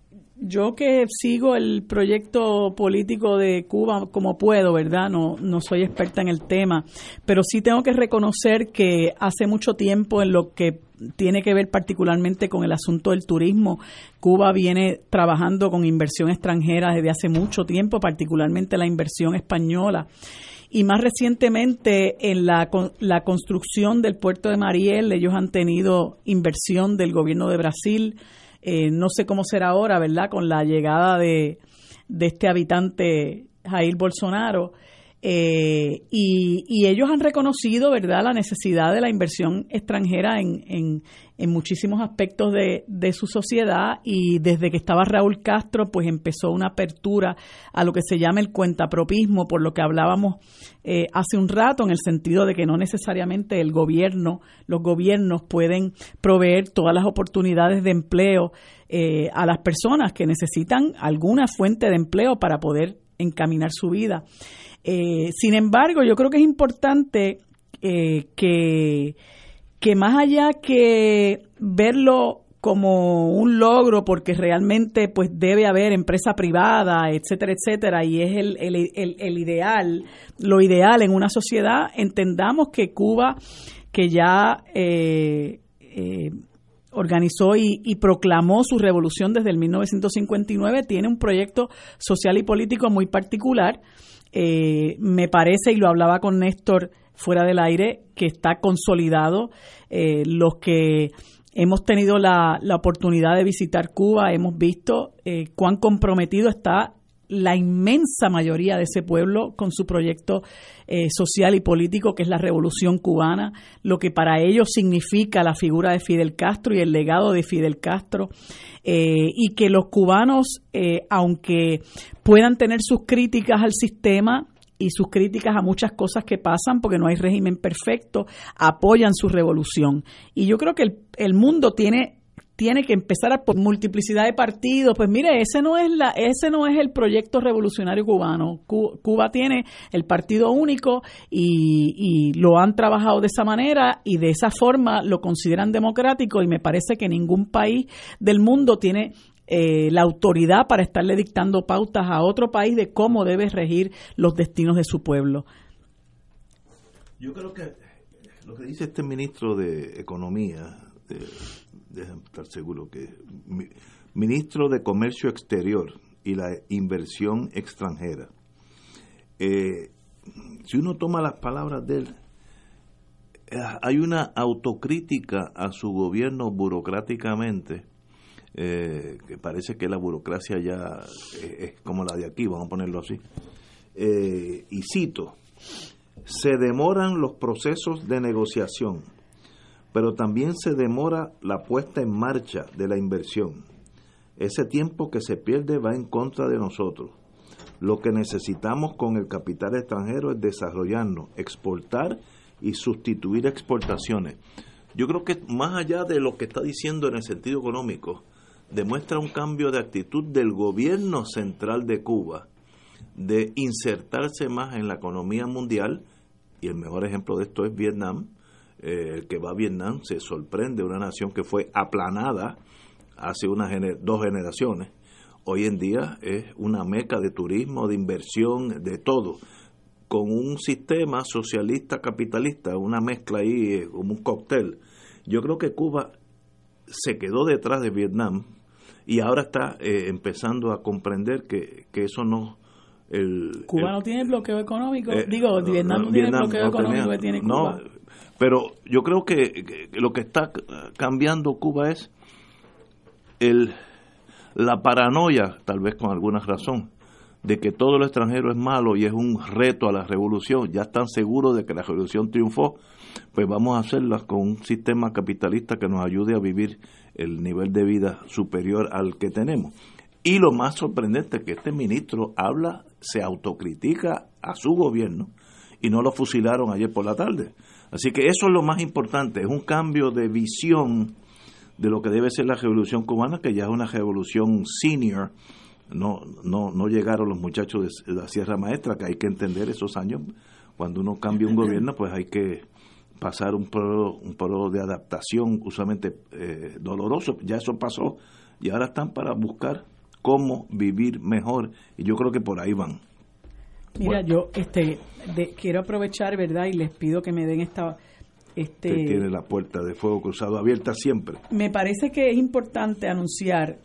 yo que sigo el proyecto político de Cuba como puedo, ¿verdad? No, no soy experta en el tema, pero sí tengo que reconocer que hace mucho tiempo, en lo que tiene que ver particularmente con el asunto del turismo, Cuba viene trabajando con inversión extranjera desde hace mucho tiempo, particularmente la inversión española. Y más recientemente en la, la construcción del puerto de Mariel, ellos han tenido inversión del gobierno de Brasil. Eh, no sé cómo será ahora, ¿verdad?, con la llegada de, de este habitante Jair Bolsonaro. Eh, y, y ellos han reconocido, ¿verdad?, la necesidad de la inversión extranjera en, en, en muchísimos aspectos de, de su sociedad, y desde que estaba Raúl Castro, pues empezó una apertura a lo que se llama el cuentapropismo, por lo que hablábamos eh, hace un rato, en el sentido de que no necesariamente el gobierno, los gobiernos pueden proveer todas las oportunidades de empleo eh, a las personas que necesitan alguna fuente de empleo para poder encaminar su vida. Eh, sin embargo, yo creo que es importante eh, que, que más allá que verlo como un logro, porque realmente pues debe haber empresa privada, etcétera, etcétera, y es el, el, el, el ideal, lo ideal en una sociedad, entendamos que Cuba, que ya eh, eh, organizó y, y proclamó su revolución desde el mil novecientos cincuenta y nueve, tiene un proyecto social y político muy particular. Eh, me parece, y lo hablaba con Néstor fuera del aire, que está consolidado. Eh, los que hemos tenido la, la oportunidad de visitar Cuba, hemos visto eh, cuán comprometido está la inmensa mayoría de ese pueblo con su proyecto eh, social y político, que es la Revolución Cubana, lo que para ellos significa la figura de Fidel Castro y el legado de Fidel Castro, eh, y que los cubanos, eh, aunque puedan tener sus críticas al sistema y sus críticas a muchas cosas que pasan, porque no hay régimen perfecto, apoyan su revolución. Y yo creo que el, el mundo tiene tiene que empezar a por multiplicidad de partidos. Pues mire, ese no es la ese no es el proyecto revolucionario cubano. Cuba tiene el partido único y, y lo han trabajado de esa manera y de esa forma lo consideran democrático, y me parece que ningún país del mundo tiene eh, la autoridad para estarle dictando pautas a otro país de cómo debe regir los destinos de su pueblo. Yo creo que lo que dice este ministro de Economía, de, déjame estar seguro que mi, ministro de Comercio Exterior y la Inversión Extranjera, eh, si uno toma las palabras de él, eh, hay una autocrítica a su gobierno burocráticamente, eh, que parece que la burocracia ya es, es como la de aquí, vamos a ponerlo así, eh, y cito: se demoran los procesos de negociación, pero también se demora la puesta en marcha de la inversión. Ese tiempo que se pierde va en contra de nosotros. Lo que necesitamos con el capital extranjero es desarrollarnos, exportar y sustituir exportaciones. Yo creo que más allá de lo que está diciendo en el sentido económico, demuestra un cambio de actitud del gobierno central de Cuba de insertarse más en la economía mundial, y el mejor ejemplo de esto es Vietnam. Eh, el que va a Vietnam se sorprende, una nación que fue aplanada hace unas gener- dos generaciones, hoy en día es una meca de turismo, de inversión, de todo, con un sistema socialista capitalista, una mezcla ahí, eh, como un cóctel. Yo creo que Cuba se quedó detrás de Vietnam y ahora está eh, empezando a comprender que, que eso no... El, Cuba el, no tiene bloqueo económico, eh, digo, no, Vietnam no, no, tiene el Vietnam bloqueo no económico tenía, que tiene Cuba. No, pero yo creo que, que lo que está cambiando Cuba es el la paranoia, tal vez con alguna razón, de que todo lo extranjero es malo y es un reto a la revolución. Ya están seguros de que la revolución triunfó, pues vamos a hacerla con un sistema capitalista que nos ayude a vivir el nivel de vida superior al que tenemos. Y lo más sorprendente es que este ministro habla, se autocritica a su gobierno y no lo fusilaron ayer por la tarde. Así que eso es lo más importante, es un cambio de visión de lo que debe ser la revolución cubana, que ya es una revolución senior. No, no, no llegaron los muchachos de la Sierra Maestra, que hay que entender esos años. Cuando uno cambia un gobierno, pues hay que pasar un periodo, un periodo de adaptación usualmente eh, doloroso. Ya eso pasó y ahora están para buscar cómo vivir mejor, y yo creo que por ahí van. Mira, Bueno. yo este de, quiero aprovechar, ¿verdad? Y les pido que me den esta... este Usted tiene la puerta de fuego cruzado abierta siempre. Me parece que es importante anunciar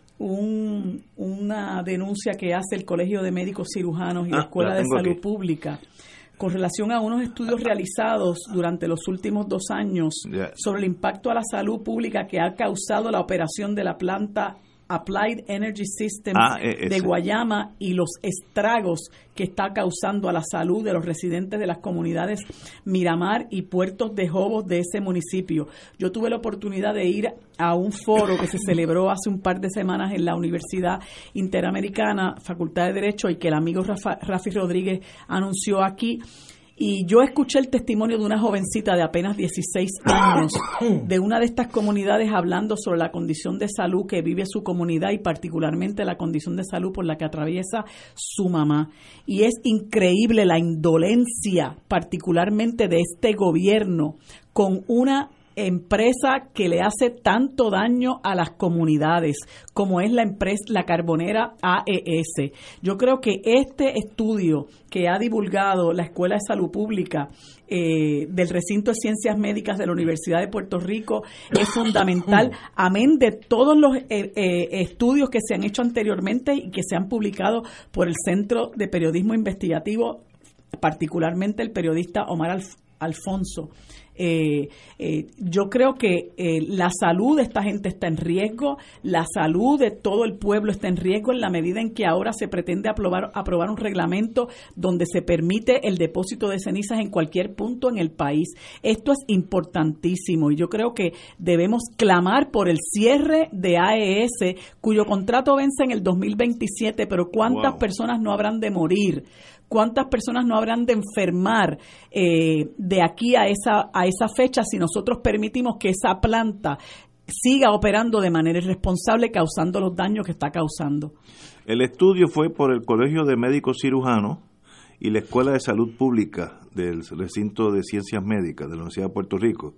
un, una denuncia que hace el Colegio de Médicos Cirujanos y la Ah, Escuela la de tengo Salud aquí. Pública con relación a unos estudios realizados durante los últimos dos años Ya. sobre el impacto a la salud pública que ha causado la operación de la planta Applied Energy Systems Ah, e- de ese. Guayama y los estragos que está causando a la salud de los residentes de las comunidades Miramar y Puertos de Jobos de ese municipio. Yo tuve la oportunidad de ir a un foro que se celebró hace un par de semanas en la Universidad Interamericana, Facultad de Derecho, y que el amigo Rafa, Rafi Rodríguez anunció aquí. Y yo escuché el testimonio de una jovencita de apenas dieciséis años de una de estas comunidades hablando sobre la condición de salud que vive su comunidad y particularmente la condición de salud por la que atraviesa su mamá. Y es increíble la indolencia, particularmente de este gobierno, con una empresa que le hace tanto daño a las comunidades como es la empresa la carbonera A E S. Yo creo que este estudio que ha divulgado la Escuela de Salud Pública eh, del Recinto de Ciencias Médicas de la Universidad de Puerto Rico es fundamental, amén de todos los eh, eh, estudios que se han hecho anteriormente y que se han publicado por el Centro de Periodismo Investigativo, particularmente el periodista Omar Alf- Alfonso. Eh, eh, yo creo que eh, la salud de esta gente está en riesgo, la salud de todo el pueblo está en riesgo en la medida en que ahora se pretende aprobar, aprobar un reglamento donde se permite el depósito de cenizas en cualquier punto en el país. Esto es importantísimo y yo creo que debemos clamar por el cierre de A E S, cuyo contrato vence en el dos mil veintisiete, pero ¿cuántas Wow. personas no habrán de morir? ¿Cuántas personas no habrán de enfermar eh, de aquí a esa a esa fecha si nosotros permitimos que esa planta siga operando de manera irresponsable, causando los daños que está causando? El estudio fue por el Colegio de Médicos Cirujanos y la Escuela de Salud Pública del Recinto de Ciencias Médicas de la Universidad de Puerto Rico.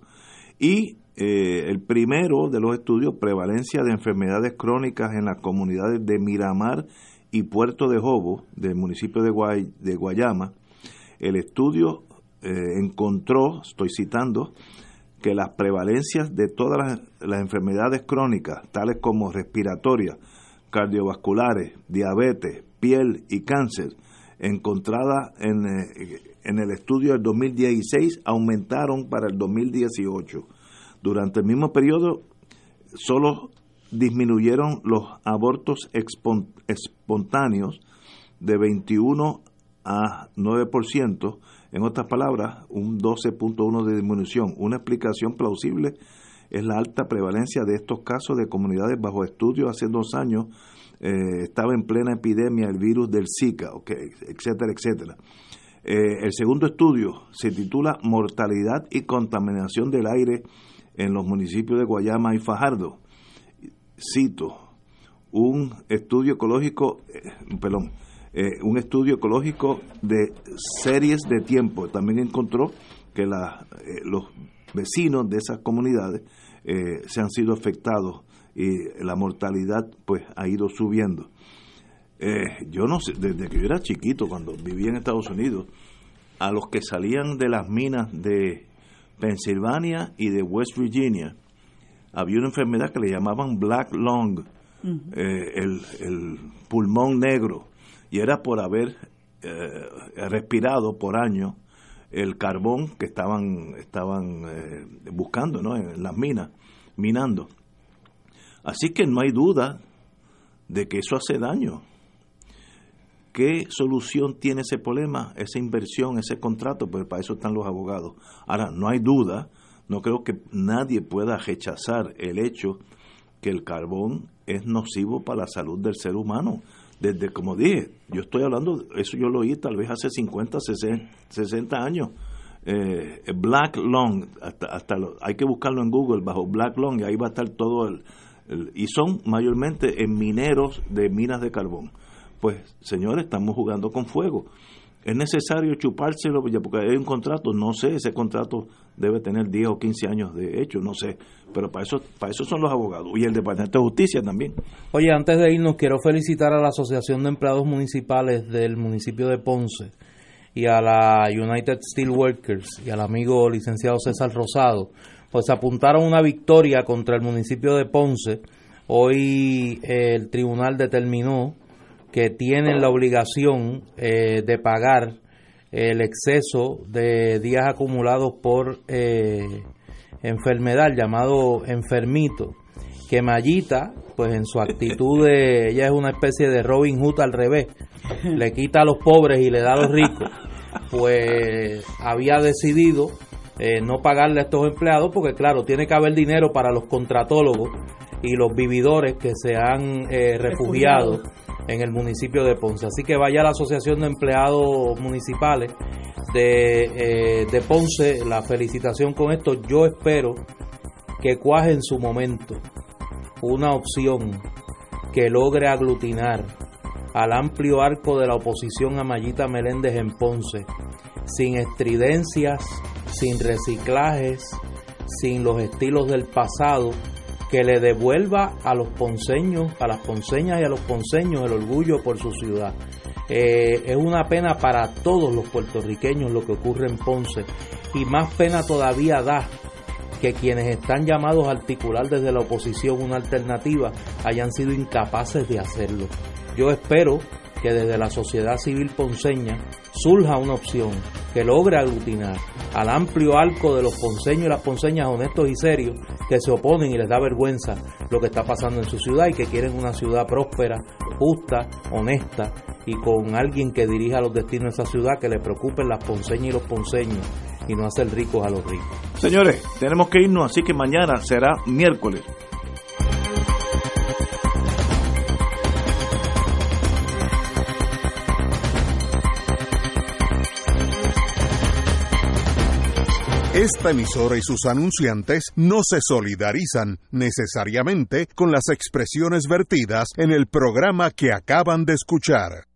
Y eh, el primero de los estudios, prevalencia de enfermedades crónicas en las comunidades de Miramar y Puerto de Jobo, del municipio de, Guay, de Guayama. El estudio eh, encontró, estoy citando, que las prevalencias de todas las, las enfermedades crónicas, tales como respiratorias, cardiovasculares, diabetes, piel y cáncer, encontradas en, eh, en el estudio del dos mil dieciséis, aumentaron para el dos mil dieciocho. Durante el mismo periodo, solo disminuyeron los abortos expon- espontáneos de veintiuno a nueve por ciento, en otras palabras, un doce punto uno de disminución. Una explicación plausible es la alta prevalencia de estos casos de comunidades bajo estudio. Hace dos años eh, estaba en plena epidemia el virus del Zika, okay, etcétera, etcétera. Eh, el segundo estudio se titula Mortalidad y contaminación del aire en los municipios de Guayama y Fajardo. Cito, un estudio ecológico, eh, perdón, eh, un estudio ecológico de series de tiempo. También encontró que la, eh, los vecinos de esas comunidades eh, se han sido afectados y la mortalidad pues ha ido subiendo. Eh, yo no sé, desde que yo era chiquito, cuando vivía en Estados Unidos, a los que salían de las minas de Pensilvania y de West Virginia, había una enfermedad que le llamaban black lung, uh-huh. eh, el, el pulmón negro, y era por haber eh, respirado por años el carbón que estaban estaban eh, buscando, ¿no?, en las minas, minando. Así que no hay duda de que eso hace daño. ¿Qué solución tiene ese problema, esa inversión, ese contrato? Pues para eso están los abogados. Ahora, no hay duda, no creo que nadie pueda rechazar el hecho que el carbón es nocivo para la salud del ser humano. Desde, como dije, yo estoy hablando, eso yo lo oí tal vez hace cincuenta, sesenta años. Eh, Black Lung, hasta, hasta lo, hay que buscarlo en Google, bajo Black Lung, y ahí va a estar todo el, el... Y son mayormente en mineros de minas de carbón. Pues, señores, estamos jugando con fuego. ¿Es necesario chupárselo porque hay un contrato? No sé, ese contrato debe tener diez o quince años de hecho, no sé. Pero para eso para eso son los abogados y el Departamento de Justicia también. Oye, antes de irnos, quiero felicitar a la Asociación de Empleados Municipales del municipio de Ponce y a la United Steelworkers y al amigo licenciado César Rosado, pues apuntaron una victoria contra el municipio de Ponce. Hoy eh, el tribunal determinó que tienen la obligación eh, de pagar el exceso de días acumulados por eh, enfermedad, llamado enfermito, que Mayita, pues en su actitud de, ella es una especie de Robin Hood al revés, le quita a los pobres y le da a los ricos, pues había decidido eh, no pagarle a estos empleados, porque claro, tiene que haber dinero para los contratólogos y los vividores que se han eh, refugiado en el municipio de Ponce. Así que vaya a la Asociación de Empleados Municipales de, eh, de Ponce, la felicitación con esto. Yo espero que cuaje en su momento una opción que logre aglutinar al amplio arco de la oposición a Mayita Meléndez en Ponce, sin estridencias, sin reciclajes, sin los estilos del pasado, que le devuelva a los ponceños, a las ponceñas y a los ponceños el orgullo por su ciudad. Eh, es una pena para todos los puertorriqueños lo que ocurre en Ponce, y más pena todavía da que quienes están llamados a articular desde la oposición una alternativa hayan sido incapaces de hacerlo. Yo espero que desde la sociedad civil ponceña surja una opción que logre aglutinar al amplio arco de los ponceños y las ponceñas honestos y serios que se oponen y les da vergüenza lo que está pasando en su ciudad y que quieren una ciudad próspera, justa, honesta y con alguien que dirija los destinos de esa ciudad, que le preocupen las ponceñas y los ponceños y no hacer ricos a los ricos. Señores, tenemos que irnos, así que mañana será miércoles. Esta emisora y sus anunciantes no se solidarizan necesariamente con las expresiones vertidas en el programa que acaban de escuchar.